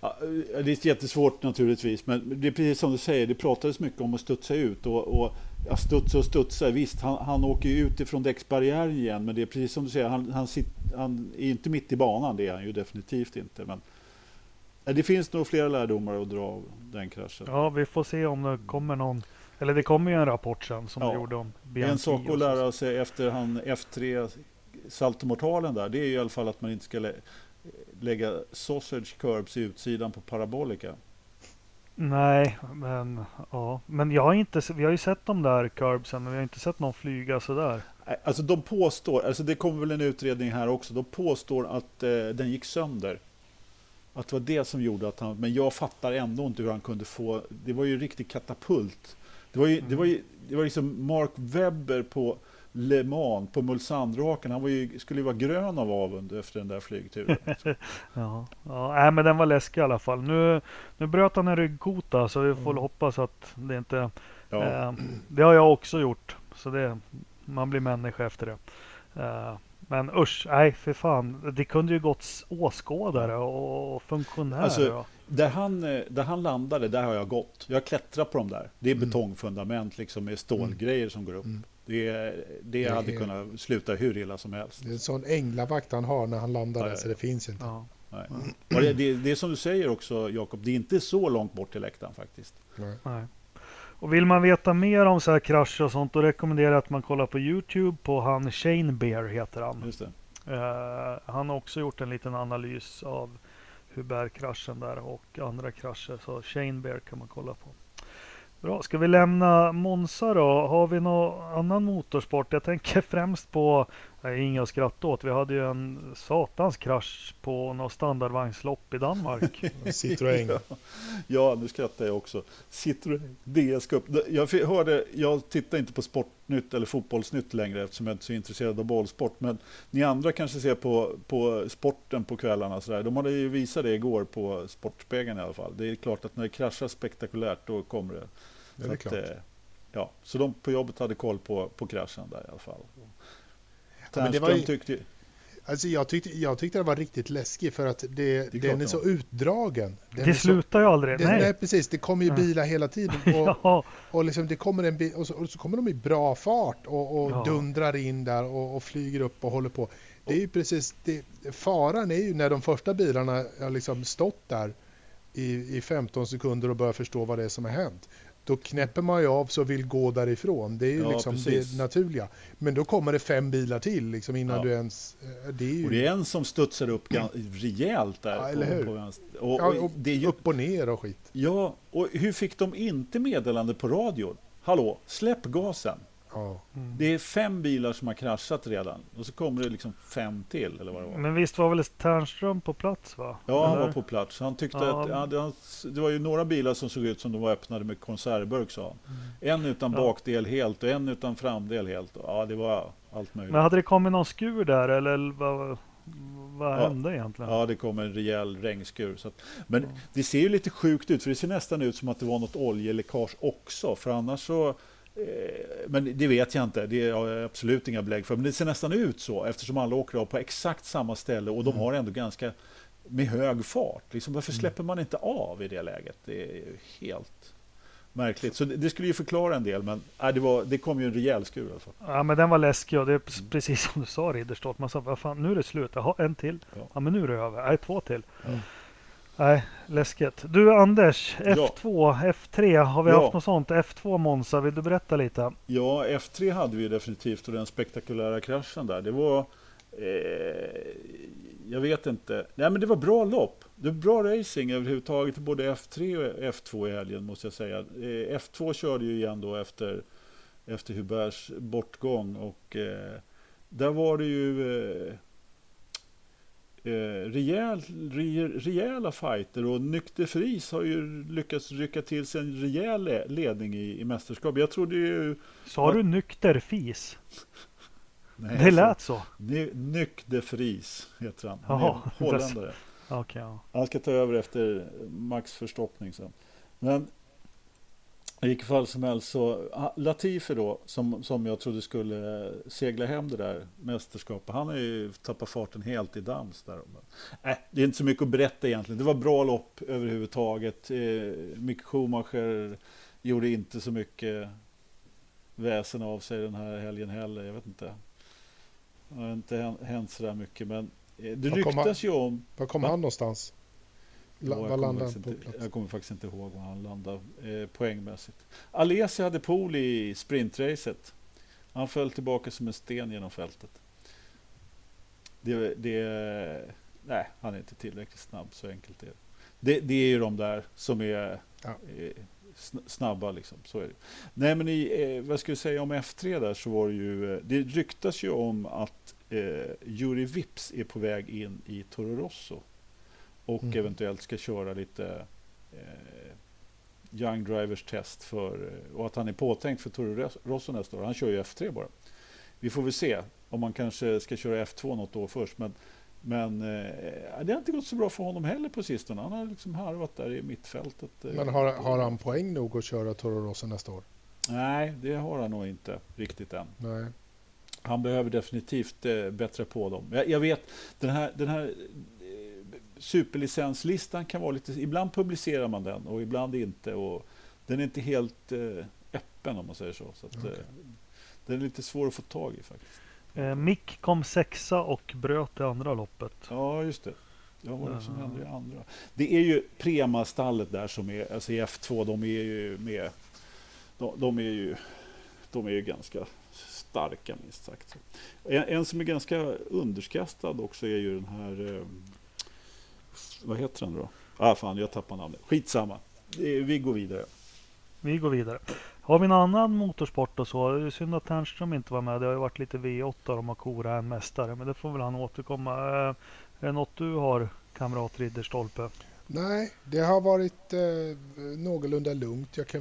Ja, det är jättesvårt naturligtvis, men det är precis som du säger, det pratades mycket om att studsa ut och ja, studsa, visst han åker ju ut ifrån däcksbarriären igen, men det är precis som du säger, han är inte mitt i banan, det är han ju definitivt inte, men det finns nog flera lärdomar att dra av den kraschen. Ja, vi får se om det kommer någon, eller det kommer ju en rapport sen som Ja, det gjorde om det är en sak att lära sig efter han F3 saltomortalen där, det är ju i alla fall att man inte ska lägga sausage curbs i utsidan på parabolika. Nej, men vi har ju sett de där curbsen, men vi har inte sett någon flyga sådär. Alltså de påstår, alltså det kommer väl en utredning här också, de påstår att den gick sönder. Att det var det som gjorde att men jag fattar ändå inte hur han kunde få, det var ju riktigt katapult. Det var liksom Mark Webber på Le Mans på Mulsandraken, han skulle ju vara grön av avund efter den där flygturen. Nej, men den var läskig i alla fall. Nu bröt han en ryggkota, så vi får hoppas att det inte... det har jag också gjort, så man blir människa efter det. Men usch, nej för fan. Det kunde ju gått åskådare och funktionärer. Alltså, där han landade, där har jag gått. Jag klättrar på dem där. Det är betongfundament liksom med stålgrejer som går upp. Det hade kunnat sluta hur illa som helst. Det är en sån änglavakt han har när han landar där, så det finns inte. Ja. Nej. Och det är som du säger också, Jakob, det är inte så långt bort till läktaren faktiskt. Nej. Och vill man veta mer om så här krascher och sånt, då rekommenderar jag att man kollar på YouTube på han Shane Bear heter han. Just det. Han har också gjort en liten analys av Hubert-kraschen där och andra krascher, så Shane Bear kan man kolla på. Bra, ska vi lämna Monza då? Har vi någon annan motorsport? Jag tänker främst på, inga att skratta åt, vi hade ju en satans krasch på något standardvagnslopp i Danmark. Citroën. Ja, nu skrattar jag också. Citroën DS Cup. Jag tittar inte på Sportnytt eller Fotbollsnytt längre eftersom jag inte är så intresserad av bollsport. Men ni andra kanske ser på sporten på kvällarna. Så där. De hade ju visat det igår på Sportspegeln i alla fall. Det är klart att när det kraschar spektakulärt, då kommer det. Det är klart. Så de på jobbet hade koll på kraschen där i alla fall. Men det var ju, alltså jag tyckte det var riktigt läskigt för att den är så utdragen. Det slutar ju aldrig. Nej, precis. Det kommer ju bilar hela tiden. Och liksom det kommer en bil, och så kommer de i bra fart och dundrar in där och flyger upp och håller på. Det är ju precis faran är ju när de första bilarna har liksom stått där i 15 sekunder och börjar förstå vad det är som har hänt. Då knäpper man ju av så vill gå därifrån. Det är ju liksom det naturliga. Men då kommer det 5 bilar till liksom innan du ens... Det är ju... Och det är en som studsar upp rejält där. Ja, eller hur? På vänster. Och det är ju... upp och ner och skit. Ja, och hur fick de inte meddelande på radion? Hallå, släpp gasen. Ja. Det är 5 bilar som har kraschat redan. Och så kommer det liksom 5 till, eller vad det var. Men visst var väl Ternström på plats, va? Ja, han var på plats. Han tyckte att det var ju några bilar som såg ut som de var öppnade med konservburk, sa han. En utan bakdel helt och en utan framdel helt. Ja, det var allt möjligt. Men hade det kommit någon skur där, eller vad hände egentligen? Ja, det kom en rejäl regnskur. Men det ser ju lite sjukt ut, för det ser nästan ut som att det var något oljeläckage också. För annars så... Men det vet jag inte, det är absolut inga belägg för, men det ser nästan ut så eftersom alla åker av på exakt samma ställe och de har ändå ganska med hög fart. Liksom, varför släpper man inte av i det läget? Det är helt märkligt. Så det skulle ju förklara en del, men det kom ju en rejäl skur i alla fall. Ja, men den var läskig och det är precis som du sa, Ridderstolpe. Man sa, vad fan, nu är det slut. Jaha, en till. Ja, men nu är det över. Nej, 2 till. Nej, läskigt. Du Anders, F2, F3, har vi haft något sånt? F2 Monza, vill du berätta lite? Ja, F3 hade vi definitivt och den spektakulära kraschen där. Det var, jag vet inte, nej men det var bra lopp. Det var bra racing överhuvudtaget, både F3 och F2 i helgen måste jag säga. F2 körde ju igen då efter Huberts bortgång och där var det ju... rejäla fighter och Nykter Fris har ju lyckats rycka till sig en rejäl ledning i mästerskap. Jag trodde ju... Sa du Nykter Fis? Nej, det lät så. Nykter Fris heter han. Jaha, holländare. Okay, ja. Han ska ta över efter Max Förstoppning sen. Men I vilket fall som helst så Latifi då som jag trodde skulle segla hem det där mästerskapet, han har ju tappat farten helt i dans där. Det är inte så mycket att berätta egentligen. Det var bra lopp överhuvudtaget. Mick Schumacher gjorde inte så mycket väsen av sig den här helgen heller, jag vet inte. Det har inte hänt så där mycket, men det ryktas ju om... Var kom han någonstans? Jag kommer faktiskt inte ihåg var han landade poängmässigt. Alesi hade pole i sprintracet. Han föll tillbaka som en sten genom fältet. Nej, han är inte tillräckligt snabb, så enkelt är det. Det är ju de där som är snabba liksom, så är det. Nej, men vad ska jag säga om F3 där, så var det ju, det ryktas ju om att Juri Vips är på väg in i Toro Rosso och eventuellt ska köra lite Young Drivers test och att han är påtänkt för Toro Rosso nästa år. Han kör ju F3 bara. Vi får väl se om man kanske ska köra F2 något år först, men det har inte gått så bra för honom heller på sistone. Han har liksom harvat där i mittfältet. Men har han poäng nog att köra Toro Rosso nästa år? Nej, det har han nog inte riktigt än. Nej. Han behöver definitivt bättre på dem. Jag vet, den här superlicenslistan kan vara lite... Ibland publicerar man den och ibland inte. Och den är inte helt öppen, om man säger så. Så att, den är lite svår att få tag i faktiskt. Mick kom 6 och bröt det andra loppet. Ja, just det. Ja, vad som hände i andra. Det är ju Prema-stallet där som är, alltså i F2, de är ju med... De är ju ganska starka, minst sagt. En som är ganska underskattad också är ju den här... vad heter den då? Fan, jag tappar namnet. Skitsamma. Vi går vidare. Har vi en annan motorsport och så? Det är synd att Ternström inte var med. Det har ju varit lite V8 och de har korat en mästare. Men det får väl han återkomma. Är det något du har, kamrat Ridderstolpe? Nej, det har varit någorlunda lugnt. Jag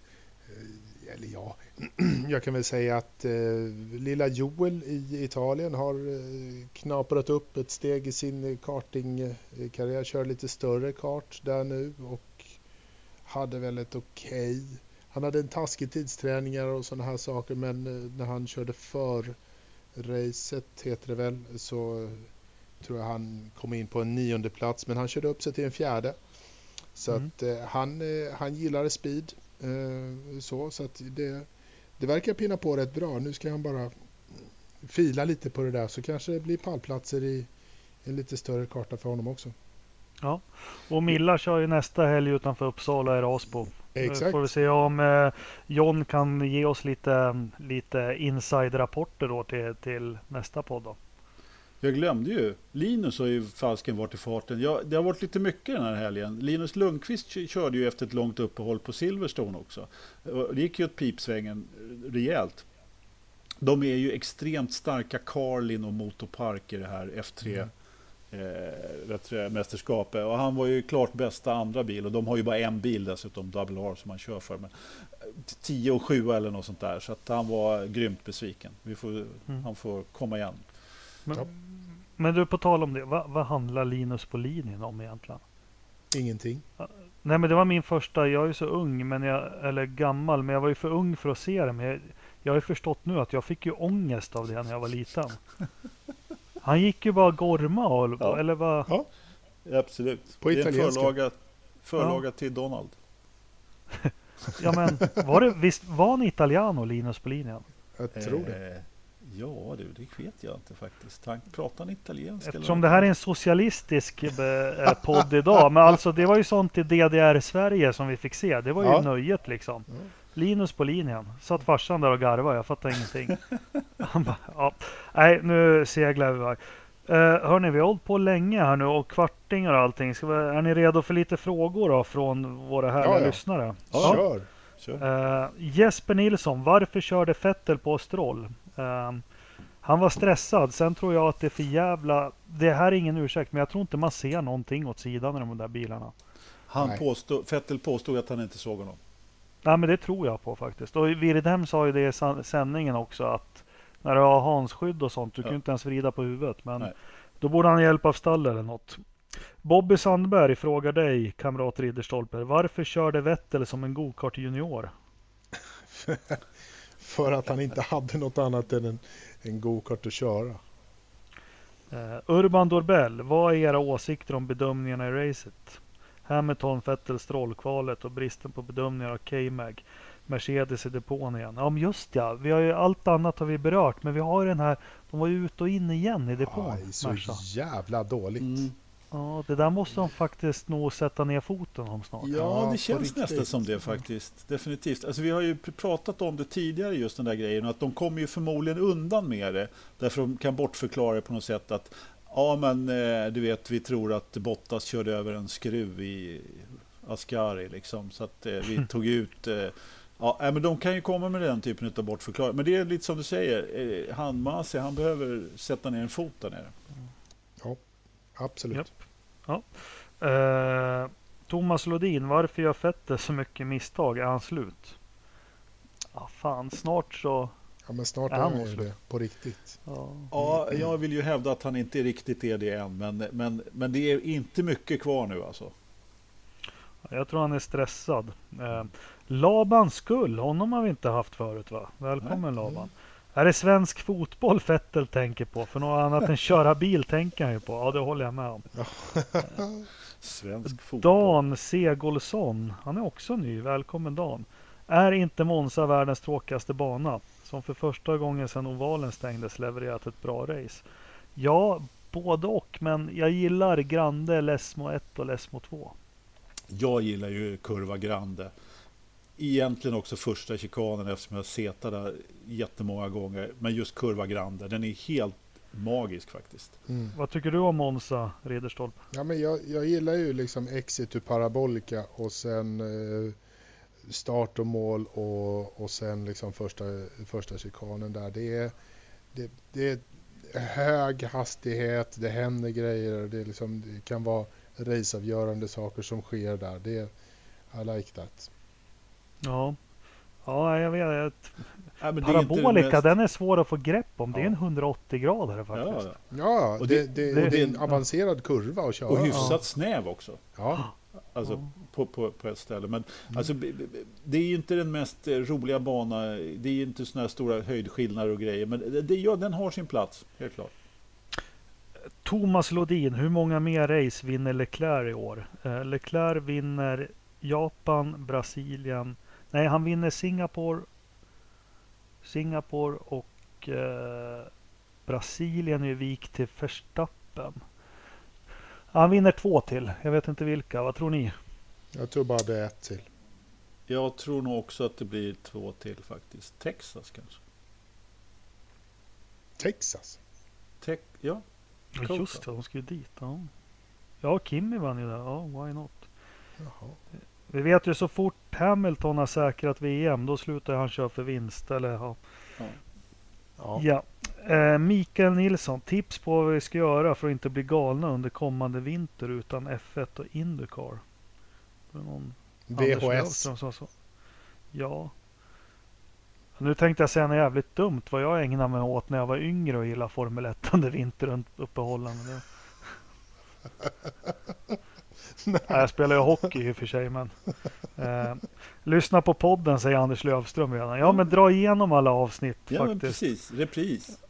kan väl säga att lilla Joel i Italien har knaprat upp ett steg i sin kartingkarriär. Kör lite större kart där nu och hade väl ett okej. Han hade en taskig tidsträningar och sådana här saker, men när han körde för-racet, heter det väl, så tror jag han kom in på en 9:e plats, men han körde upp sig till en 4:e. Så att han gillade speed. Så att det verkar pinna på rätt bra. Nu ska han bara fila lite på det där, så kanske det blir pallplatser i en lite större karta för honom också. Ja, och Milla kör ju nästa helg utanför Uppsala i Rasbo. Exakt. Får vi se om John kan ge oss lite inside-rapporter då till nästa podd då. Jag glömde ju. Linus har ju falsken varit i farten. Det har varit lite mycket den här helgen. Linus Lundqvist körde ju efter ett långt uppehåll på Silverstone också. Det gick ju åt pipsvängen rejält. De är ju extremt starka, Carlin och Motorpark i det här F3 mästerskapet. Och han var ju klart bästa andra bil. Och de har ju bara en bil dessutom, Double R, som han kör för. Men 10 och 7 eller något sånt där. Så att han var grymt besviken. Han får komma igen. Men du, på tal om det, vad handlar Linus på linjen om egentligen? Ingenting. Nej, men det var min första, jag är ju så ung, eller gammal, men jag var ju för ung för att se det. Men jag har ju förstått nu att jag fick ju ångest av det när jag var liten. Han gick ju bara gorma eller vad? Ja, absolut. På det är italienska. en förlaga till Donald. Ja, men visst var han italiano, Linus på linjen? Jag tror det. Ja, det vet jag inte faktiskt. Pratar han italienska? Eftersom det här är en socialistisk podd idag. Men alltså det var ju sånt i DDR-Sverige som vi fick se. Det var ju nöjet liksom. Ja. Linus på linjen. Satt farsan där och garvade. Jag fattar ingenting. Han bara, nej, nu seglar vi. Hörni, vi har hållit på länge här nu och kvartingar och allting. Är ni redo för lite frågor då från våra härliga lyssnare? Ja, kör. Jesper Nilsson, varför körde Vettel på Stroll? Han var stressad. Sen tror jag att det är för jävla... Det här är ingen ursäkt, men jag tror inte man ser någonting åt sidan i de där bilarna. Vettel påstod att han inte såg honom. Nej, men det tror jag på faktiskt. Och Wirdhem sa ju det i sändningen också, att när du har hansskydd och sånt, du kan ju inte ens vrida på huvudet. Men då borde han hjälpa av stall eller något. Bobby Sandberg frågar dig, kamrat Ridderstolper, varför körde Vettel som en go-kart junior? För att han inte hade något annat än en go-kart att köra. Urban Dorbell, vad är era åsikter om bedömningarna i racet? Hamilton, Vettel, strålkvalet och bristen på bedömningar av K-Mag. Mercedes i depån igen. Ja, men just ja. Vi har ju allt annat har vi berört, men vi har ju den här, de var ju ute och in igen i depån. Ja, det är så Merca. jävla dåligt. Ja, det där måste de faktiskt nog sätta ner foten om snart. Ja, det på känns riktigt. nästan som det faktiskt. Definitivt. Alltså, vi har ju pratat om det tidigare, just den där grejen. Att de kommer ju förmodligen undan med det. Därför de kan bortförklara det på något sätt att ja, men du vet, vi tror att Bottas körde över en skruv i Ascari liksom. Så att vi tog ut... Ja, men de kan ju komma med den typen av bortförklaring. Men det är lite som du säger. Masi, han behöver sätta ner en fot där nere. Ja, absolut. Japp. Ja. Thomas Lodin, varför gör Vettel så mycket misstag? Är han slut? Ja, fan, snart så... Ja, men snart Ja, är han han måste- ju det på riktigt. Ja. Ja, jag vill ju hävda att han inte riktigt är det än. Men det är inte mycket kvar nu alltså. Jag tror han är stressad. Laban Skull, honom har vi inte haft förut va? Välkommen Laban. Är det svensk fotboll Vettel tänker på? För något annat än köra bil tänker han ju på. Ja, det håller jag med om. Svensk fotboll. Dan Segolsson, han är också ny. Välkommen Dan. Är inte Monza världens tråkigaste bana? Som för första gången sedan ovalen stängdes levererat ett bra race. Ja, både och. Men jag gillar Grande, Lesmo 1 och Lesmo 2. Jag gillar ju Curva Grande. Egentligen också första chikanen eftersom jag setat där jättemånga gånger. Men just Curva Grande, den är helt magisk faktiskt. Vad tycker du om Monza, Ridderstolpe? Ja, men jag gillar ju liksom exit ur Parabolica och sen start och mål och sen liksom första chikanen där. Det är hög hastighet, det händer grejer, det kan vara raceavgörande saker som sker där. I like that. Ja. Ja, jag vet. Ja, men det är inte det Parabolica, mest- den är svår att få grepp om. Det är Ja. en 180 grader faktiskt. Ja, Ja, Och det är en ja. avancerad kurva att köra. och hyfsat snäv också. Ja, Alltså på ett ställe. Men alltså, det är ju inte den mest roliga bana. Det är ju inte såna här stora höjdskillnader och grejer. Men den har sin plats, helt klart. Thomas Lodin, hur många mer race vinner Leclerc i år? Leclerc vinner Japan, Brasilien. Nej, han vinner Singapore och Brasilien är ju vik till Verstappen. Han vinner 2 till. Jag vet inte vilka. Vad tror ni? jag tror bara det är ett till. Jag tror nog också att det blir 2 till faktiskt. Texas kanske. Texas. Ja. Ja, just det, de ska ju dit. Ja, Kimi vann ju där. Ja, why not? Jaha. Vi vet ju så fort Hamilton har säkrat VM, då slutar han köra för vinst. Eller, ja. Ja. Ja. Mikael Nilsson, tips på vad vi ska göra för att inte bli galna under kommande vinter utan F1 och Indycar. Det är någon Anders VHS. Löfström som sa så. Ja. Nu tänkte jag säga något jävligt dumt vad jag ägnade mig åt när jag var yngre och gillade Formel 1 under vinteruppehållen. Nej, jag spelar ju hockey i och för sig, men lyssna på podden, säger Anders Löfström redan. Ja, men dra igenom alla avsnitt Ja, men faktiskt. precis. Repris.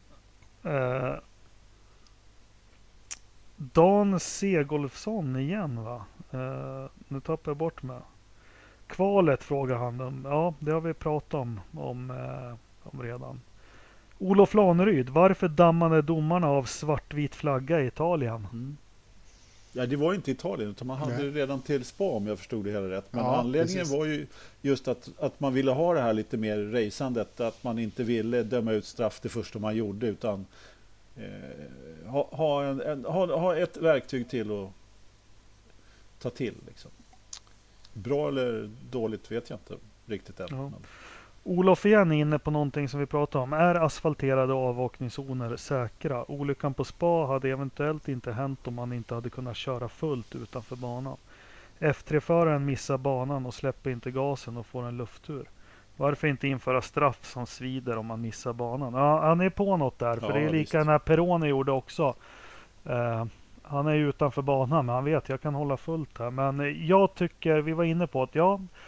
Dan Segolfsson igen va? Nu tappar jag bort mig. Kvalet frågar han om. Ja, det har vi pratat om redan. Olof Laneryd, varför dammade domarna av svartvit flagga i Italien? Ja, det var inte Italien utan man hade Nej. det redan till Spa om jag förstod det hela rätt. Men Ja, anledningen precis. var ju just att man ville ha det här lite mer racandet. Att man inte ville döma ut straff det första man gjorde utan ha ett verktyg till att ta till. Liksom. Bra eller dåligt vet jag inte riktigt än. Ja. Men- Olof igen är inne på någonting som vi pratade om. Är asfalterade avåkningszoner säkra? Olyckan på Spa hade eventuellt inte hänt om man inte hade kunnat köra fullt utanför banan. F3-föraren missar banan och släpper inte gasen och får en lufttur. Varför inte införa straff som svider om man missar banan? Ja, han är på något där. För Ja, det är lika visst. när Peroni gjorde också. Han är utanför banan, men han vet jag kan hålla fullt här. Men jag tycker, vi var inne på att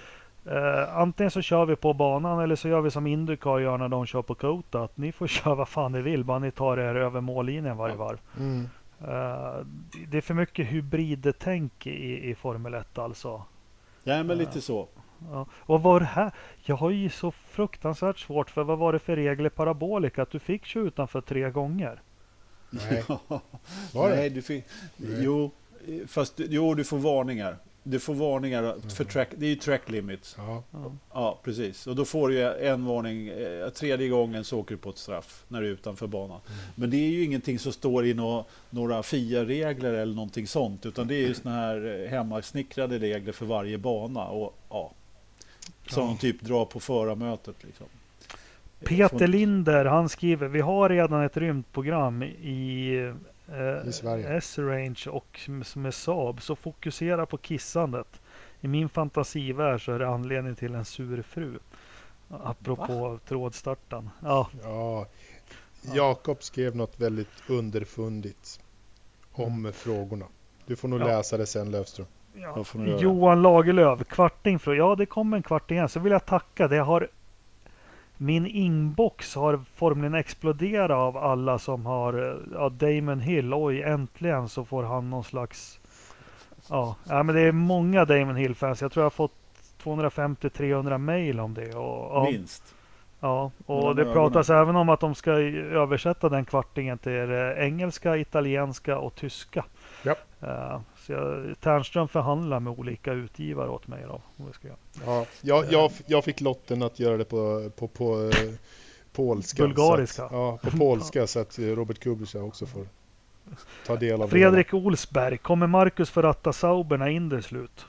Antingen så kör vi på banan eller så gör vi som IndyCar gör när de kör på Kota. Att ni får köra vad fan ni vill, bara ni tar er över mållinjen varje varv. Mm. Det är för mycket hybridtänk i Formel 1 alltså. Ja, men lite så. Ja. Och vad var det här? Jag har ju så fruktansvärt svårt för vad var det för regler parabolika att du fick köra utanför 3 gånger? Nej. Var det? Nej, du fick... Jo, fast du får varningar. Du får varningar för track, det är ju track limits. Ja. Ja, precis. Och då får du ju en varning, 3:e gången så åker du på ett straff när du är utanför banan. Men det är ju ingenting som står i några FIA-regler eller någonting sånt, utan det är ju såna här hemmasnickrade regler för varje bana och som de typ drar på förarmötet liksom. Peter Linder, han skriver: vi har redan ett rymdprogram i Sverige. S-Range och med Saab, så fokusera på kissandet. I min fantasivärld så är det anledning till en sur fru. Apropå trådstarten. Ja. Jakob skrev något väldigt underfundigt om frågorna. Du får nog läsa det sen, Löfström. Ja. Johan Lagerlöf, kvarting för... Ja, det kom en kvarting igen. Så vill jag tacka. Min inbox har formligen exploderat av alla som har Damon Hill. Oj, äntligen så får han någon slags... Ja, men det är många Damon Hill-fans. Jag tror jag har fått 250-300 mejl om det. Minst. Ja, och det pratas även om att de ska översätta den kvartingen till engelska, italienska och tyska. Ja. Så Ternström förhandlar med olika utgivare åt mig då. Jag fick lotten att göra det på polska. Bulgariska. På polska så att Robert Kubica också får ta del av Fredrik det. Olsberg, kommer Marcus få ratta Sauberna in det slut?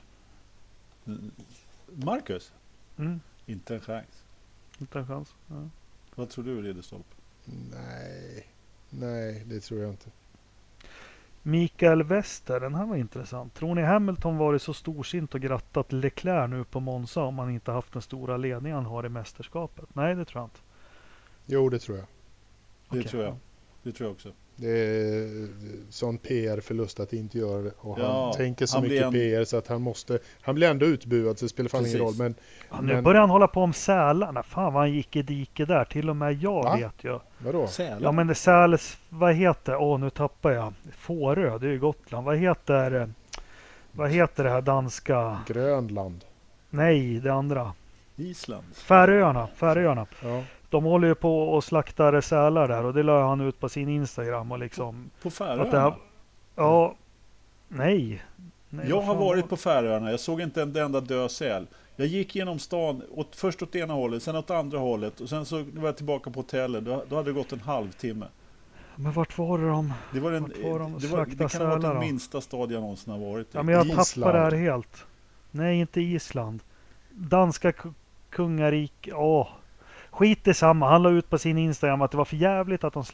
Marcus? Inte en chans. Inte en chans. Ja. Vad tror du, Ridderstolp? Nej, det tror jag inte. Mikael Wester, den här var intressant. Tror ni Hamilton varit så storsint och grattat Leclerc nu på Monza om han inte haft den stora ledningen han har i mästerskapet? Nej, det tror jag inte. Jo, det tror jag. Det tror jag. Det tror jag också. Det är sån PR-förlust att inte göra det. Och han tänker så mycket PR så att han blir ändå utbuad, så det spelar fan ingen roll. Men nu börjar han hålla på om sälarna. Fan vad han gick i dike där. Till och med jag vet ju. Vadå? Sälar? Ja, men det säles, vad heter, nu tappar jag. Fårö, det är ju Gotland. Vad heter det här danska? Grönland. Nej, det andra. Island. Färöarna. Ja. De håller ju på och slaktar sälar där, och det la han ut på sin Instagram och liksom... På Färöarna? Nej, jag har varit på Färöarna. Jag såg inte en enda död säl. Jag gick genom stan, först åt ena hållet, sen åt andra hållet, och sen så var jag tillbaka på hotellet. Då hade det gått en halvtimme. Men vart var de? Det kan ha varit den minsta stad jag någonsin har varit i. Ja, men jag tappar det här helt. Nej, inte Island. Danska kungarik. Skit i samma. Han la ut på sin Instagram att det var för jävligt att de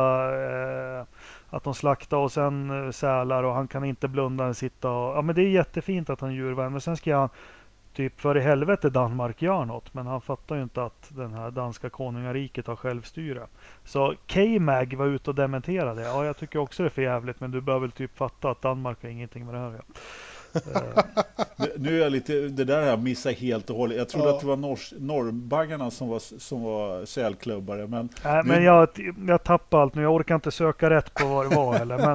slaktade och sen sälar, och han kan inte blunda och sitta och... Ja, men det är jättefint att han djurvän, men sen ska han typ för i helvete Danmark gör något, men han fattar ju inte att den här danska konungariket har självstyre. Så K-Mag var ute och dementerade. Ja, jag tycker också det är för jävligt, men du bör väl typ fatta att Danmark har ingenting med det här. Nu är jag lite, det där har jag missat helt och hållet. Jag trodde att det var norrbaggarna som var sälklubbare, men men jag tappar allt nu. Jag orkar inte söka rätt på vad det var eller, men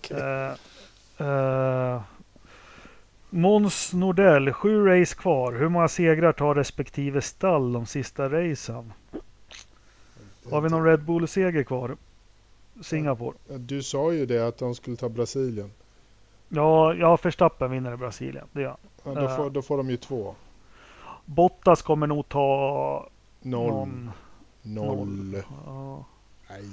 Måns Nordell, 7 race kvar. Hur många segrar tar respektive stall de sista racen? Har vi någon Red Bull-seger kvar? Singapore. Du sa ju det att de skulle ta Brasilien. Ja, Verstappen vinner i Brasilien. Det gör han. Ja, då får de ju 2. Bottas kommer nog ta 0. Ja. Nej.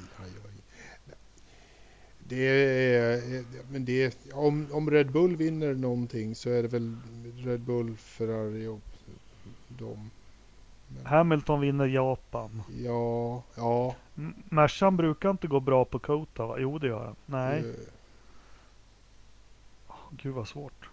Om Red Bull vinner någonting så är det väl Red Bull, Ferrari och dem. Hamilton vinner Japan. Ja. Mercan brukar inte gå bra på Kota, va? Jo, det gör han. Nej. Gud vad svårt.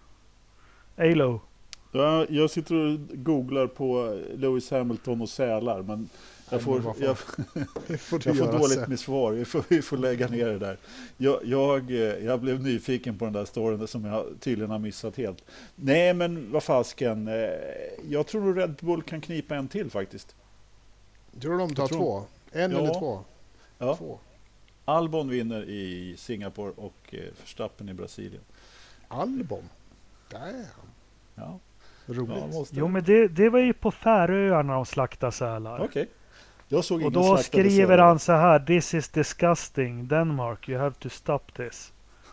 Alo. Jag sitter och googlar på Lewis Hamilton och sälar, men Jag får göra dåligt sen. med svar. Vi får lägga ner det där. Jag blev nyfiken på den där storyn som jag tydligen har missat helt. Nej, men vad fasken. Jag tror nog Red Bull kan knipa en till faktiskt. Tror du de tar två? En Ja. eller två? Ja. Två. Albon vinner i Singapore och Verstappen i Brasilien. Albon? Damn. Ja. Roligt. Jo, men det var ju på Färöarna de slaktade sälar. Okej. Jag såg Och ingen då slaktade skriver sälar. han så här: This is disgusting. Denmark, you have to stop this.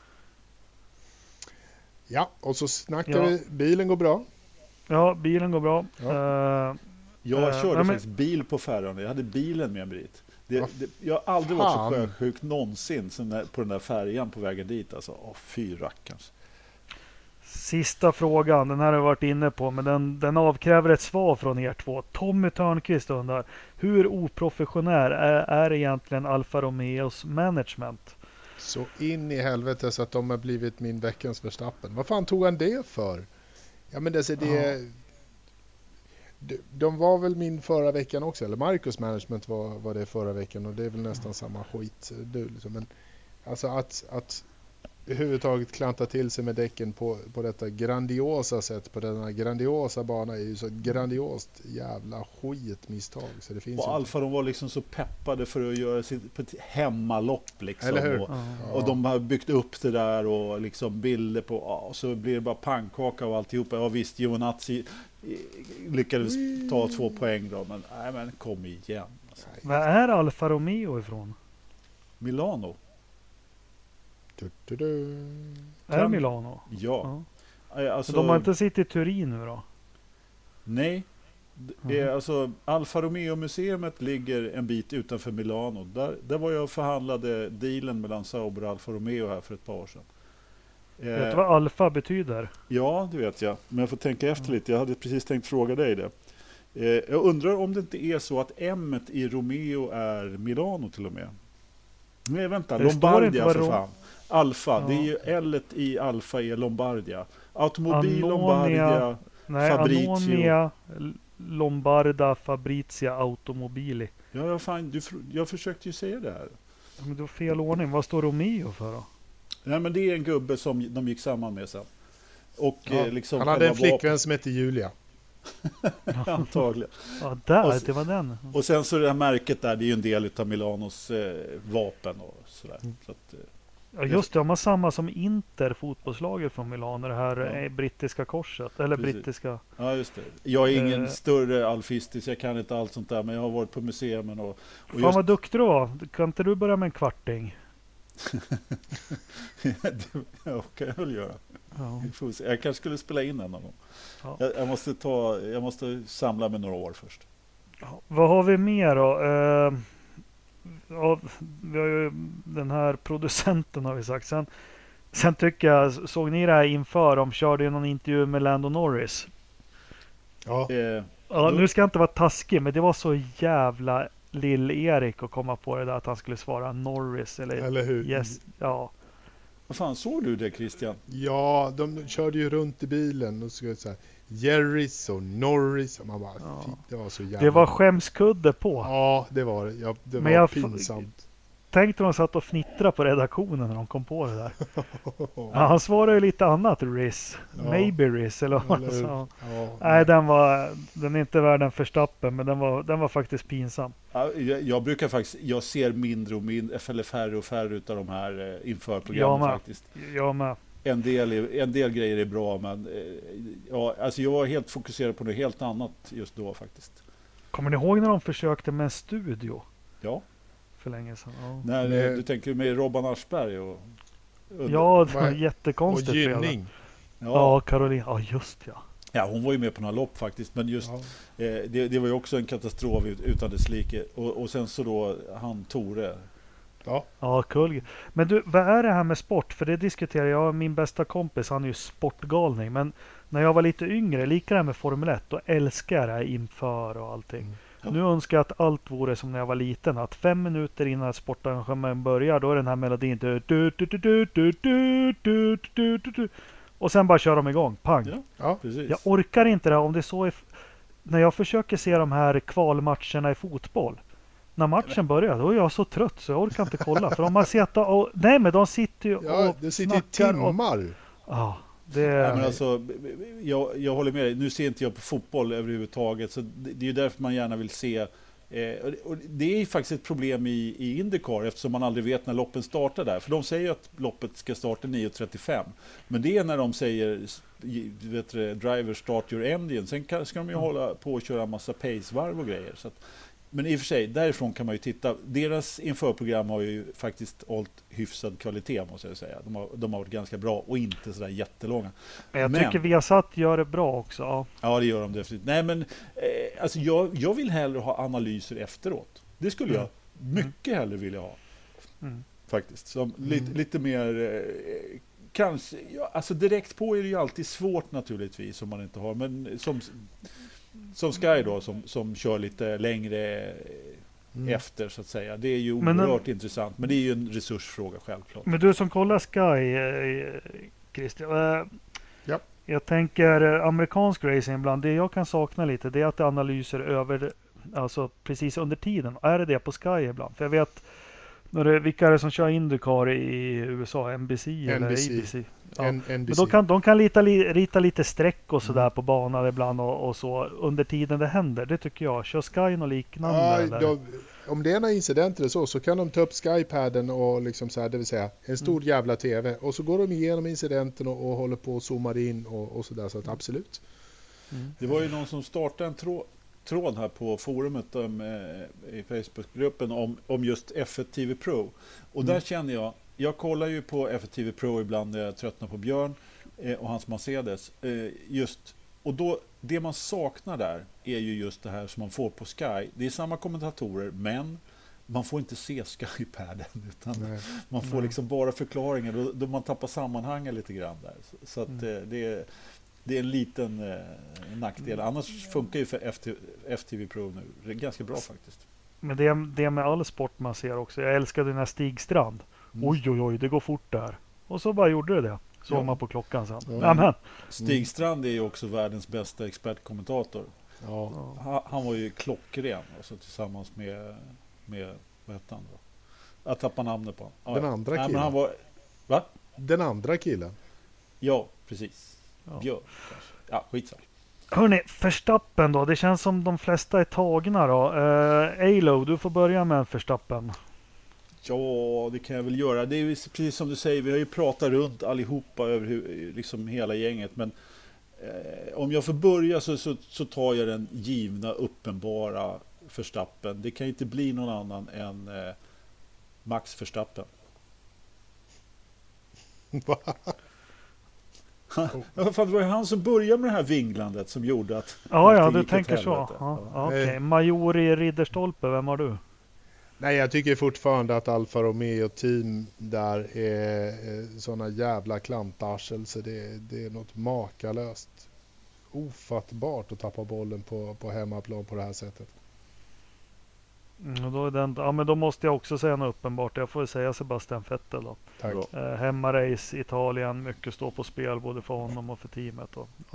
Ja, och så snackar Ja. vi. Bilen går bra. Ja, bilen går bra. Jag körde men- faktiskt bil på Färöarna. Jag hade bilen med en bit. Jag har aldrig Fan. varit så sjösjuk någonsin som på den där färjan på vägen dit. Alltså, fy rackarns. Sista frågan, den här har jag varit inne på, men den avkräver ett svar från er två. Tommy Törnqvist undrar: hur oprofessionell är egentligen Alfa Romeos management? Så in i helvete så att de har blivit min veckans Verstappen. Vad fan tog han det för? Ja, men de var väl min förra veckan också, eller Marcus management var det förra veckan, och det är väl nästan samma skit. Liksom. Men alltså att överhuvudtaget klanta till sig med däcken på detta grandiosa sätt, på denna grandiosa bana, är ju så grandiost jävla skitmisstag. Så det finns Och Alfa, de var liksom så peppade för att göra sitt på ett hemmalopp liksom. Eller hur? Och de har byggt upp det där och liksom bilder på, och så blir det bara pannkaka och alltihopa. Ja visst, Giovinazzi lyckades ta 2 poäng då, men nej, men kom igen. Alltså. Vad är Alfa Romeo ifrån? Milano. Är det Milano? Ja. Alltså, Så de har inte sitt i Turin nu då? Nej. Alltså, Alfa Romeo-museet ligger en bit utanför Milano. Där var jag och förhandlade dealen mellan Sauber och Alfa Romeo här för ett par år sedan. Vet du vad Alfa betyder? Ja, det vet jag. Men jag får tänka efter lite. Jag hade precis tänkt fråga dig det. Jag undrar om det inte är så att M i Romeo är Milano till och med. Nej, vänta. Det står inte Lombardia vad för fan. Alfa, det är ju L i Alfa är Lombardia. Automobil Lombardia, Nej, Fabrizio. Annonia Lombarda Fabrizia Automobili. Ja, fan, jag försökte ju säga det här. Men du har fel ordning. Vad står Romeo för då? Nej, men det är en gubbe som de gick samman med sen. Och liksom han hade en själva flickvän som hette Julia. antagligen. Ja, där, Och det var den. Och sen så det här märket där, det är ju en del av Milanos vapen och sådär. Så att, Ja, just det, de har samma som Inter, fotbollslaget från Milano, det här brittiska korset. Eller Precis. brittiska... ja, just det. Jag är ingen större alfistis, jag kan inte allt sånt där, men jag har varit på museum och Fan just... vad duktig du var. Kan inte du börja med en kvarting? Ja, kan jag väl göra. Ja. Jag kanske skulle spela in en av dem. Ja. Jag måste samla med några år först. Ja, vad har vi mer då? Ja, vi har ju den här producenten har vi sagt. Sen tycker jag, såg ni det här inför? De körde ju någon intervju med Lando Norris. Ja. Ja, nu ska jag inte vara taskig, men det var så jävla lill-Erik att komma på det där att han skulle svara Norris Eller hur? Yes, ja. Vad fan, såg du det, Christian? Ja, de körde ju runt i bilen och så här Jerrys och Norris. Och man bara, fy, det var så jävla... Det var skämskudde på. Ja, det var det. Ja, det Men var pinsamt. Tänkte de satt och fnittrade på redaktionen när de kom på det där. Ja, han svarade ju lite annat, Riz. Ja. Maybe Riz, eller vad han Eller hur? sa. Ja, Nej, den är inte värd en Verstappen, men den var faktiskt pinsam. Ja, jag brukar faktiskt, jag ser mindre och mindre, eller färre och färre utav de här inför programmen faktiskt. Jag med. En del grejer är bra, men ja, alltså jag var helt fokuserad på något helt annat just då faktiskt. Kommer ni ihåg när de försökte med en studio Ja. för länge sedan? Ja, När du tänker med Robban Aschberg och ja det var Och jättekonstigt. Gynning. Ja, Caroline. Ja, just ja. Ja, hon var ju med på några lopp faktiskt, men just det var ju också en katastrof utan dess like. Och sen så då han Tore. Ja, kul. Men du, vad är det här med sport? För det diskuterar jag, min bästa kompis, han är ju sportgalning. Men när jag var lite yngre, lika det här med Formel 1, då älskar jag det här inför och allting. Ja. Nu önskar jag att allt vore som när jag var liten. Att 5 minuter innan sportarrangemangen börjar, då är den här melodin. Och sen bara kör de igång. Pang. Ja. Ja. Precis. Jag orkar inte det här. Om det så är när jag försöker se de här kvalmatcherna i fotboll. När matchen börjar, då är jag så trött så jag orkar inte kolla. För de har sett nej men de sitter ju och det sitter i timmar. Ja, det... Ja, men alltså, jag håller med dig. Nu ser inte jag på fotboll överhuvudtaget. Så det är ju därför man gärna vill se. Och det är ju faktiskt ett problem i IndyCar eftersom man aldrig vet när loppen startar där. För de säger att loppet ska starta 9.35. Men det är när de säger driver start your engine. Sen ska de ju hålla på och köra en massa pacevarv och grejer. Så att, men i och för sig, därifrån kan man ju titta. Deras införprogram har ju faktiskt hållit hyfsad kvalitet måste jag säga. De har varit ganska bra och inte sådär jättelånga. Men jag tycker Viasat gör det bra också. Ja, det gör de definitivt. Nej, men alltså jag vill hellre ha analyser efteråt. Det skulle jag mycket hellre vilja ha. Faktiskt. Som lite mer... kanske, alltså direkt på är det ju alltid svårt naturligtvis om man inte har. Men som Sky då, som kör lite längre efter så att säga. Det är ju oerhört intressant. Men det är ju en resursfråga självklart. Men du som kollar Sky, Christian. Ja. Jag tänker amerikansk racing ibland. Det jag kan sakna lite det är att det är analyser över, alltså precis under tiden. Är det på Sky ibland? För jag vet vilka är det som kör IndyCar i USA? NBC eller ABC? Ja. Men de kan rita lite streck och sådär på banan ibland och så under tiden det händer. Det tycker jag. Kör Sky och liknande. Om det är några incidenter så kan de ta upp Skypaden och liksom så här, det vill säga en stor jävla tv. Och så går de igenom incidenten och håller på och zoomar in och sådär. Så att absolut. Det var ju någon som startade en tråd här på forumet i Facebookgruppen om just F1 TV Pro. Och där känner jag kollar ju på F1 TV Pro ibland när jag tröttnar på Björn och hans Mercedes. Och då, det man saknar där är ju just det här som man får på Sky. Det är samma kommentatorer, men man får inte se Skypaden utan man får liksom bara förklaringar. Då man tappar sammanhanget lite grann där. Så att det är en liten nackdel. Annars funkar ju för FTV Pro nu. Det är ganska bra faktiskt. Men det med all sport man ser också. Jag älskade den här Stigstrand. Oj, det går fort där. Och så bara gjorde det. Såg man på klockan sen. Ja. Stigstrand är ju också världens bästa expertkommentator. Ja. Han var ju klockren alltså, tillsammans med vad hette han då? Jag tappar namnet på honom. Den andra killen. Men han var, va? Den andra killen. Ja, precis. Björn kanske. Ja, skitsamma. Hörrni, Verstappen då. Det känns som de flesta är tagna då. Alo, du får börja med Verstappen. Ja, det kan jag väl göra. Det är ju precis som du säger, vi har ju pratat runt allihopa över liksom hela gänget. Men om jag får börja så tar jag den givna, uppenbara Verstappen. Det kan ju inte bli någon annan än Max Verstappen. Det var ju han som började med det här vinglandet som gjorde att... Ja, du tänker så. Okej. Major i Ridderstolpe, vem har du? Nej, jag tycker fortfarande att Alfa Romeo team där är såna jävla klantarsel så det är något makalöst. Ofattbart att tappa bollen på hemmaplan på det här sättet. Men då måste jag också säga något uppenbart. Jag får säga Sebastian Vettel då. Tack. Hemmarace Italien, mycket står på spel både för honom och för teamet.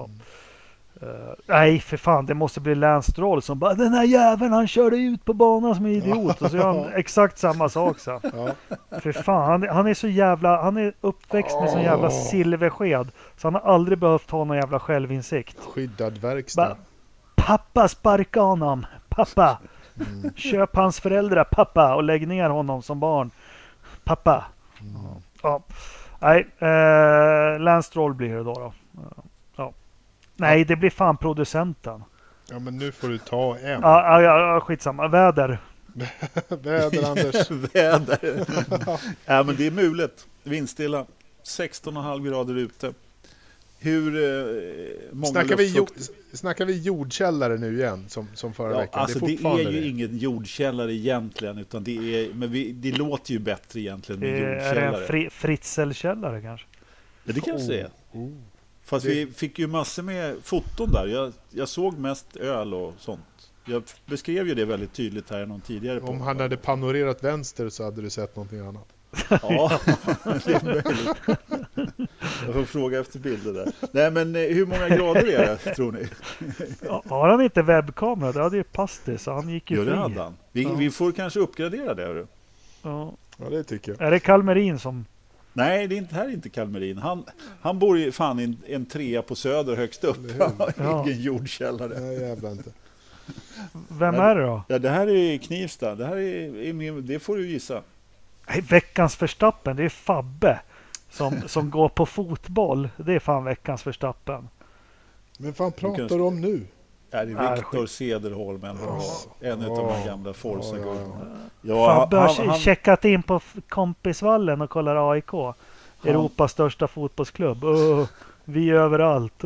Nej, för fan, det måste bli Lance Stroll som bara, den här jäveln, han körde ut på banan som en idiot. Och så gör han exakt samma sak sen. För fan, han är så jävla, han är uppväxt med sån jävla silversked. Så han har aldrig behövt ha någon jävla självinsikt. Skyddad verkstad. Pappa, sparka honom. Pappa. Köp hans föräldrar, pappa. Och lägg ner honom som barn. Pappa. Ja. Nej, Lance Stroll blir det då. Ja. Nej, det blir fan producenten. Ja, men nu får du ta en. Ja, skitsamma. Väder, Anders. Väder. Ja, men det är mulet. Vindstilla. 16,5 grader ute. Hur många snackar vi jordkällare nu igen som förra veckan? Alltså det är ju ingen jordkällare egentligen utan det låter ju bättre egentligen med jordkällare. Är det en fritzelkällare kanske? Ja, det kanske det är. Fast vi fick ju massor med foton där. Jag såg mest öl och sånt. Jag beskrev ju det väldigt tydligt här någon tidigare. Om han hade panorerat vänster så hade du sett någonting annat. Ja, det är möjligt. Jag får fråga efter bilder där. Nej, men hur många grader är det, tror ni? Har han inte webbkamera? Det hade ju Pastis, så han gick ju Jo, fri. det hade han. Vi får kanske uppgradera det, hörru. Ja. Ja, det tycker jag. Är det Kalmerin som... Nej, det är inte, här är inte Kalmerin. Han bor ju fan i en trea på Söder högst upp. Ja. Ingen jordkällare. Nej, jävlar inte. Vem är det då? Ja, det här är Knivsta. Det här är det får du gissa. Nej, veckans Verstappen, det är Fabbe som går på fotboll. Det är fan veckans Verstappen. Men fan pratar du om nu? Ja, det är Viktor Cederholm, en av de gamla Forza-gubbarna. Fabbe har checkat in på Kompisvallen och kollar AIK. Europas största fotbollsklubb. Vi är överallt.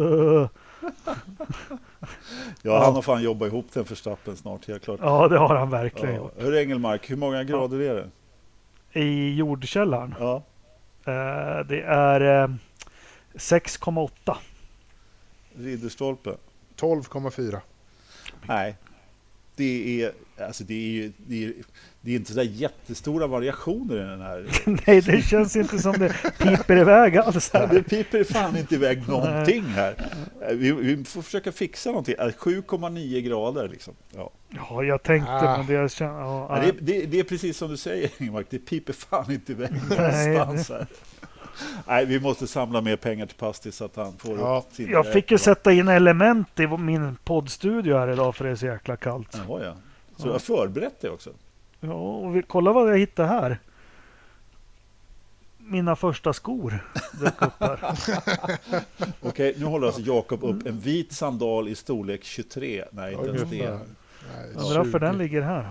Han har fan jobbat ihop den Verstappen snart, helt klart. Ja, det har han verkligen gjort. Hur Engelmark, hur många grader är det? I jordkällaren? Ja. Det är 6,8. Ridderstolpe? 12,4. Nej. Det är inte så där jättestora variationer i den här. Nej, det känns inte som det piper iväg alls där. Det piper fan inte iväg någonting här. Vi får försöka fixa någonting. 7,9 grader liksom. Ja, jag tänkte, men det känns... Det är precis som du säger, Ingemark. Det piper fan inte iväg någonstans här. Nej, vi måste samla mer pengar till Pastis så att han får sin... Jag fick ju sätta in element i min poddstudio här idag för det är så jäkla kallt. Jaha, ja. Så jag har förberett det också. Ja, och kolla vad jag hittade här. Mina första skor dök upp här. Okej, nu håller alltså Jakob upp en vit sandal i storlek 23. Nej, inte ens det. Undrar för den ligger här.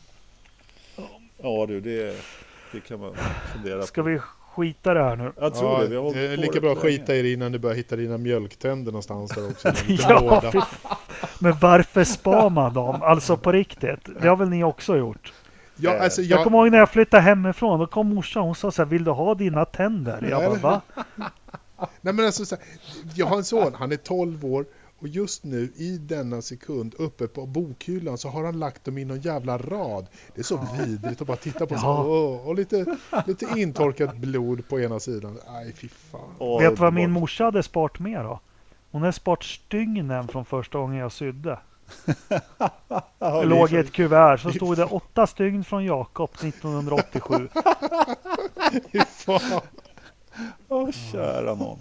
Ja du, det kan man fundera på. Ska vi skita det här nu? Jag tror det. Det är lika bra att skita i det innan du börjar hitta dina mjölktänder någonstans där också. Men varför spar man dem? Alltså på riktigt. Det har väl ni också gjort? Ja, alltså, jag kommer ihåg när jag flyttade hemifrån. Då kom morsan, hon sa så här: vill du ha dina tänder? Jag bara, va? Nej, men alltså, jag har en son, han är 12 år. Och just nu, i denna sekund, uppe på bokhyllan så har han lagt dem i någon jävla rad. Det är så vidrigt att bara titta på och lite intorkat blod på ena sidan. Aj, fy fan. Vet du vad min morsa hade sparat med då? Hon hade sparat stygnen från första gången jag sydde. Det låg i ett kuvert. Så stod det 8 stygn från Jakob 1987. Fy fan. Kära någon.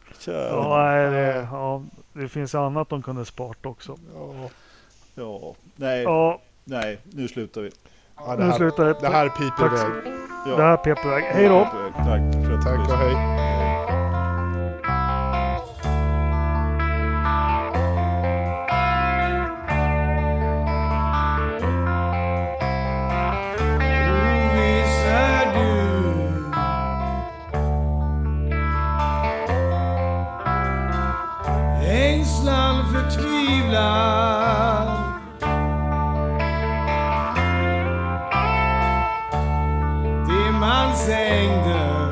Det finns annat de kunde spart också. Nej, nu slutar vi. Ja, det här piper iväg. Det här piper iväg. Hej då. Tack och hej. Det man sängde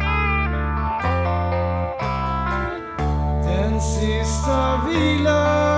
den sista vilan.